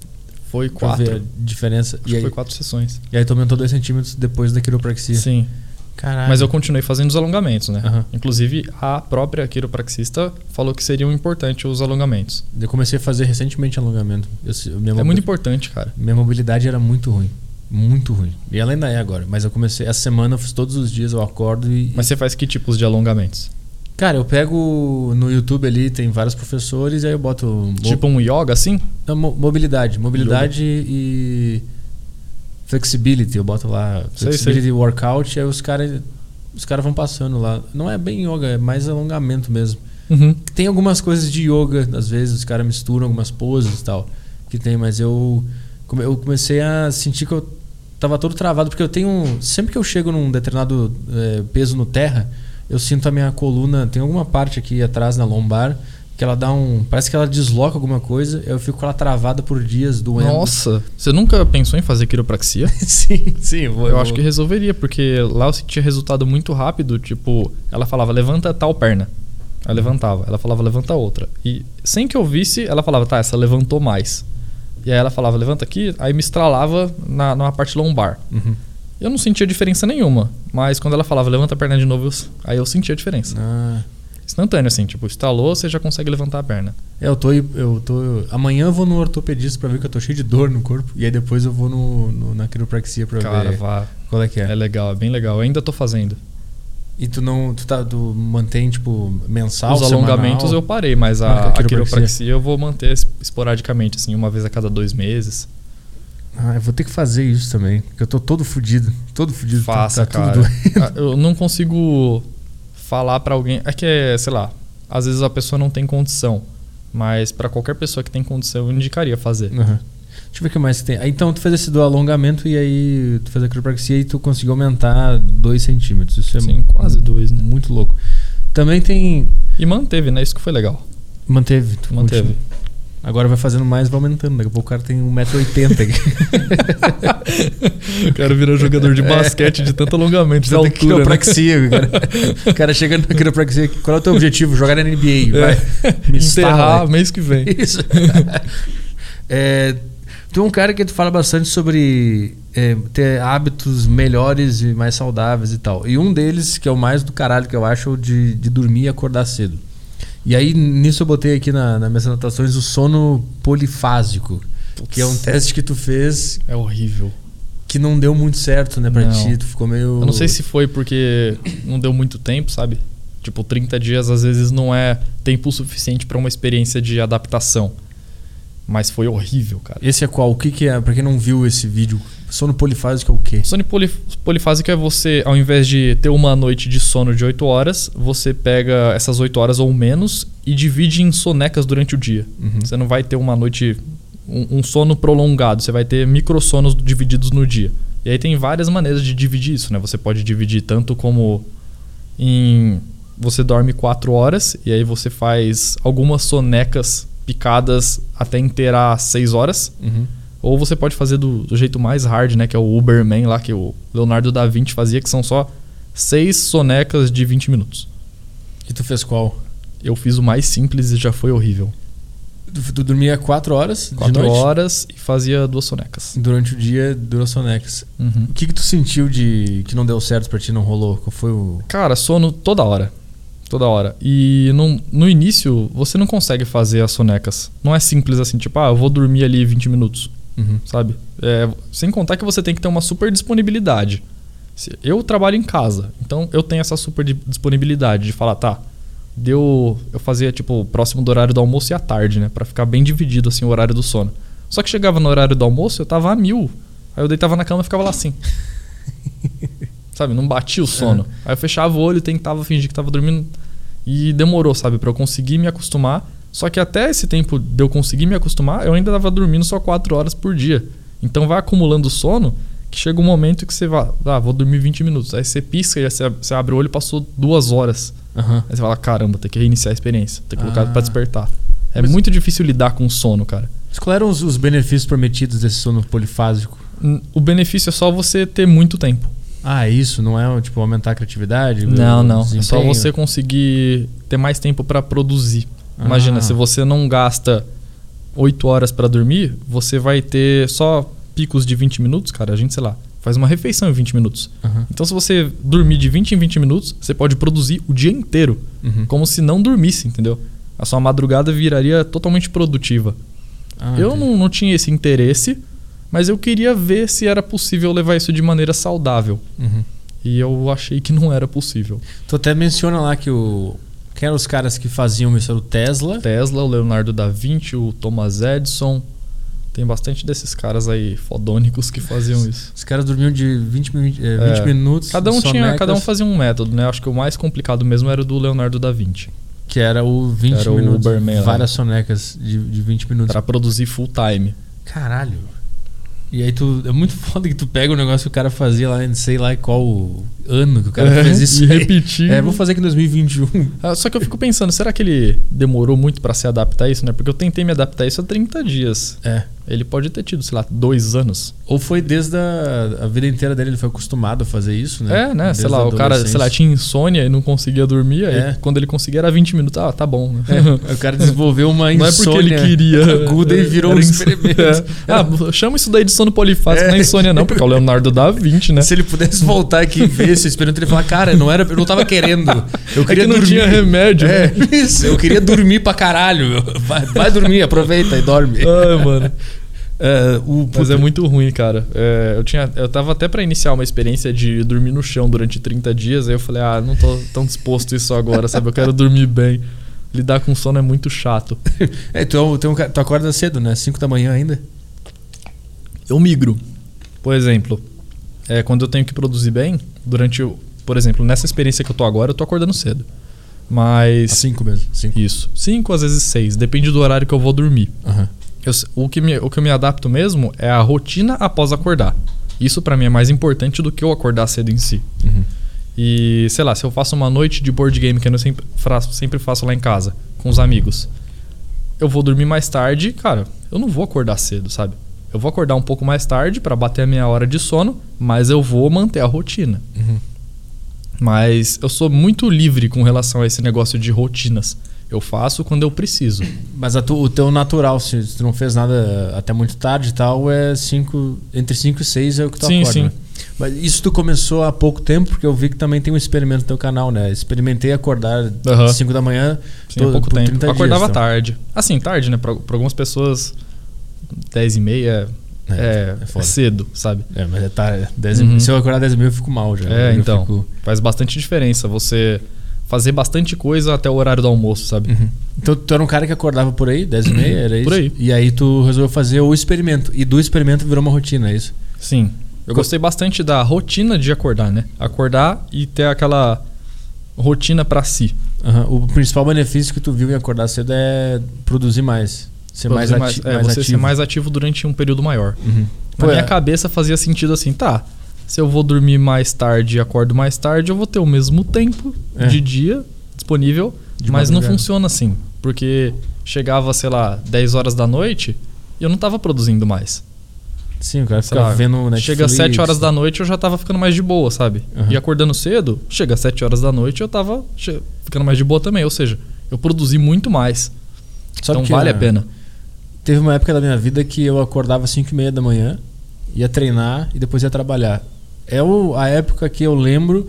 Foi 4. Pra ver a diferença? Acho que foi 4 sessões. E aí tu aumentou 2 centímetros depois da quiropraxia? Sim. Caralho. Mas eu continuei fazendo os alongamentos, né? Inclusive, a própria quiropraxista falou que seriam importantes os alongamentos. Eu comecei a fazer recentemente alongamento. É muito importante, cara. Minha mobilidade era muito ruim. Muito ruim. E ela ainda é agora. Mas eu comecei... Essa semana eu fiz todos os dias, eu acordo e... Mas você faz que tipos de alongamentos? Cara, eu pego no YouTube ali, tem vários professores, e aí eu boto... Tipo um yoga, assim? Não, mobilidade. Mobilidade e... Flexibility. Eu boto lá... Flexibility workout, e aí os caras vão passando lá. Não é bem yoga, é mais alongamento mesmo. Tem algumas coisas de yoga, às vezes os caras misturam algumas poses e tal. Que tem, mas eu comecei a sentir que eu tava todo travado, porque eu tenho... Sempre que eu chego num determinado peso no terra... Eu sinto a minha coluna, tem alguma parte aqui atrás na lombar que ela dá parece que ela desloca alguma coisa, eu fico com ela travada por dias, doendo. Nossa, você nunca pensou em fazer quiropraxia? Sim, eu acho que resolveria, porque lá eu sentia resultado muito rápido, tipo, ela falava, levanta tal perna. Ela levantava, ela falava, levanta outra. E sem que eu visse, ela falava, essa levantou mais. E aí ela falava, levanta aqui, aí me estralava numa parte lombar. Eu não sentia diferença nenhuma, mas quando ela falava levanta a perna de novo, aí eu sentia a diferença. Instantâneo, assim, tipo, estalou, você já consegue levantar a perna. Amanhã eu vou no ortopedista pra ver que eu tô cheio de dor no corpo, e aí depois eu vou na quiropraxia pra ver qual é que é. É legal, é bem legal, eu ainda tô fazendo. E tu mantém, tipo, mensal, os alongamentos semanal? Eu parei, mas a quiropraxia eu vou manter esporadicamente, assim, uma vez a cada 2 meses. Eu vou ter que fazer isso também, porque eu tô todo fudido. Faça, tá cara. Tudo eu não consigo falar pra alguém... É que, sei lá, às vezes a pessoa não tem condição. Mas pra qualquer pessoa que tem condição, eu indicaria fazer. Deixa eu ver o que mais que tem. Então, tu fez esse do alongamento e aí tu fez a quiropraxia e tu conseguiu aumentar 2 centímetros. Isso é Sim, quase 2, né? Muito louco. Também tem... E manteve, né? Isso que foi legal. Manteve. Manteve. Agora vai fazendo mais, vai aumentando. Daqui a pouco o cara tem 1,80 m aqui. O cara vira jogador de basquete de tanto alongamento, de altura, quiropraxia, né? O cara chega na quiropraxia. Qual é o teu objetivo? Jogar na NBA. Vai. Me enterrar mês que vem. Isso. Tu é um cara que tu fala bastante sobre ter hábitos melhores e mais saudáveis e tal. E um deles, que é o mais do caralho que eu acho, é o de dormir e acordar cedo. E aí, nisso eu botei aqui nas minhas anotações o sono polifásico. Que é um teste que tu fez... É horrível. Que não deu muito certo, né, pra ti. Tu ficou meio... Eu não sei se foi porque não deu muito tempo, sabe? Tipo, 30 dias às vezes não é tempo suficiente pra uma experiência de adaptação. Mas foi horrível, cara. Esse é qual? O que é? Pra quem não viu esse vídeo, sono polifásico é o quê? Sono polifásico é você, ao invés de ter uma noite de sono de 8 horas, você pega essas 8 horas ou menos e divide em sonecas durante o dia. Você não vai ter uma noite, um sono prolongado, você vai ter microsonos divididos no dia. E aí tem várias maneiras de dividir isso, né? Você pode dividir tanto como em... Você dorme 4 horas e aí você faz algumas sonecas picadas até inteirar 6 horas. Ou você pode fazer do jeito mais hard, né? Que é o Uberman lá, que o Leonardo da Vinci fazia, que são só 6 sonecas de 20 minutos. E tu fez qual? Eu fiz o mais simples e já foi horrível. Tu dormia 4 horas 4 horas e fazia 2 sonecas. Durante o dia, 2 sonecas. O que tu sentiu de que não deu certo pra ti, não rolou? Qual foi o... Cara, sono toda hora. Toda hora. E no início, você não consegue fazer as sonecas. Não é simples assim, tipo, eu vou dormir ali 20 minutos. Sabe? Sem contar que você tem que ter uma super disponibilidade. Eu trabalho em casa, então eu tenho essa super disponibilidade de falar, eu fazia tipo próximo do horário do almoço e à tarde, né? Pra ficar bem dividido assim o horário do sono. Só que chegava no horário do almoço, eu tava a 1000. Aí eu deitava na cama e ficava lá assim. Sabe? Não batia o sono. Aí eu fechava o olho, tentava fingir que tava dormindo. E demorou, sabe? Pra eu conseguir me acostumar. Só que até esse tempo de eu conseguir me acostumar, eu ainda tava dormindo só 4 horas por dia. Então vai acumulando sono, que chega um momento que você vai... vou dormir 20 minutos. Aí você pisca e você abre o olho e passou 2 horas. Aí você fala, caramba, tem que reiniciar a experiência. Tem que colocar pra despertar. Mas muito difícil lidar com o sono, cara. Mas quais eram os benefícios prometidos desse sono polifásico? O benefício é só você ter muito tempo. Isso não é tipo aumentar a criatividade? Não. É só você conseguir ter mais tempo pra produzir. Imagina, se você não gasta 8 horas pra dormir, você vai ter só picos de 20 minutos, cara. A gente, sei lá, faz uma refeição em 20 minutos. Então, se você dormir de 20 em 20 minutos, você pode produzir o dia inteiro. Como se não dormisse, entendeu? A sua madrugada viraria totalmente produtiva. Eu não tinha esse interesse, mas eu queria ver se era possível levar isso de maneira saudável. E eu achei que não era possível. Tu até menciona lá que quem eram os caras que faziam isso? Era o Tesla? O Leonardo da Vinci, o Thomas Edison. Tem bastante desses caras aí fodônicos que faziam isso. Os caras dormiam de 20 minutos. Cada um fazia um método, né? Acho que o mais complicado mesmo era o do Leonardo da Vinci. Que era o 20 era minutos, o Uberman, várias sonecas de 20 minutos. Pra produzir full time. Caralho. E aí é muito foda que tu pega o negócio que o cara fazia lá em sei lá qual ano que o cara fez isso. E repetir. Vou fazer aqui em 2021. Só que eu fico pensando, será que ele demorou muito pra se adaptar a isso, né? Porque eu tentei me adaptar a isso há 30 dias. Ele pode ter tido, sei lá, 2 anos. Ou foi desde a vida inteira dele, ele foi acostumado a fazer isso, né? Né? Sei lá, o cara, tinha insônia e não conseguia dormir. Aí quando ele conseguia era 20 minutos. Tá bom. O cara desenvolveu uma insônia. Não é porque ele queria. Aguda e virou um experimento. Chama isso daí de sono polifásico, não é insônia não, porque é o Leonardo da Vinci, né? Se ele pudesse voltar aqui e ver esse experimento, ele ia falar, cara, eu não tava querendo. Eu queria não tinha remédio. Isso, eu queria dormir pra caralho. Vai dormir, aproveita e dorme. Mano. Mas é muito ruim, cara. Eu tava até pra iniciar uma experiência de dormir no chão durante 30 dias. Aí eu falei, não tô tão disposto a isso agora, sabe? Eu quero dormir bem. Lidar com sono é muito chato. Tu acorda cedo, né? 5 da manhã ainda? eu migro. Por exemplo, quando eu tenho que produzir bem, por exemplo, nessa experiência que eu tô agora, eu tô acordando cedo. Mas... Às 5 mesmo? 5. Isso. 5, às vezes 6. Depende do horário que eu vou dormir. Uhum. O que eu me adapto mesmo é a rotina após acordar. Isso pra mim é mais importante do que eu acordar cedo em si. Uhum. E, sei lá, se eu faço uma noite de board game, que eu sempre faço lá em casa, com os amigos, eu vou dormir mais tarde, cara, eu não vou acordar cedo, sabe? Eu vou acordar um pouco mais tarde pra bater a minha hora de sono, mas eu vou manter a rotina. Uhum. Mas eu sou muito livre com relação a esse negócio de rotinas. Eu faço quando eu preciso. Mas o teu natural, se tu não fez nada até muito tarde e tal, entre 5 e 6 é o que tu acorda. Sim. Né? Mas isso tu começou há pouco tempo, porque eu vi que também tem um experimento no teu canal, né? Experimentei acordar às 5 da manhã. Sim, há pouco tempo. Eu acordava dias, tarde. Assim, tarde, né? Pra algumas pessoas, 10h30 é cedo, sabe? Mas é tarde. 10h30. Se eu acordar 10h30 eu fico mal já. Então. Faz bastante diferença você fazer bastante coisa até o horário do almoço, sabe? Uhum. Então tu era um cara que acordava por aí, 10h30, era isso? Por aí. E aí tu resolveu fazer o experimento. E do experimento virou uma rotina, é isso? Sim. Eu gostei bastante da rotina de acordar, né? Acordar e ter aquela rotina pra si. Uhum. O principal benefício que tu viu em acordar cedo é produzir mais. Ser mais ativo. Ser mais ativo durante um período maior. Uhum. Na minha cabeça fazia sentido assim, se eu vou dormir mais tarde e acordo mais tarde, eu vou ter o mesmo tempo de dia disponível, mas não funciona assim. Porque chegava, sei lá, 10 horas da noite e eu não tava produzindo mais. Sim, o cara fica vendo Netflix. Chega às 7 horas da noite eu já tava ficando mais de boa, sabe? Uhum. E acordando cedo, chega às 7 horas da noite eu tava ficando mais de boa também. Ou seja, eu produzi muito mais. Então vale a pena. Teve uma época da minha vida que eu acordava às 5h30 da manhã, ia treinar e depois ia trabalhar. É a época que eu lembro,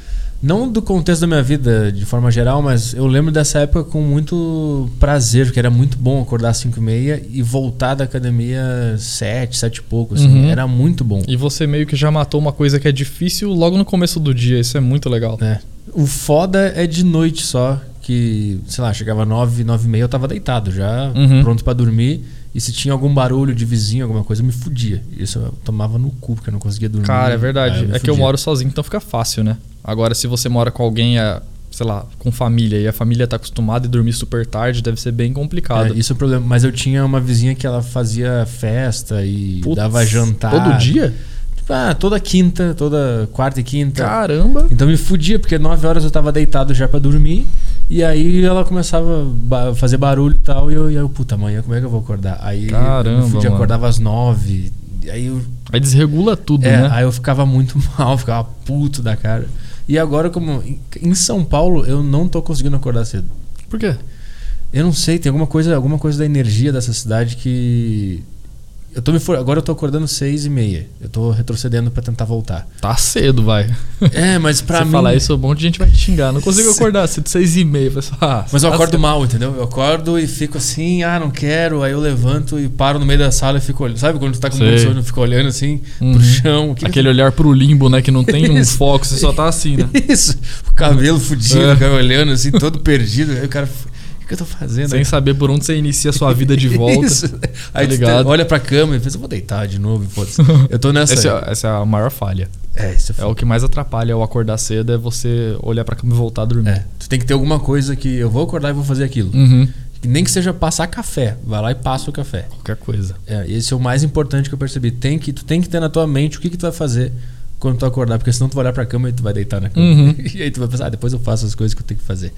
não do contexto da minha vida de forma geral, mas eu lembro dessa época com muito prazer, porque era muito bom acordar às 5h30 e voltar da academia 7 e pouco, assim, era muito bom. E você meio que já matou uma coisa que é difícil logo no começo do dia, isso é muito legal. O foda é de noite só, que, sei lá, chegava 9h30 eu tava deitado já, pronto pra dormir. E se tinha algum barulho de vizinho, alguma coisa, eu me fudia. Isso eu tomava no cu, porque eu não conseguia dormir. Cara, é verdade. É que eu moro sozinho, então fica fácil, né? Agora, se você mora com alguém, sei lá, com família, e a família tá acostumada a dormir super tarde, deve ser bem complicado. Isso é o problema. Mas eu tinha uma vizinha que ela fazia festa e dava jantar. Todo dia? Toda quinta, toda quarta e quinta. Caramba! Então me fudia, porque 9 horas eu tava deitado já pra dormir. E aí ela começava a fazer barulho e tal. E eu puta, amanhã como é que eu vou acordar? Aí caramba, eu me fudia, acordava às 9. Aí desregula tudo, né? Aí eu ficava muito mal, ficava puto da cara. E agora, como em São Paulo, eu não tô conseguindo acordar cedo. Por quê? Eu não sei, tem alguma coisa da energia dessa cidade que... Agora eu tô acordando 6h30. Eu tô retrocedendo pra tentar voltar. Tá cedo, vai. Mas pra mim... Você falar isso, um monte de gente vai te xingar. Não consigo acordar cedo, 6h30. Pessoal, mas eu acordo mal, entendeu? Eu acordo e fico assim, não quero. Aí eu levanto e paro no meio da sala e fico olhando. Sabe quando tu tá com muito sono, fica olhando assim pro chão? Aquele olhar pro limbo, né? Que não tem um foco, você só tá assim, né? Isso. O cabelo fudido, o cara olhando assim, todo perdido. Aí o cara... O que eu tô fazendo? Sem saber por onde você inicia a sua vida de volta. Isso. Aí ligado? Olha pra cama e pensa, eu vou deitar de novo. Eu tô nessa. Essa é a maior falha. Isso é o que mais atrapalha ao acordar cedo, é você olhar pra cama e voltar a dormir. Tu tem que ter alguma coisa que eu vou acordar e vou fazer aquilo. Nem que seja passar café. Vai lá e passa o café. Qualquer coisa. Esse é o mais importante que eu percebi. Tu tem que ter na tua mente o que tu vai fazer quando tu acordar, porque senão tu vai olhar pra cama e tu vai deitar na cama. E aí tu vai pensar, depois eu faço as coisas que eu tenho que fazer.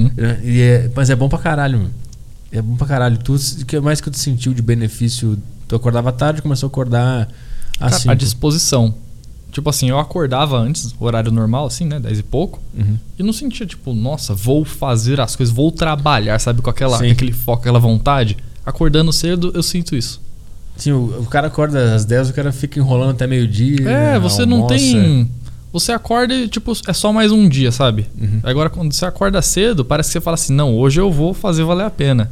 Mas é bom pra caralho, mano. É bom pra caralho. O que mais que tu sentiu de benefício? Tu acordava tarde e começou a acordar assim? A disposição. Tipo assim, eu acordava antes, horário normal, assim, né? 10 e pouco. E não sentia, tipo, nossa, vou fazer as coisas, vou trabalhar, sabe? Com aquele foco, aquela vontade. Acordando cedo, eu sinto isso. Sim, o cara acorda às 10, o cara fica enrolando até meio-dia. Você não tem... Você acorda e, tipo, é só mais um dia, sabe? Agora, quando você acorda cedo, parece que você fala assim, não, hoje eu vou fazer valer a pena.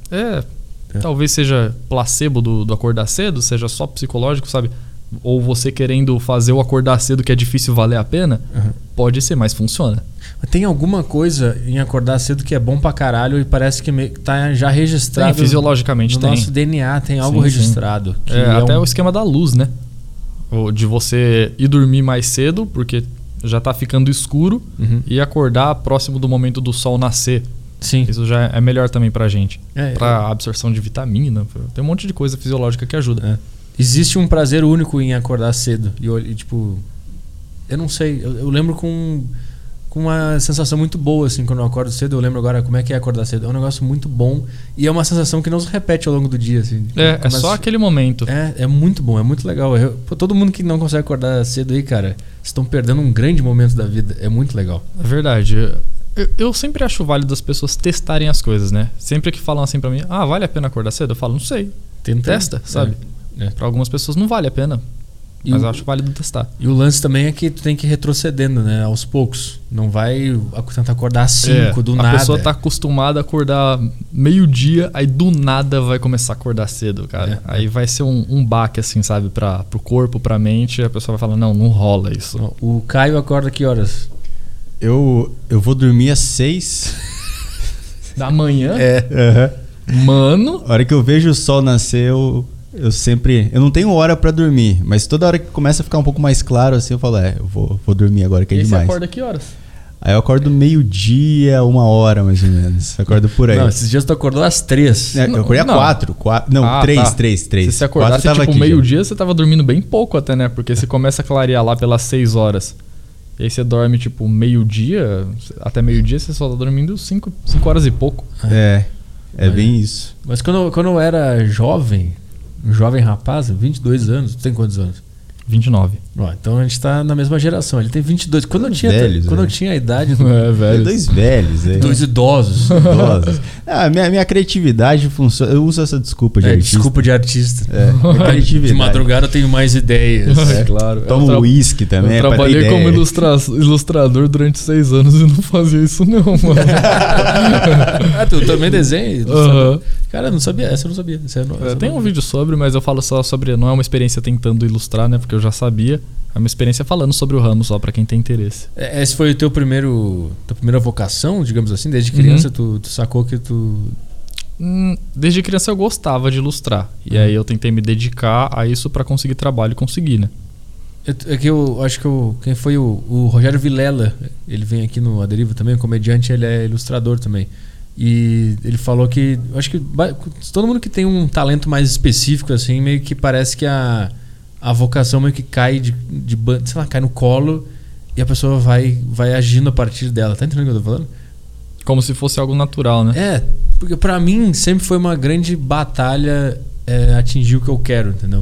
Talvez seja placebo do acordar cedo, seja só psicológico, sabe? Ou você querendo fazer o acordar cedo que é difícil valer a pena. Pode ser, mas funciona. Tem alguma coisa em acordar cedo que é bom pra caralho e parece que tá já registrado. Tem, fisiologicamente no nosso DNA tem algo registrado. Que até o esquema da luz, né? De você ir dormir mais cedo, porque já tá ficando escuro, e acordar próximo do momento do sol nascer. Sim. Isso já é melhor também pra gente. Pra absorção de vitamina. Tem um monte de coisa fisiológica que ajuda. Existe um prazer único em acordar cedo. E tipo... Eu não sei. Eu lembro com uma sensação muito boa, assim, quando eu acordo cedo. Eu lembro agora como é que é acordar cedo. É um negócio muito bom. E é uma sensação que não se repete ao longo do dia, assim. É só aquele momento. É muito bom, é muito legal. Todo mundo que não consegue acordar cedo aí, cara, estão perdendo um grande momento da vida. É muito legal. É verdade. Eu sempre acho válido as pessoas testarem as coisas, né? Sempre que falam assim pra mim, vale a pena acordar cedo? Eu falo, não sei. Testa, sabe? Pra algumas pessoas não vale a pena. Mas eu acho válido testar. E o lance também é que tu tem que ir retrocedendo, né? Aos poucos. Não vai tentar acordar às 5 do nada. A pessoa tá acostumada a acordar meio-dia, aí do nada vai começar a acordar cedo, cara. Aí vai ser um baque, assim, sabe? Pro corpo, pra mente. A pessoa vai falar, não rola isso. O Caio acorda que horas? Eu vou dormir às 6 da manhã? Mano. A hora que eu vejo o sol nascer, eu não tenho hora pra dormir, mas toda hora que começa a ficar um pouco mais claro assim, eu falo, eu vou dormir agora, que é demais. E você acorda que horas? Aí eu acordo meio-dia, 1h mais ou menos. Acordo por aí. Não, esses dias tu acordou às 3. Eu acordei às 4. Não, 3. Se você acordasse tipo meio-dia, você tava dormindo bem pouco até, né? Porque você começa a clarear lá pelas 6 horas. E aí você dorme tipo meio-dia, até meio-dia você só tá dormindo 5 horas e pouco. É bem isso. Mas quando eu era jovem, um jovem rapaz, 22 anos, tu tem quantos anos? 29. Então a gente tá na mesma geração. Ele tem 22. Quando eu tinha a idade... velho. Dois velhos. Dois idosos. Minha criatividade funciona. Eu uso essa desculpa de artista. Desculpa de artista. Criatividade. De madrugada eu tenho mais ideias. Claro. Tomo uísque também. Eu trabalhei como ilustrador durante 6 anos e não fazia isso não, mano. Tu também desenha? Cara, eu não sabia. Essa eu não sabia. Tem um vídeo sobre, mas eu falo só sobre... Não é uma experiência tentando ilustrar, né? Porque eu já sabia. É uma experiência falando sobre o ramo só pra quem tem interesse. Esse foi o tua primeira vocação, digamos assim? Desde criança tu sacou que tu... Desde criança eu gostava de ilustrar. E aí eu tentei me dedicar a isso pra conseguir trabalho e conseguir, né? É que eu acho que quem foi o Rogério Vilela, ele vem aqui no A Deriva também, comediante, ele é ilustrador também. E ele falou que... Eu acho que todo mundo que tem um talento mais específico, assim, meio que parece que a vocação meio que cai sei lá, cai no colo e a pessoa vai agindo a partir dela. Tá entendendo o que eu tô falando? Como se fosse algo natural, né? Porque pra mim sempre foi uma grande batalha atingir o que eu quero, entendeu?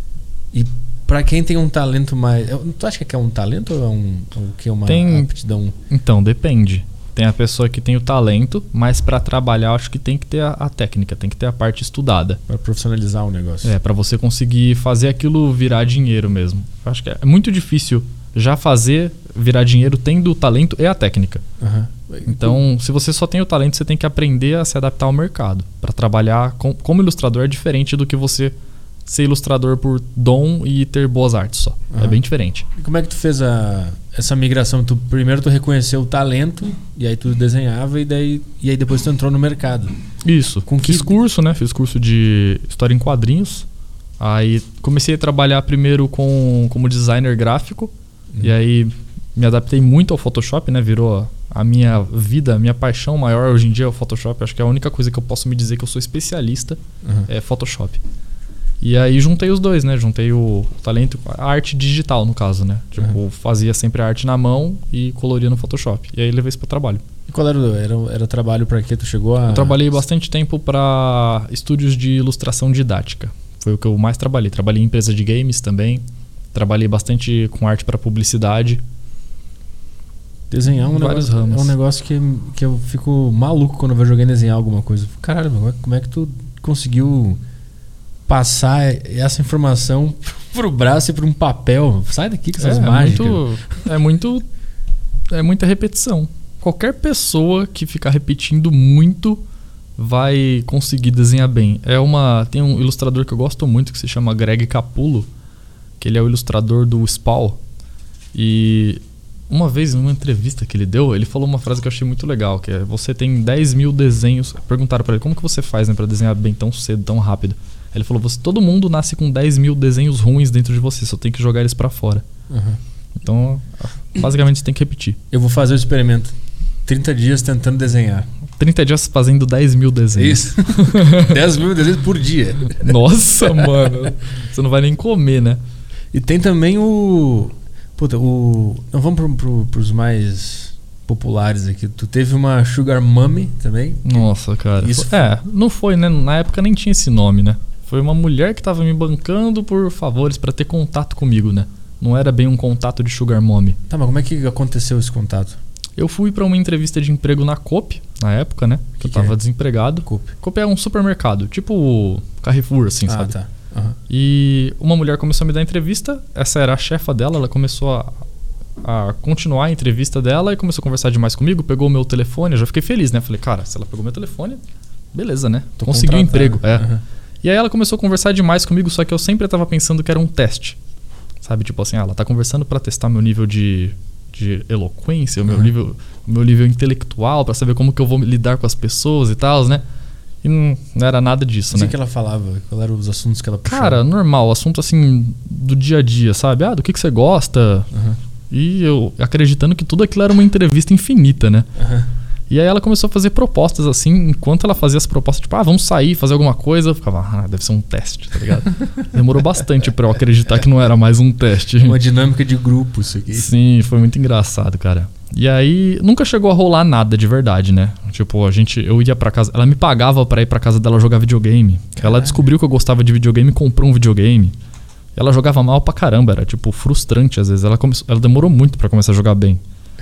E pra quem tem um talento mais... Tu acha que é um talento ou é uma aptidão? Então, depende. Tem a pessoa que tem o talento, mas para trabalhar acho que tem que ter a técnica, tem que ter a parte estudada. Para profissionalizar o negócio. Para você conseguir fazer aquilo virar dinheiro mesmo. Eu acho que é muito difícil já fazer virar dinheiro tendo o talento e a técnica. Então, se você só tem o talento, você tem que aprender a se adaptar ao mercado. Para trabalhar como ilustrador é diferente do que você ser ilustrador por dom e ter boas artes só. É bem diferente. E como é que tu fez essa migração? Primeiro tu reconheceu o talento e aí tu desenhava e aí depois tu entrou no mercado. Isso. Fiz curso, né? Fiz curso de história em quadrinhos. Aí comecei a trabalhar primeiro como designer gráfico. E aí me adaptei muito ao Photoshop, né? Virou a minha vida, a minha paixão maior hoje em dia é o Photoshop. Acho que a única coisa que eu posso me dizer que eu sou especialista é Photoshop. E aí juntei os dois, né? Juntei o talento, a arte digital, no caso, né? Tipo, fazia sempre a arte na mão e coloria no Photoshop. E aí levei isso pro trabalho. E qual era trabalho para que tu chegou a... Eu trabalhei bastante tempo para estúdios de ilustração didática. Foi o que eu mais trabalhei. Trabalhei em empresa de games também. Trabalhei bastante com arte para publicidade. Desenhar é um negócio que eu fico maluco quando eu vejo alguém desenhar alguma coisa. Caralho, como é que tu conseguiu passar essa informação pro braço e para um papel? Sai daqui com essas mágicas. É muita repetição. Qualquer pessoa que ficar repetindo muito vai conseguir desenhar bem. Tem um ilustrador que eu gosto muito que se chama Greg Capullo, que ele é o ilustrador do Spawn. E Uma vez, numa entrevista que ele deu, ele falou uma frase que eu achei muito legal, que é: você tem 10 mil desenhos. Perguntaram pra ele, como que você faz, né, pra desenhar bem tão cedo, tão rápido? Ele falou, todo mundo nasce com 10 mil desenhos ruins dentro de você, só tem que jogar eles pra fora. Então, basicamente, você tem que repetir. Eu vou fazer o experimento. 30 dias tentando desenhar. 30 dias fazendo 10 mil desenhos. Isso. 10 mil desenhos por dia. Nossa, mano. Você não vai nem comer, né? E tem também o... Puta, Não, vamos pros mais populares aqui. Tu teve uma Sugar Mummy também? Nossa, cara. Isso não foi, né? Na época nem tinha esse nome, né? Foi uma mulher que tava me bancando por favores pra ter contato comigo, né? Não era bem um contato de Sugar Mommy. Tá, mas como é que aconteceu esse contato? Eu fui pra uma entrevista de emprego na Coop, na época, né? Que eu tava desempregado. Coop é um supermercado, tipo Carrefour, assim, sabe? Tá. Uhum. E uma mulher começou a me dar entrevista. Essa era a chefa dela. Ela começou a continuar a entrevista dela e começou a conversar demais comigo. Pegou o meu telefone. Eu já fiquei feliz, né? Falei, cara, se ela pegou meu telefone, beleza, né? Consegui um emprego. Uhum. E aí ela começou a conversar demais comigo. Só que eu sempre tava pensando que era um teste. Sabe? Tipo assim, ela tá conversando pra testar meu nível de eloquência, o meu nível intelectual, pra saber como que eu vou lidar com as pessoas e tal, né? E não era nada disso, né? O que ela falava? Qual eram os assuntos que ela puxava? Cara, normal, assunto assim do dia a dia, sabe? Do que você gosta? Uhum. E eu acreditando que tudo aquilo era uma entrevista infinita, né? Uhum. E aí ela começou a fazer propostas assim, enquanto ela fazia as propostas, tipo, vamos sair, fazer alguma coisa, eu ficava, deve ser um teste, tá ligado? Demorou bastante pra eu acreditar que não era mais um teste. Uma dinâmica de grupo isso aqui. Sim, foi muito engraçado, cara. E aí, nunca chegou a rolar nada de verdade, né? Tipo, eu ia pra casa, ela me pagava pra ir pra casa dela jogar videogame. Caralho. Ela descobriu que eu gostava de videogame e comprou um videogame. Ela jogava mal pra caramba, era tipo frustrante às vezes. Ela demorou muito pra começar a jogar bem.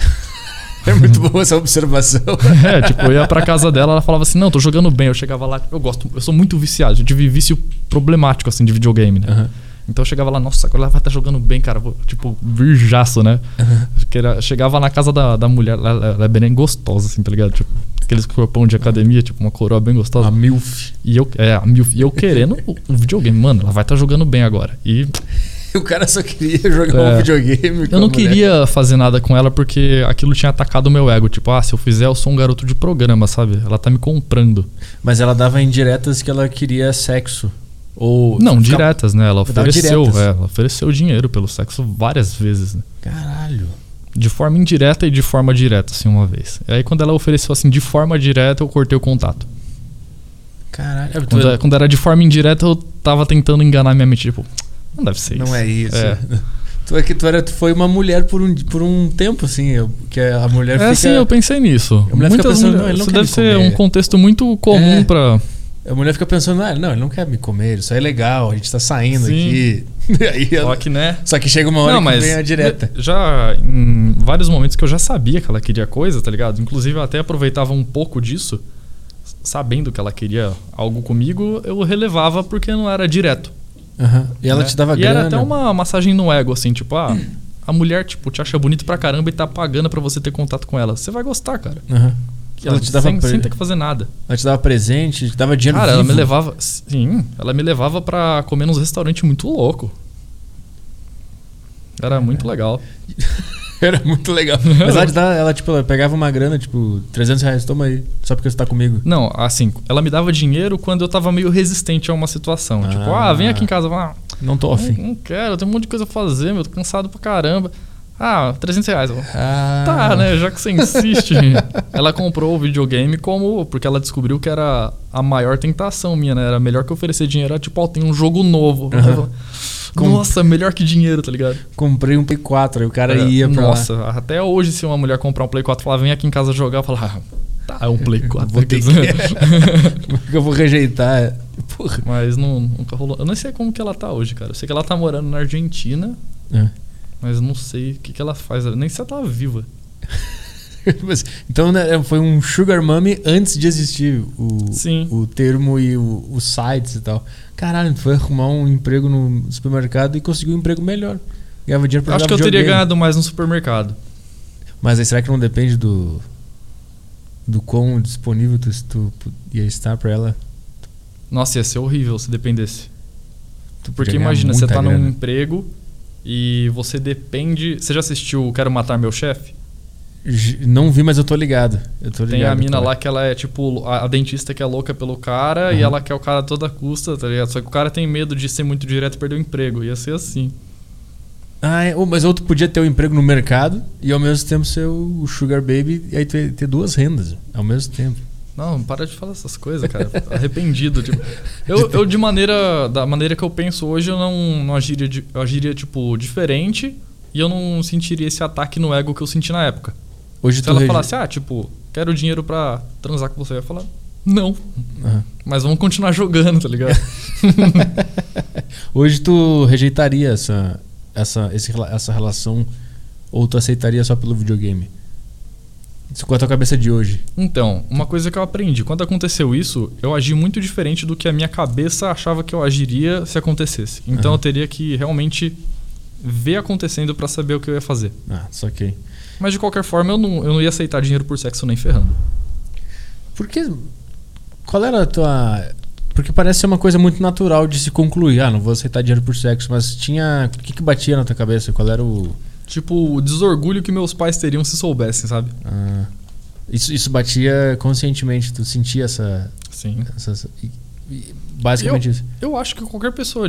É muito boa essa observação. Tipo, eu ia pra casa dela, ela falava assim, não, tô jogando bem. Eu chegava lá, eu sou muito viciado. Eu tive vício problemático, assim, de videogame, né? Uhum. Então eu chegava lá, nossa, agora ela vai estar jogando bem, cara. Tipo, virjaço, né? Uhum. Chegava na casa da mulher, ela é bem gostosa, assim, tá ligado? Tipo, aqueles corpão de academia, tipo, uma coroa bem gostosa. A MILF. A MILF. E eu querendo o videogame, mano, ela vai estar jogando bem agora. E... O cara só queria jogar um videogame. Eu não queria fazer nada com ela porque aquilo tinha atacado o meu ego. Tipo, se eu fizer, eu sou um garoto de programa, sabe? Ela tá me comprando. Mas ela dava indiretas que ela queria sexo. Ou não, diretas, né? Ela ofereceu dinheiro pelo sexo várias vezes, né? Caralho. De forma indireta e de forma direta, assim, uma vez. E aí quando ela ofereceu assim de forma direta, eu cortei o contato. Caralho. Quando era de forma indireta, eu tava tentando enganar minha mente, tipo... Não deve ser isso. Não é isso. Tu foi uma mulher por um tempo, assim. Que a mulher fica... sim, eu pensei nisso. A mulher fica pensando, isso deve ser um contexto muito comum pra... A mulher fica pensando, não, ele não quer me comer, isso aí é legal, a gente tá saindo aqui. Só que, né? Só que chega uma hora que vem a direta. Já em vários momentos que eu já sabia que ela queria coisa, tá ligado? Inclusive eu até aproveitava um pouco disso, sabendo que ela queria algo comigo, eu relevava porque não era direto. Uhum. E ela te dava grana. E era até uma massagem no ego, assim, tipo, a mulher, tipo, te acha bonito pra caramba e tá pagando pra você ter contato com ela. Você vai gostar, cara. Uhum. Ela te dava sem ter que fazer nada. Ela te dava presente, te dava dinheiro. Cara, ela me levava pra comer nos restaurantes muito louco. Era muito legal. Era muito legal. Mas ela pegava uma grana, tipo, R$300, toma aí, só porque você tá comigo. Não, assim, ela me dava dinheiro quando eu tava meio resistente a uma situação. Tipo, vem aqui em casa. Não tô afim. Não quero, eu tenho um monte de coisa pra fazer, tô cansado pra caramba. R$300. Tá, né? Já que você insiste. Ela comprou o videogame porque ela descobriu que era a maior tentação minha, né? Era melhor que oferecer dinheiro. Era tipo, tem um jogo novo. Uhum. Nossa, melhor que dinheiro, tá ligado? Comprei um Play 4, aí o cara ia pra Nossa, lá. Até hoje, se uma mulher comprar um Play 4 e falar, vem aqui em casa jogar, eu falo, é um Play 4. Vou ter que eu vou rejeitar. Porra. Mas nunca rolou. Eu não sei como que ela tá hoje, cara. Eu sei que ela tá morando na Argentina. Mas não sei o que ela faz. Nem se ela tá viva. Então, né, foi um Sugar Mummy antes de existir o termo e os sites e tal. Caralho, tu foi arrumar um emprego no supermercado e conseguiu um emprego melhor. Ganhava dinheiro pra jogar videogame. Acho que eu teria ganhado mais no supermercado. Mas aí será que não depende do quão disponível tu ia estar pra ela? Nossa, ia ser horrível se dependesse. Porque imagina, você tá num emprego e você depende... Você já assistiu Quero Matar Meu Chefe? Não vi, mas eu tô ligado. Tem a mina lá que ela é tipo a dentista que é louca pelo cara e ela quer o cara a toda custa, tá ligado? Só que o cara tem medo de ser muito direto e perder o emprego. Ia ser assim. Mas outro podia ter um emprego no mercado e ao mesmo tempo ser o Sugar Baby e aí ter duas rendas ao mesmo tempo. Não, para de falar essas coisas, cara. Arrependido. Tipo. Eu da maneira que eu penso hoje, eu não agiria, eu agiria tipo, diferente e eu não sentiria esse ataque no ego que eu senti na época. Hoje se ela falasse, tipo, quero dinheiro pra transar com você, eu ia falar, não. Mas vamos continuar jogando, tá ligado? Hoje tu rejeitaria essa relação ou tu aceitaria só pelo videogame? Isso com a tua cabeça de hoje. Então, uma coisa que eu aprendi, quando aconteceu isso, eu agi muito diferente do que a minha cabeça achava que eu agiria se acontecesse. Então eu teria que realmente ver acontecendo pra saber o que eu ia fazer. Saquei. Mas de qualquer forma, eu não ia aceitar dinheiro por sexo nem ferrando. Por que? Qual era a tua... Porque parece ser uma coisa muito natural de se concluir. Não vou aceitar dinheiro por sexo. Mas tinha... O que batia na tua cabeça? Qual era o... Tipo, o desorgulho que meus pais teriam se soubessem, sabe? Isso batia conscientemente. Tu sentia essa... Sim. Basicamente isso. Eu acho que qualquer pessoa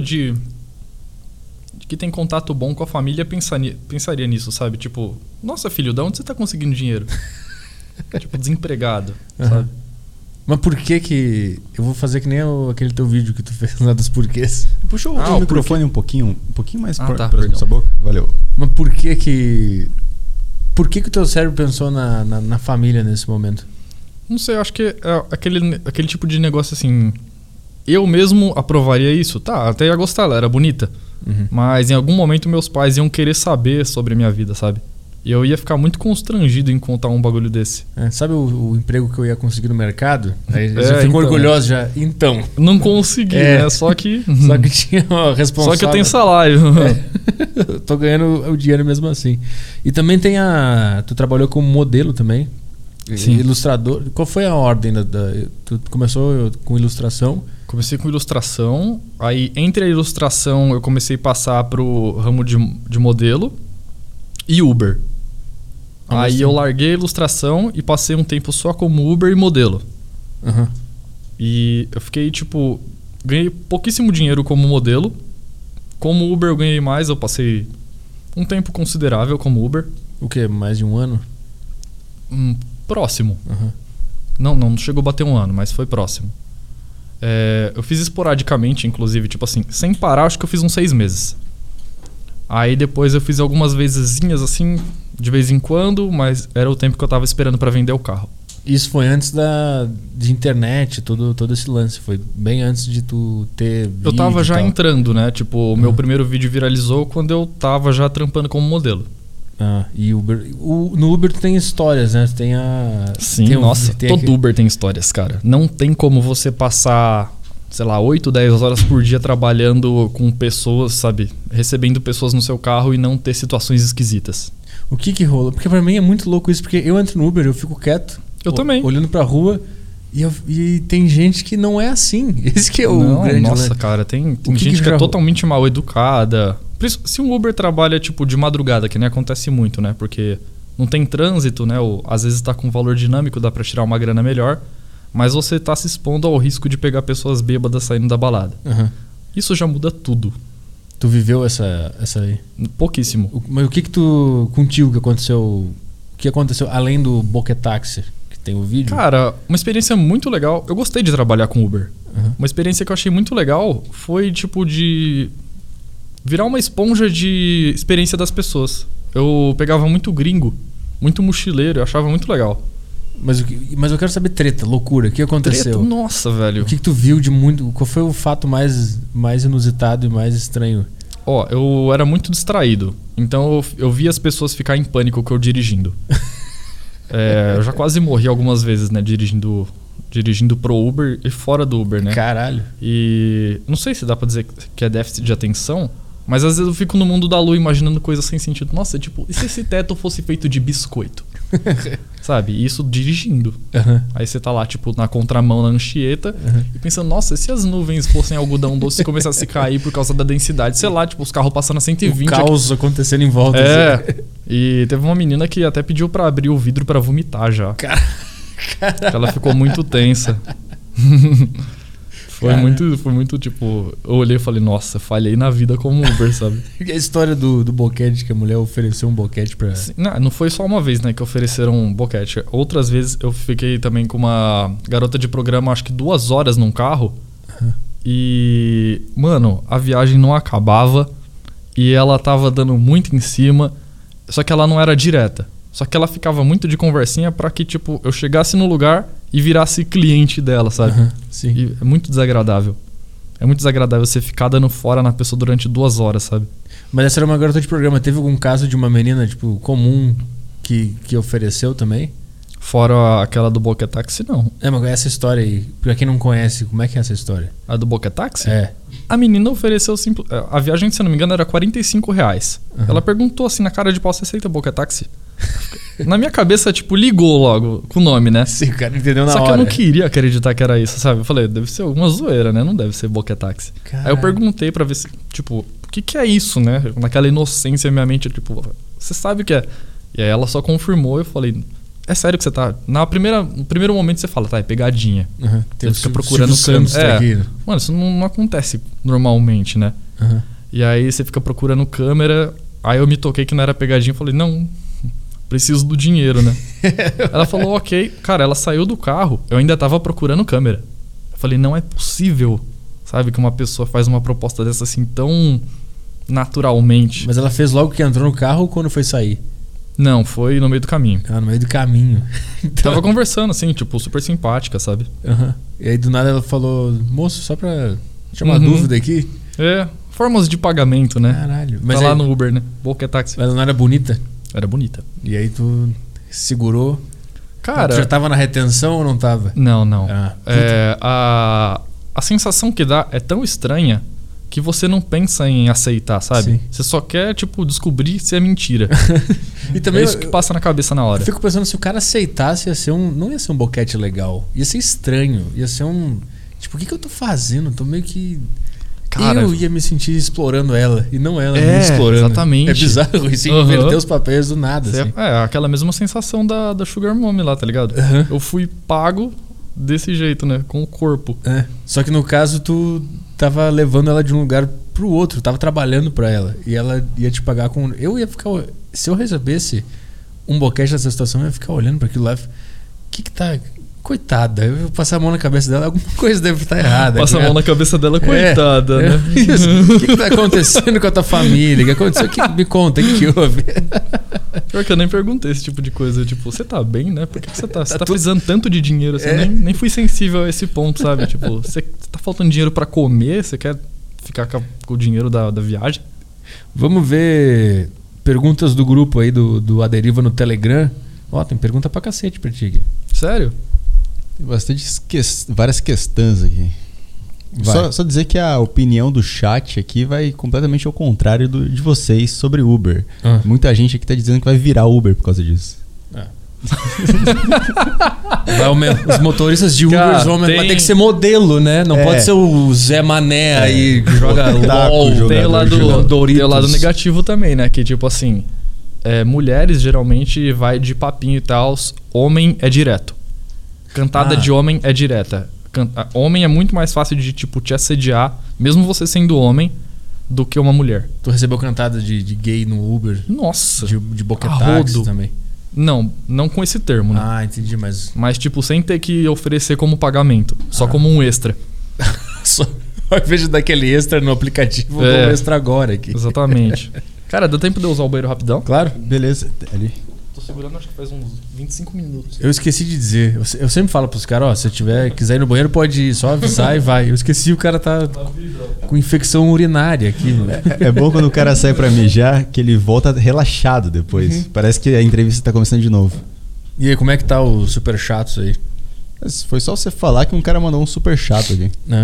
que tem contato bom com a família pensaria nisso, sabe? Tipo, nossa, filho, de onde você tá conseguindo dinheiro? Tipo, desempregado, sabe? Mas por que... Eu vou fazer que nem aquele teu vídeo que tu fez lá dos porquês. Puxa o microfone um pouquinho mais pra sua boca. Valeu. Mas por que o teu cérebro pensou na família nesse momento? Não sei, eu acho que é aquele tipo de negócio assim... Eu mesmo aprovaria isso? Tá, até ia gostar, ela era bonita. Mas em algum momento meus pais iam querer saber sobre a minha vida, sabe? E eu ia ficar muito constrangido em contar um bagulho desse. Sabe o emprego que eu ia conseguir no mercado? Aí eles já ficam orgulhosos já. Então. Não consegui, né? Só que tinha uma responsável. Só que eu tenho salário. Eu tô ganhando o dinheiro mesmo assim. E também tem Tu trabalhou como modelo também. Sim. Ilustrador. Qual foi a ordem tu começou com ilustração? Comecei com ilustração. Aí entre a ilustração eu comecei a passar pro ramo de modelo e Uber. Aí eu larguei a ilustração e passei um tempo só como Uber e modelo. E eu fiquei tipo... Ganhei pouquíssimo dinheiro como modelo. Como Uber eu ganhei mais. Eu passei um tempo considerável como Uber. O quê? Mais de um ano? Próximo. Não chegou a bater um ano, mas foi próximo. Eu fiz esporadicamente, inclusive, tipo assim, sem parar, acho que eu fiz uns 6 meses. Aí depois eu fiz algumas vezezinhas assim, de vez em quando, mas era o tempo que eu tava esperando pra vender o carro. Isso foi antes de internet, todo esse lance. Foi bem antes de tu ter vídeo. Eu tava já entrando, né? Tipo, o meu primeiro vídeo viralizou quando eu tava já trampando como modelo. E Uber. No Uber tu tem histórias, né? Tem a... Sim, todo Uber tem histórias, cara. Não tem como você passar, sei lá, 8, 10 horas por dia trabalhando com pessoas, sabe? Recebendo pessoas no seu carro e não ter situações esquisitas. O que rola? Porque pra mim é muito louco isso, porque eu entro no Uber, eu fico quieto. Eu também. Olhando pra rua e tem gente que não é assim. Esse que é o grande... Nossa, cara, tem gente que é totalmente mal educada. Se um Uber trabalha tipo de madrugada, que nem acontece muito, né? Porque não tem trânsito, né? Ou às vezes tá com valor dinâmico, dá pra tirar uma grana melhor. Mas você tá se expondo ao risco de pegar pessoas bêbadas saindo da balada. Isso já muda tudo. Tu viveu essa aí? Pouquíssimo. Mas o que contigo que aconteceu? O que aconteceu além do Boquetaxi? Que tem o vídeo? Cara, uma experiência muito legal. Eu gostei de trabalhar com Uber. Uma experiência que eu achei muito legal foi tipo de... virar uma esponja de experiência das pessoas. Eu pegava muito gringo, muito mochileiro, eu achava muito legal. Mas eu quero saber treta, loucura, o que aconteceu? Treta? Nossa, velho. O que tu viu de muito... Qual foi o fato mais inusitado e mais estranho? Eu era muito distraído. Então eu via as pessoas ficar em pânico com eu dirigindo. Eu já quase morri algumas vezes, né, dirigindo pro Uber e fora do Uber, né? Caralho. E não sei se dá pra dizer que é déficit de atenção, Mas às vezes eu fico no mundo da lua imaginando coisas sem sentido. Nossa, tipo, e se esse teto fosse feito de biscoito? Sabe? Isso dirigindo. Aí você tá lá, tipo, na contramão, na Anchieta, e pensando, nossa, e se as nuvens fossem algodão doce e começassem a cair por causa da densidade? Sei lá, tipo, os carros passando a 120. O caos acontecendo em volta. E teve uma menina que até pediu pra abrir o vidro pra vomitar já. Ela ficou muito tensa. Foi muito, tipo... Eu olhei e falei, nossa, falhei na vida como Uber, sabe? E a história do boquete, que a mulher ofereceu um boquete pra... Não foi só uma vez, né, que ofereceram um boquete. Outras vezes eu fiquei também com uma garota de programa, acho que 2 horas num carro. E, mano, a viagem não acabava. E ela tava dando muito em cima. Só que ela não era direta. Só que ela ficava muito de conversinha pra que, tipo, eu chegasse no lugar e virasse cliente dela, sabe? Sim. E é muito desagradável. É muito desagradável você ficar dando fora na pessoa durante 2 horas, sabe? Mas essa era uma garota de programa. Teve algum caso de uma menina, tipo, comum que ofereceu também? Fora aquela do Boquetaxi, não. Mas essa história aí, pra quem não conhece, como é que é essa história? A do Boquetaxi? É. A menina ofereceu a viagem, se eu não me engano, era R$45. Ela perguntou assim na cara de pau, você aceita Boquetaxi? Na minha cabeça, tipo, ligou logo com o nome, né? Sim, o cara entendeu na hora. Só que eu não queria acreditar que era isso, sabe? Eu falei, deve ser alguma zoeira, né? Não deve ser Boquetaxi. Aí eu perguntei pra ver se, tipo, o que é isso, né? Naquela inocência, minha mente, tipo, você sabe o que é? E aí ela só confirmou e eu falei, é sério que você tá... No primeiro momento você fala, tá, é pegadinha. Você fica procurando... câmera. Mano, isso não acontece normalmente, né? E aí você fica procurando câmera, aí eu me toquei que não era pegadinha, eu falei, não... Preciso do dinheiro, né? Ela falou, ok. Cara, ela saiu do carro. Eu ainda tava procurando câmera. Eu falei, não é possível, sabe? Que uma pessoa faz uma proposta dessa assim tão naturalmente. Mas ela fez logo que entrou no carro ou quando foi sair? Não, foi no meio do caminho. No meio do caminho. Então... Tava conversando assim, tipo, super simpática, sabe? E aí do nada ela falou, moço, só pra tirar uma dúvida aqui. Formas de pagamento, né? Caralho. Mas tá lá no Uber, né? Boquetaxi. Ela não era bonita? Era bonita. E aí tu segurou? Cara... Tu já tava na retenção ou não tava? Não. A sensação que dá é tão estranha que você não pensa em aceitar, sabe? Sim. Você só quer, tipo, descobrir se é mentira. E também é isso que passa na cabeça na hora. Eu fico pensando, se o cara aceitasse, não ia ser um boquete legal. Ia ser estranho. Ia ser um... Tipo, o que eu tô fazendo? Tô meio que... Cara, eu ia me sentir explorando ela e não ela me explorando. Exatamente. É bizarro isso, inverter os papéis do nada. Assim. Aquela mesma sensação da Sugar Mommy lá, tá ligado? Eu fui pago desse jeito, né? Com o corpo. Só que no caso, tu tava levando ela de um lugar pro outro, tava trabalhando pra ela. E ela ia te pagar com... Eu ia ficar... Se eu recebesse um boquete nessa situação, eu ia ficar olhando pra aquilo lá. O que tá... Coitada, eu vou passar a mão na cabeça dela, alguma coisa deve estar errada. Passa a mão na cabeça dela, coitada, né? Isso. O que tá acontecendo com a tua família? O que aconteceu? Me conta, o que houve? Pior que eu nem perguntei esse tipo de coisa. Tipo, você tá bem, né? Por que você tá precisando tanto de dinheiro? Assim? Nem fui sensível a esse ponto, sabe? Tipo, você tá faltando dinheiro pra comer? Você quer ficar com o dinheiro da viagem? Vamos ver perguntas do grupo aí do A Deriva no Telegram. Tem pergunta pra cacete pra ti aqui. Sério? Tem várias questões aqui. Só dizer que a opinião do chat aqui vai completamente ao contrário de vocês sobre Uber. Muita gente aqui tá dizendo que vai virar Uber por causa disso. Os motoristas de Uber vão ter que ser modelo, né? Não pode ser o Zé Mané aí que joga LOL. Tem o lado negativo também, né? Que tipo assim, mulheres geralmente vai de papinho e tal, homem é direto. Cantada de homem é direta. Homem é muito mais fácil de, tipo, te assediar, mesmo você sendo homem, do que uma mulher. Tu recebeu cantada de gay no Uber? Nossa. De boquetaxi também? Não com esse termo, né? Entendi, mas... Mas, tipo, sem ter que oferecer como pagamento. Só como um extra. Ao invés de dar aquele extra no aplicativo, vou dar um extra agora aqui. Exatamente. Cara, deu tempo de eu usar o banheiro rapidão? Claro. Beleza. Ali. Tô segurando, acho que faz uns 25 minutos. Eu esqueci de dizer. Eu sempre falo pros caras, se quiser ir no banheiro, pode ir, só avisar e vai. Eu esqueci, o cara tá com infecção urinária aqui. É bom quando o cara sai pra mijar, que ele volta relaxado depois. Parece que a entrevista tá começando de novo. E aí, como é que tá o super chatos aí? Foi só você falar que um cara mandou um super chato aqui.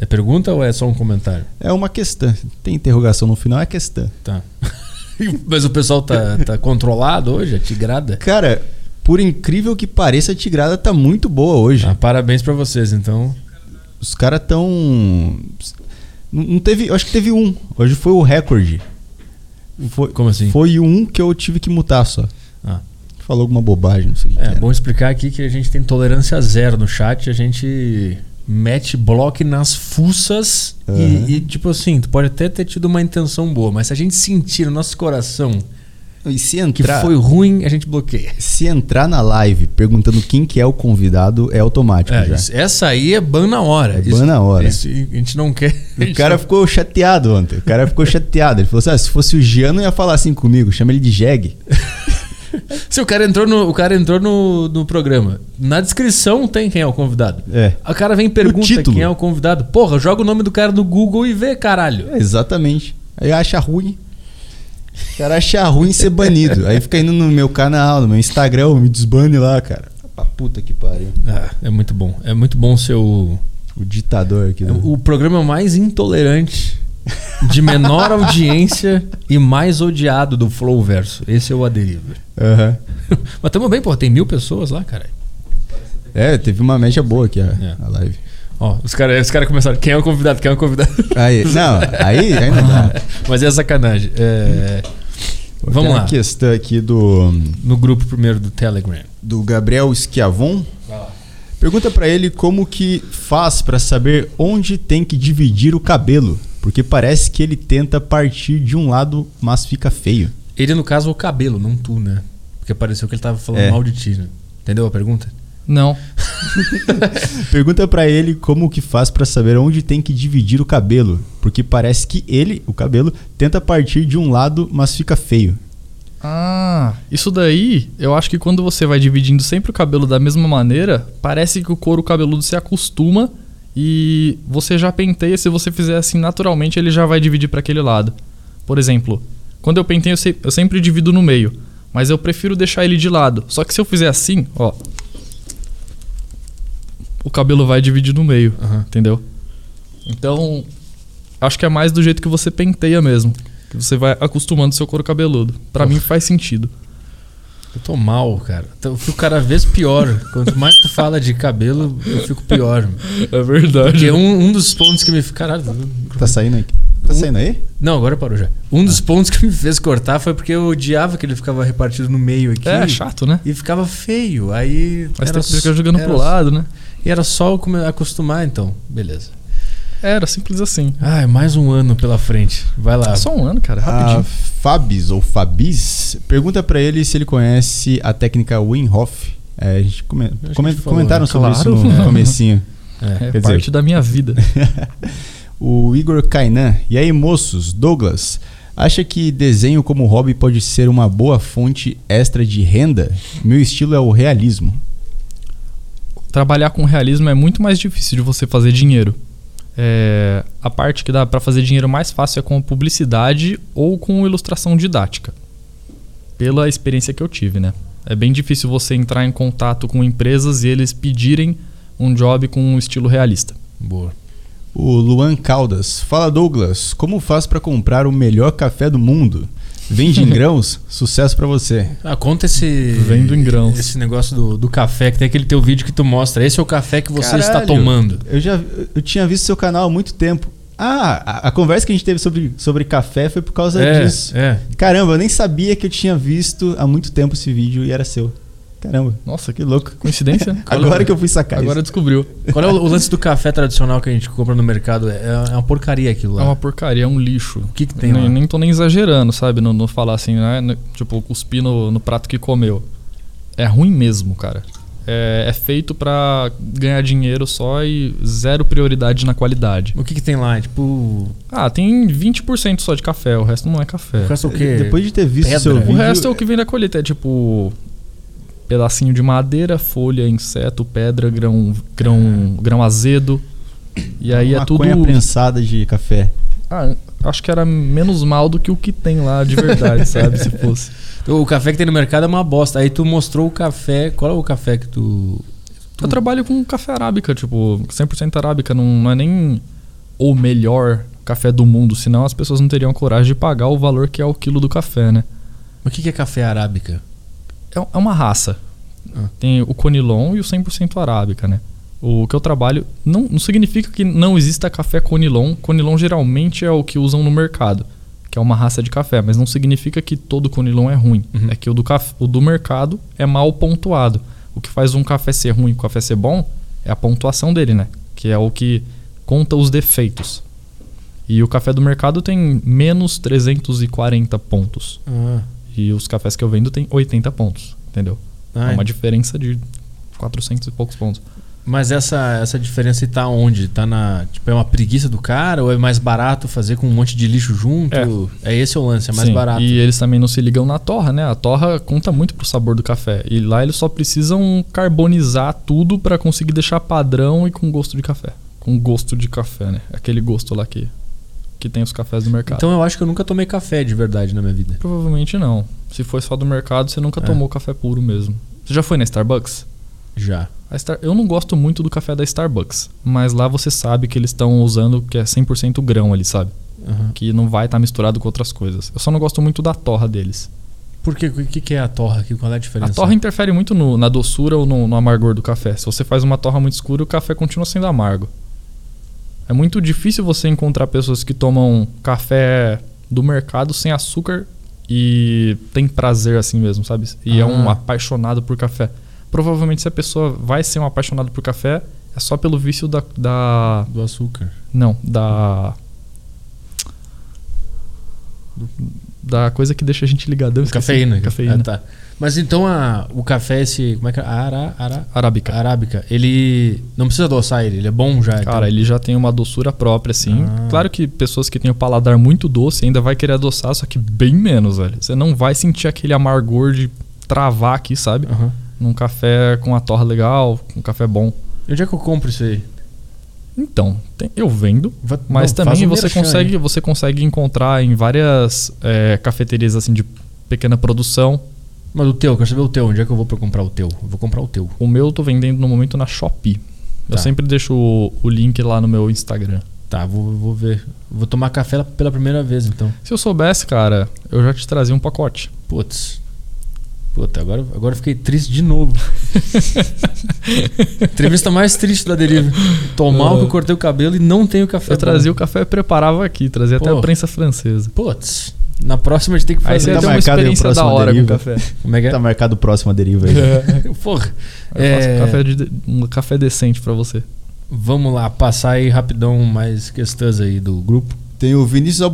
É pergunta ou é só um comentário? É uma questão. Tem interrogação no final, é questão. Tá. Mas o pessoal tá controlado hoje, a tigrada? Cara, por incrível que pareça, a tigrada tá muito boa hoje. Parabéns pra vocês, então. Os caras tão... Não teve... Eu acho que teve um. Hoje foi o recorde. Como assim? Foi um que eu tive que mutar só. Falou alguma bobagem, não sei o que era. Bom explicar aqui que a gente tem tolerância zero no chat. A gente mete bloco nas fuças e tipo assim, tu pode até ter tido uma intenção boa, mas se a gente sentir no nosso coração e se entrar, que foi ruim, a gente bloqueia. Se entrar na live perguntando quem que é o convidado, é automático já. Essa aí é ban na hora. Ban na hora. Isso a gente não quer. O cara ficou chateado ontem. Ele falou assim, se fosse o Jean, não ia falar assim comigo. Chama ele de Jeg. Se o cara entrou no programa, na descrição tem quem é o convidado. O cara vem e pergunta quem é o convidado. Porra, joga o nome do cara no Google e vê, caralho. Exatamente. Aí acha ruim. O cara acha ruim ser banido. Aí fica indo no meu canal, no meu Instagram, me desbane lá, cara. Pra puta que pariu. É muito bom. É muito bom ser o ditador aqui. O programa mais intolerante, de menor audiência e mais odiado do Flowverso. Esse é o A Deriva. Mas tamo bem, pô. Tem 1000 pessoas lá, cara. Teve uma média boa aqui a live. Ó, os caras começaram. Quem é o convidado? Aí ainda dá. Mas é sacanagem. Vamos lá. Uma questão aqui no grupo primeiro do Telegram. Do Gabriel Schiavon. Pergunta pra ele como que faz pra saber onde tem que dividir o cabelo. Porque parece que ele tenta partir de um lado, mas fica feio. Ele, no caso, o cabelo, não tu, né? Porque pareceu que ele tava falando mal de ti, né? Entendeu a pergunta? Não. Pergunta pra ele como que faz pra saber onde tem que dividir o cabelo. Porque parece que ele, o cabelo, tenta partir de um lado, mas fica feio. Isso daí, eu acho que quando você vai dividindo sempre o cabelo da mesma maneira, parece que o couro cabeludo se acostuma e você já penteia. Se você fizer assim naturalmente, ele já vai dividir pra aquele lado. Por exemplo, quando eu penteio, eu sempre divido no meio, mas eu prefiro deixar ele de lado. Só que se eu fizer assim, ó, o cabelo vai dividir no meio, entendeu? Então, acho que é mais do jeito que você penteia mesmo, que você vai acostumando seu couro cabeludo. Pra mim faz sentido. Eu tô mal, cara. Eu fico cada vez pior. Quanto mais tu fala de cabelo, eu fico pior. É verdade. Porque um dos pontos que me... Caralho. Tá saindo aí? Tá saindo aí? Não, agora parou já. Um dos pontos que me fez cortar foi porque eu odiava que ele ficava repartido no meio aqui. É chato, né? E ficava feio. Aí... Mas tem que ficar jogando pro lado, né? E era só acostumar, então. Beleza. Era simples assim. Mais um ano pela frente. Vai lá. Só um ano, cara. Rapidinho. Fabis ou Fabis pergunta pra ele se ele conhece a técnica Wim Hof. A gente comentaram sobre isso no comecinho. É parte da minha vida. O Igor Kainan. E aí, moços? Douglas, acha que desenho como hobby pode ser uma boa fonte extra de renda? Meu estilo é o realismo. Trabalhar com realismo é muito mais difícil de você fazer dinheiro. A parte que dá para fazer dinheiro mais fácil é com publicidade ou com ilustração didática. Pela experiência que eu tive, né? É bem difícil você entrar em contato com empresas e eles pedirem um job com um estilo realista. Boa. O Luan Caldas. Fala, Douglas, como faz para comprar o melhor café do mundo? Vende em grãos? Sucesso pra você. Conta Vendo em grãos. Esse negócio do café, que tem aquele teu vídeo que tu mostra. Esse é o café que você está tomando. Eu tinha visto seu canal há muito tempo. A conversa que a gente teve sobre café foi por causa disso. Caramba, eu nem sabia que eu tinha visto há muito tempo esse vídeo e era seu. Caramba. Nossa, que louco. Coincidência? Agora que eu fui sacar Agora isso. Descobriu. Qual é o lance do café tradicional que a gente compra no mercado? É uma porcaria aquilo lá. É uma porcaria, é um lixo. O que tem lá? Nem tô nem exagerando, sabe? Não falar assim, né? Tipo, cuspir no prato que comeu. É ruim mesmo, cara. É feito pra ganhar dinheiro só e zero prioridade na qualidade. O que tem lá? Tipo... tem 20% só de café. O resto não é café. O resto é o quê? Depois de ter visto seu vídeo... O resto é o que vem da colheita. É tipo... pedacinho de madeira, folha, inseto, pedra, grão azedo. E aí é tudo... maconha prensada de café. Acho que era menos mal do que o que tem lá de verdade, sabe? Se fosse. O café que tem no mercado é uma bosta. Aí tu mostrou o café. Qual é o café que tu... Eu trabalho com café arábica, tipo, 100% arábica. Não é nem o melhor café do mundo, senão as pessoas não teriam coragem de pagar o valor que é o quilo do café, né? Mas o que é café arábica? É uma raça. Tem o Conilon e o 100% arábica, né? O que eu trabalho não significa que não exista café Conilon. Conilon geralmente é o que usam no mercado, que é uma raça de café, mas não significa que todo Conilon é ruim. É que o do mercado é mal pontuado. O que faz um café ser ruim e um café ser bom é a pontuação dele, né? Que é o que conta os defeitos. E o café do mercado tem menos 340 pontos. E os cafés que eu vendo tem 80 pontos, entendeu? É uma diferença de 400 e poucos pontos. Mas essa diferença está onde? Tá tipo, é uma preguiça do cara ou é mais barato fazer com um monte de lixo junto? É esse o lance, é mais barato. E eles também não se ligam na torra, né? A torra conta muito pro sabor do café. E lá eles só precisam carbonizar tudo para conseguir deixar padrão e com gosto de café. Com gosto de café, né? Aquele gosto lá que tem os cafés do mercado. Então eu acho que eu nunca tomei café de verdade na minha vida. Provavelmente não. Se for só do mercado, você nunca tomou café puro mesmo. Você já foi na Starbucks? Já. Eu não gosto muito do café da Starbucks, mas lá você sabe que eles estão usando que é 100% grão ali, sabe? Que não vai estar misturado com outras coisas. Eu só não gosto muito da torra deles. Por quê? O que é a torra? Qual é a diferença? A torra interfere muito na doçura ou no amargor do café. Se você faz uma torra muito escura, o café continua sendo amargo. É muito difícil você encontrar pessoas que tomam café do mercado sem açúcar e tem prazer assim mesmo, sabe? E é um apaixonado por café. Provavelmente se a pessoa vai ser um apaixonado por café, é só pelo vício do açúcar. Não, da coisa que deixa a gente ligadão. Cafeína. Cafeína. Tá. Mas então o café, como é que é? Arábica. Arábica. Ele não precisa adoçar ele é bom já. Cara, ele já tem uma doçura própria, assim. Claro que pessoas que têm o paladar muito doce ainda vai querer adoçar, só que bem menos, velho. Você não vai sentir aquele amargor de travar aqui, sabe? Num café com a torra legal, com um café bom. E onde é que eu compro isso aí? Então, eu vendo, mas também você consegue encontrar em várias cafeterias assim de pequena produção. Mas o teu, quero saber o teu. Onde é que eu vou pra comprar o teu? Eu vou comprar o teu. O meu eu tô vendendo no momento na Shopee. Eu sempre deixo o link lá no meu Instagram. Tá, vou ver. Vou tomar café pela primeira vez, então. Se eu soubesse, cara, eu já te trazia um pacote. Puta, agora eu fiquei triste de novo. Entrevista mais triste da Deriva. Tô mal que eu cortei o cabelo e não tenho café. Eu trazia o café e preparava aqui. Trazia até a prensa francesa. Putz, na próxima a gente tem que fazer. Aí você tem uma experiência da hora com o café. Como é que é? Tá marcado o próximo a Deriva aí. Porra. Eu faço um café decente pra você. Vamos lá, passar aí rapidão mais questões aí do grupo. Tem o Vinícius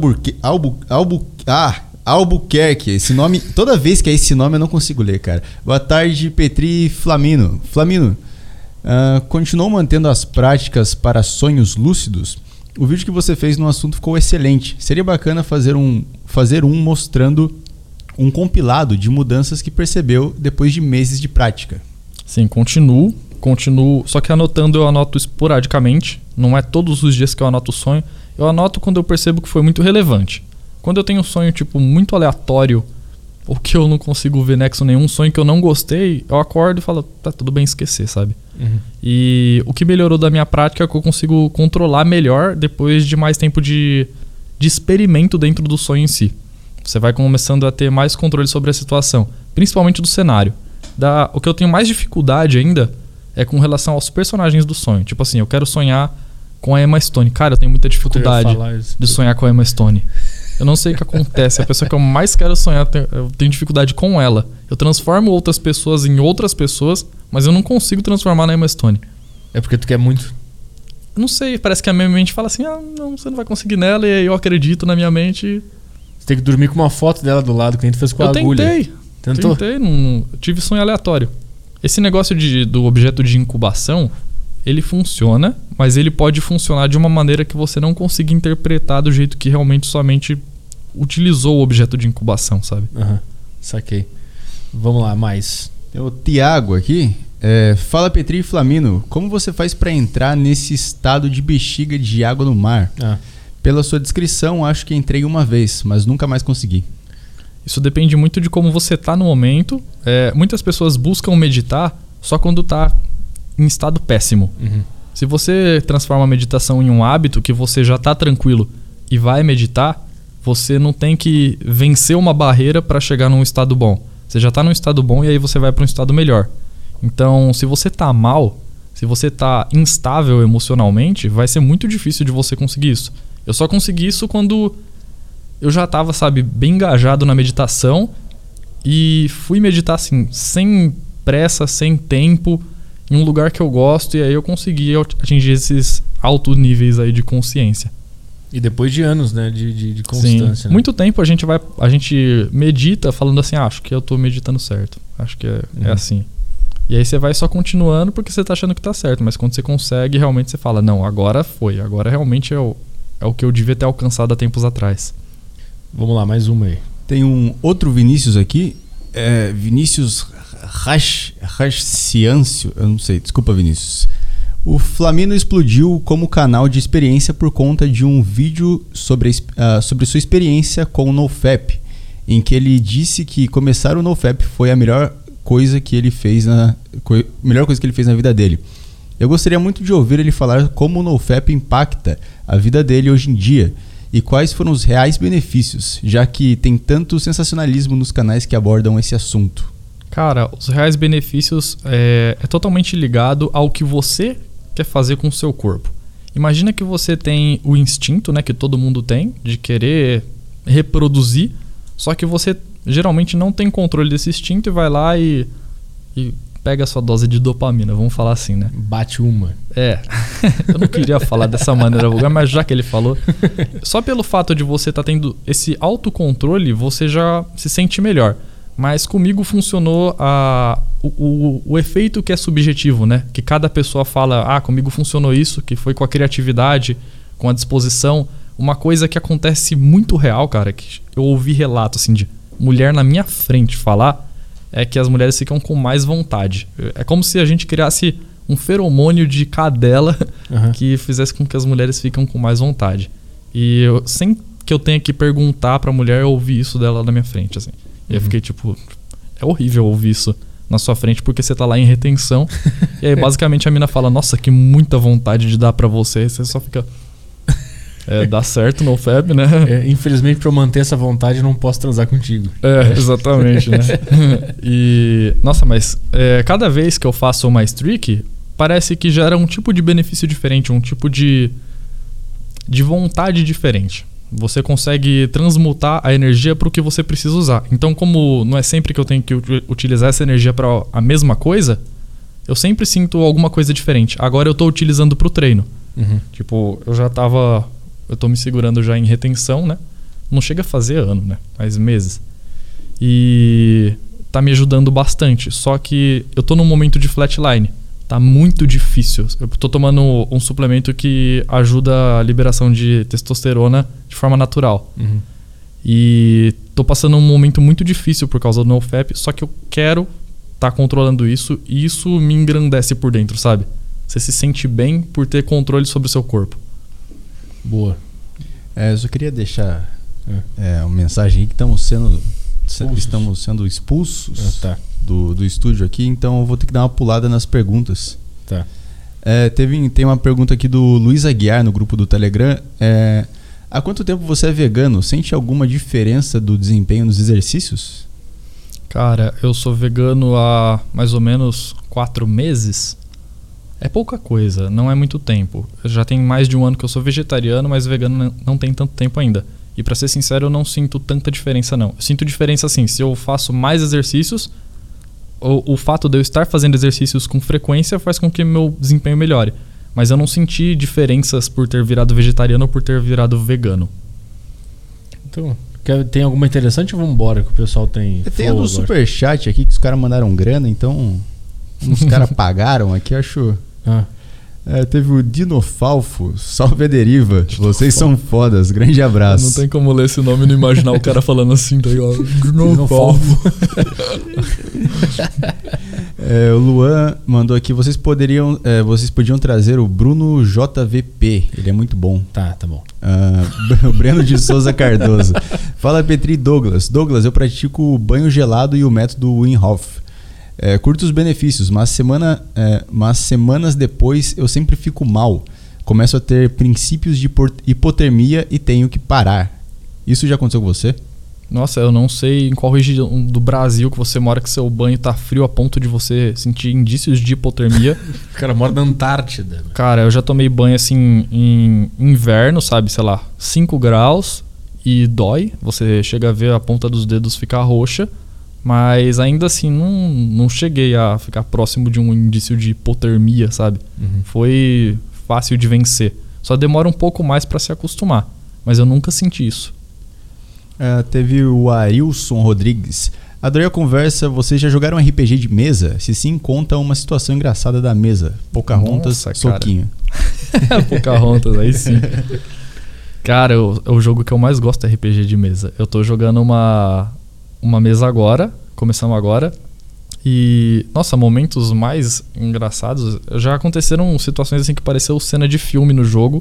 Albuquerque, esse nome, toda vez que é esse nome eu não consigo ler, cara. Boa tarde, Petri Flamino. Continuou mantendo as práticas para sonhos lúcidos? O vídeo que você fez no assunto ficou excelente. Seria bacana fazer um mostrando um compilado de mudanças que percebeu depois de meses de prática. Sim, continuo. Só que anotando eu anoto esporadicamente. Não é todos os dias que eu anoto o sonho. Eu anoto quando eu percebo que foi muito relevante. Quando eu tenho um sonho tipo muito aleatório ou que eu não consigo ver nexo nenhum, sonho que eu não gostei, eu acordo e falo, tá tudo bem esquecer, sabe? E o que melhorou da minha prática é que eu consigo controlar melhor depois de mais tempo de experimento dentro do sonho em si. Você vai começando a ter mais controle sobre a situação, principalmente do cenário. O que eu tenho mais dificuldade ainda é com relação aos personagens do sonho. Tipo assim, eu quero sonhar com a Emma Stone. Cara, eu tenho muita dificuldade de sonhar com a Emma Stone. Eu não sei o que acontece. A pessoa que eu mais quero sonhar, eu tenho dificuldade com ela. Eu transformo outras pessoas em outras pessoas, mas eu não consigo transformar na Emma Stone. É porque tu quer muito? Não sei, parece que a minha mente fala assim, não, você não vai conseguir nela, e aí eu acredito na minha mente. Você tem que dormir com uma foto dela do lado que a gente fez com a agulha. Tentou? Tentei, não tive sonho aleatório. Esse negócio do objeto de incubação, ele funciona, mas ele pode funcionar de uma maneira que você não consiga interpretar do jeito que realmente sua mente utilizou o objeto de incubação, sabe? Saquei. Vamos lá, mais. Tem o Tiago aqui. Fala, Petri e Flamino, como você faz para entrar nesse estado de bexiga de água no mar? Pela sua descrição, acho que entrei uma vez, mas nunca mais consegui. Isso depende muito de como você tá no momento. Muitas pessoas buscam meditar só quando tá em estado péssimo. Se você transforma a meditação em um hábito que você já está tranquilo e vai meditar, você não tem que vencer uma barreira para chegar num estado bom. Você já está num estado bom e aí você vai para um estado melhor. Então, se você está mal, se você está instável emocionalmente, vai ser muito difícil de você conseguir isso. Eu só consegui isso quando eu já estava, bem engajado na meditação e fui meditar assim, sem pressa, sem tempo, em um lugar que eu gosto, e aí eu consegui atingir esses altos níveis aí de consciência. E depois de anos, né, de constância. Sim. Né? Muito tempo a gente medita falando assim, acho que eu tô meditando certo. Acho que é assim. E aí você vai só continuando porque você tá achando que tá certo. Mas quando você consegue, realmente você fala, não, agora foi. Agora realmente é o que eu devia ter alcançado há tempos atrás. Vamos lá, mais uma aí. Tem um outro Vinícius aqui. Vinícius Ciâncio. Eu não sei, desculpa, Vinícius. O Flamino explodiu como canal de experiência por conta de um vídeo sobre sua experiência com o NoFap, em que ele disse que começar o NoFap foi a melhor coisa que ele fez na vida dele. Eu gostaria muito de ouvir ele falar como o NoFap impacta a vida dele hoje em dia e quais foram os reais benefícios, já que tem tanto sensacionalismo nos canais que abordam esse assunto. Cara, os reais benefícios é totalmente ligado ao que você quer fazer com o seu corpo. Imagina que você tem o instinto, né, que todo mundo tem, de querer reproduzir, só que você geralmente não tem controle desse instinto e vai lá e pega a sua dose de dopamina, vamos falar assim, né? Bate uma. Eu não queria falar dessa maneira vulgar, mas já que ele falou, só pelo fato de você estar tendo esse autocontrole, você já se sente melhor. Mas comigo funcionou o efeito que é subjetivo, né? Que cada pessoa fala, comigo funcionou isso, que foi com a criatividade, com a disposição. Uma coisa que acontece muito real, cara, que eu ouvi relato assim, de mulher na minha frente falar, é que as mulheres ficam com mais vontade. É como se a gente criasse um feromônio de cadela que fizesse com que as mulheres ficam com mais vontade. E sem que eu tenha que perguntar pra mulher, eu ouvi isso dela na minha frente, assim. E eu fiquei tipo, é horrível ouvir isso na sua frente porque você tá lá em retenção. E aí basicamente a mina fala, nossa, que muita vontade de dar pra você. E você só fica, dá certo no NoFap, né? Infelizmente pra eu manter essa vontade eu não posso transar contigo. Exatamente, né? E, nossa, mas cada vez que eu faço uma streak, parece que gera um tipo de benefício diferente, um tipo de vontade diferente. Você consegue transmutar a energia para o que você precisa usar. Então, como não é sempre que eu tenho que utilizar essa energia para a mesma coisa, eu sempre sinto alguma coisa diferente. Agora eu estou utilizando para o treino. Tipo, eu tô me segurando já em retenção, né? Não chega a fazer ano, né? Mas meses. E tá me ajudando bastante. Só que eu tô num momento de flatline. Tá muito difícil. Eu tô tomando um suplemento que ajuda a liberação de testosterona de forma natural. E tô passando um momento muito difícil por causa do NoFap, só que eu quero tá controlando isso e isso me engrandece por dentro, sabe? Você se sente bem por ter controle sobre o seu corpo. Boa. Eu só queria deixar uma mensagem aí que estamos sendo expulsos do estúdio aqui, então eu vou ter que dar uma pulada nas perguntas. Tá. Tem uma pergunta aqui do Luiz Aguiar no grupo do Telegram. Há quanto tempo você é vegano? Sente alguma diferença do desempenho nos exercícios? Cara, eu sou vegano há mais ou menos 4 meses. É pouca coisa, não é muito tempo. Já tem mais de um ano que eu sou vegetariano, mas vegano não tem tanto tempo ainda. E pra ser sincero, eu não sinto tanta diferença não. Eu sinto diferença assim, se eu faço mais exercícios, o fato de eu estar fazendo exercícios com frequência faz com que meu desempenho melhore. Mas eu não senti diferenças por ter virado vegetariano ou por ter virado vegano. Então, tem alguma interessante ou vamos embora que o pessoal tem? Tem do superchat aqui que os caras mandaram grana, então os caras pagaram aqui, acho... teve o Dinofalfo, salve a deriva, vocês são fodas, grande abraço. Não tem como ler esse nome e não imaginar o cara falando assim, tá ligado? Dinofalfo. O Luan mandou aqui, vocês podiam trazer o Bruno JVP, ele é muito bom. Tá bom. O Breno de Souza Cardoso. Fala Petri Douglas, eu pratico o banho gelado e o método Wim Hof. Curto os benefícios, mas semanas depois eu sempre fico mal. Começo a ter princípios de hipotermia e tenho que parar. Isso já aconteceu com você? Nossa, eu não sei em qual região do Brasil que você mora que seu banho tá frio a ponto de você sentir indícios de hipotermia. O cara mora na Antártida. Cara, eu já tomei banho assim em inverno, sabe? Sei lá, 5 graus e dói. Você chega a ver a ponta dos dedos ficar roxa. Mas ainda assim, não cheguei a ficar próximo de um indício de hipotermia, sabe? Uhum. Foi fácil de vencer. Só demora um pouco mais pra se acostumar. Mas eu nunca senti isso. Teve o Arilson Rodrigues. Adorei a conversa. Vocês já jogaram RPG de mesa? Se sim, conta uma situação engraçada da mesa. Pocahontas, soquinho. Pocahontas, aí sim. Cara, o jogo que eu mais gosto é RPG de mesa. Eu tô jogando uma mesa agora. Começamos agora. E, nossa, momentos mais engraçados. Já aconteceram situações assim que pareceu cena de filme no jogo.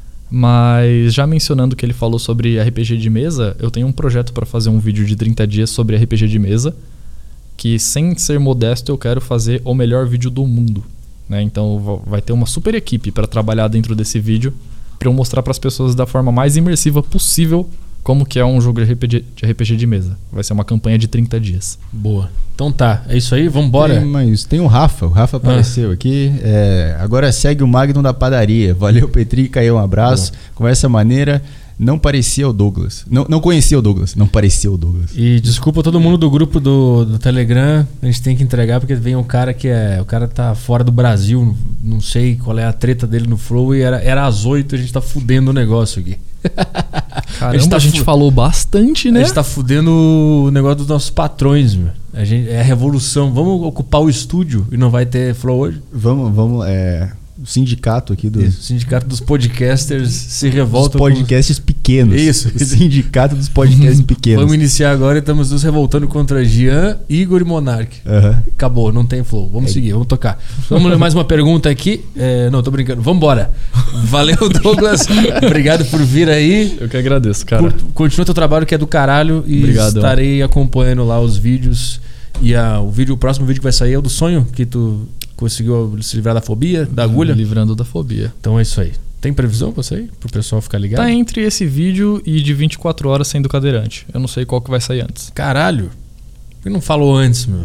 Mas já mencionando que ele falou sobre RPG de mesa, eu tenho um projeto para fazer um vídeo de 30 dias sobre RPG de mesa, que sem ser modesto eu quero fazer o melhor vídeo do mundo, né? Então vai ter uma super equipe para trabalhar dentro desse vídeo, para eu mostrar para as pessoas da forma mais imersiva possível como que é um jogo de RPG de mesa. Vai ser uma campanha de 30 dias. Boa. Então tá, é isso aí, vambora. Mas tem o Rafa apareceu aqui. Agora segue o Magnum da padaria. Valeu, Petri, caiu, um abraço. Conversa maneira. Não parecia o Douglas. Não conhecia o Douglas. Não parecia o Douglas. E desculpa todo mundo do grupo do Telegram. A gente tem que entregar porque vem um cara o cara tá fora do Brasil. Não sei qual é a treta dele no Flow. E era às 8, a gente tá fudendo o negócio aqui. Caramba, a gente falou bastante, né? A gente tá fudendo o negócio dos nossos patrões, meu. É a revolução. Vamos ocupar o estúdio e não vai ter Flow hoje? Vamos. O sindicato aqui do... Isso, o sindicato dos podcasters se revolta. Dos podcasts pequenos. Isso. O sindicato dos podcasts pequenos. Vamos iniciar agora e estamos nos revoltando contra Jean, Igor e Monark. Acabou, não tem Flow. Vamos seguir, vamos tocar. Vamos ler mais uma pergunta aqui. Não, tô brincando. Vamos embora. Valeu, Douglas. Obrigado por vir aí. Eu que agradeço, cara. Continua teu trabalho que é do caralho. E Obrigado. Estarei acompanhando lá os vídeos. E o próximo vídeo que vai sair é o do sonho que tu conseguiu se livrar da fobia, da agulha? Livrando da fobia. Então é isso aí. Tem previsão pra sair? Pro pessoal ficar ligado? Tá entre esse vídeo e de 24 horas sendo cadeirante. Eu não sei qual que vai sair antes. Caralho. Por que não falou antes, meu?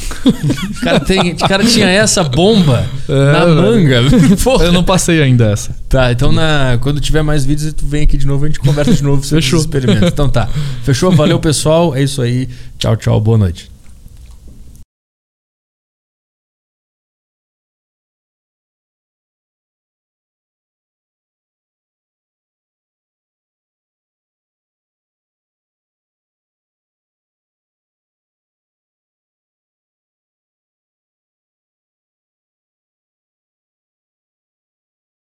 O cara tinha essa bomba na manga. Porra. Eu não passei ainda essa. Tá, então quando tiver mais vídeos, tu vem aqui de novo e a gente conversa de novo sobre os experimentos. Então tá. Fechou? Valeu, pessoal. É isso aí. Tchau, tchau. Boa noite.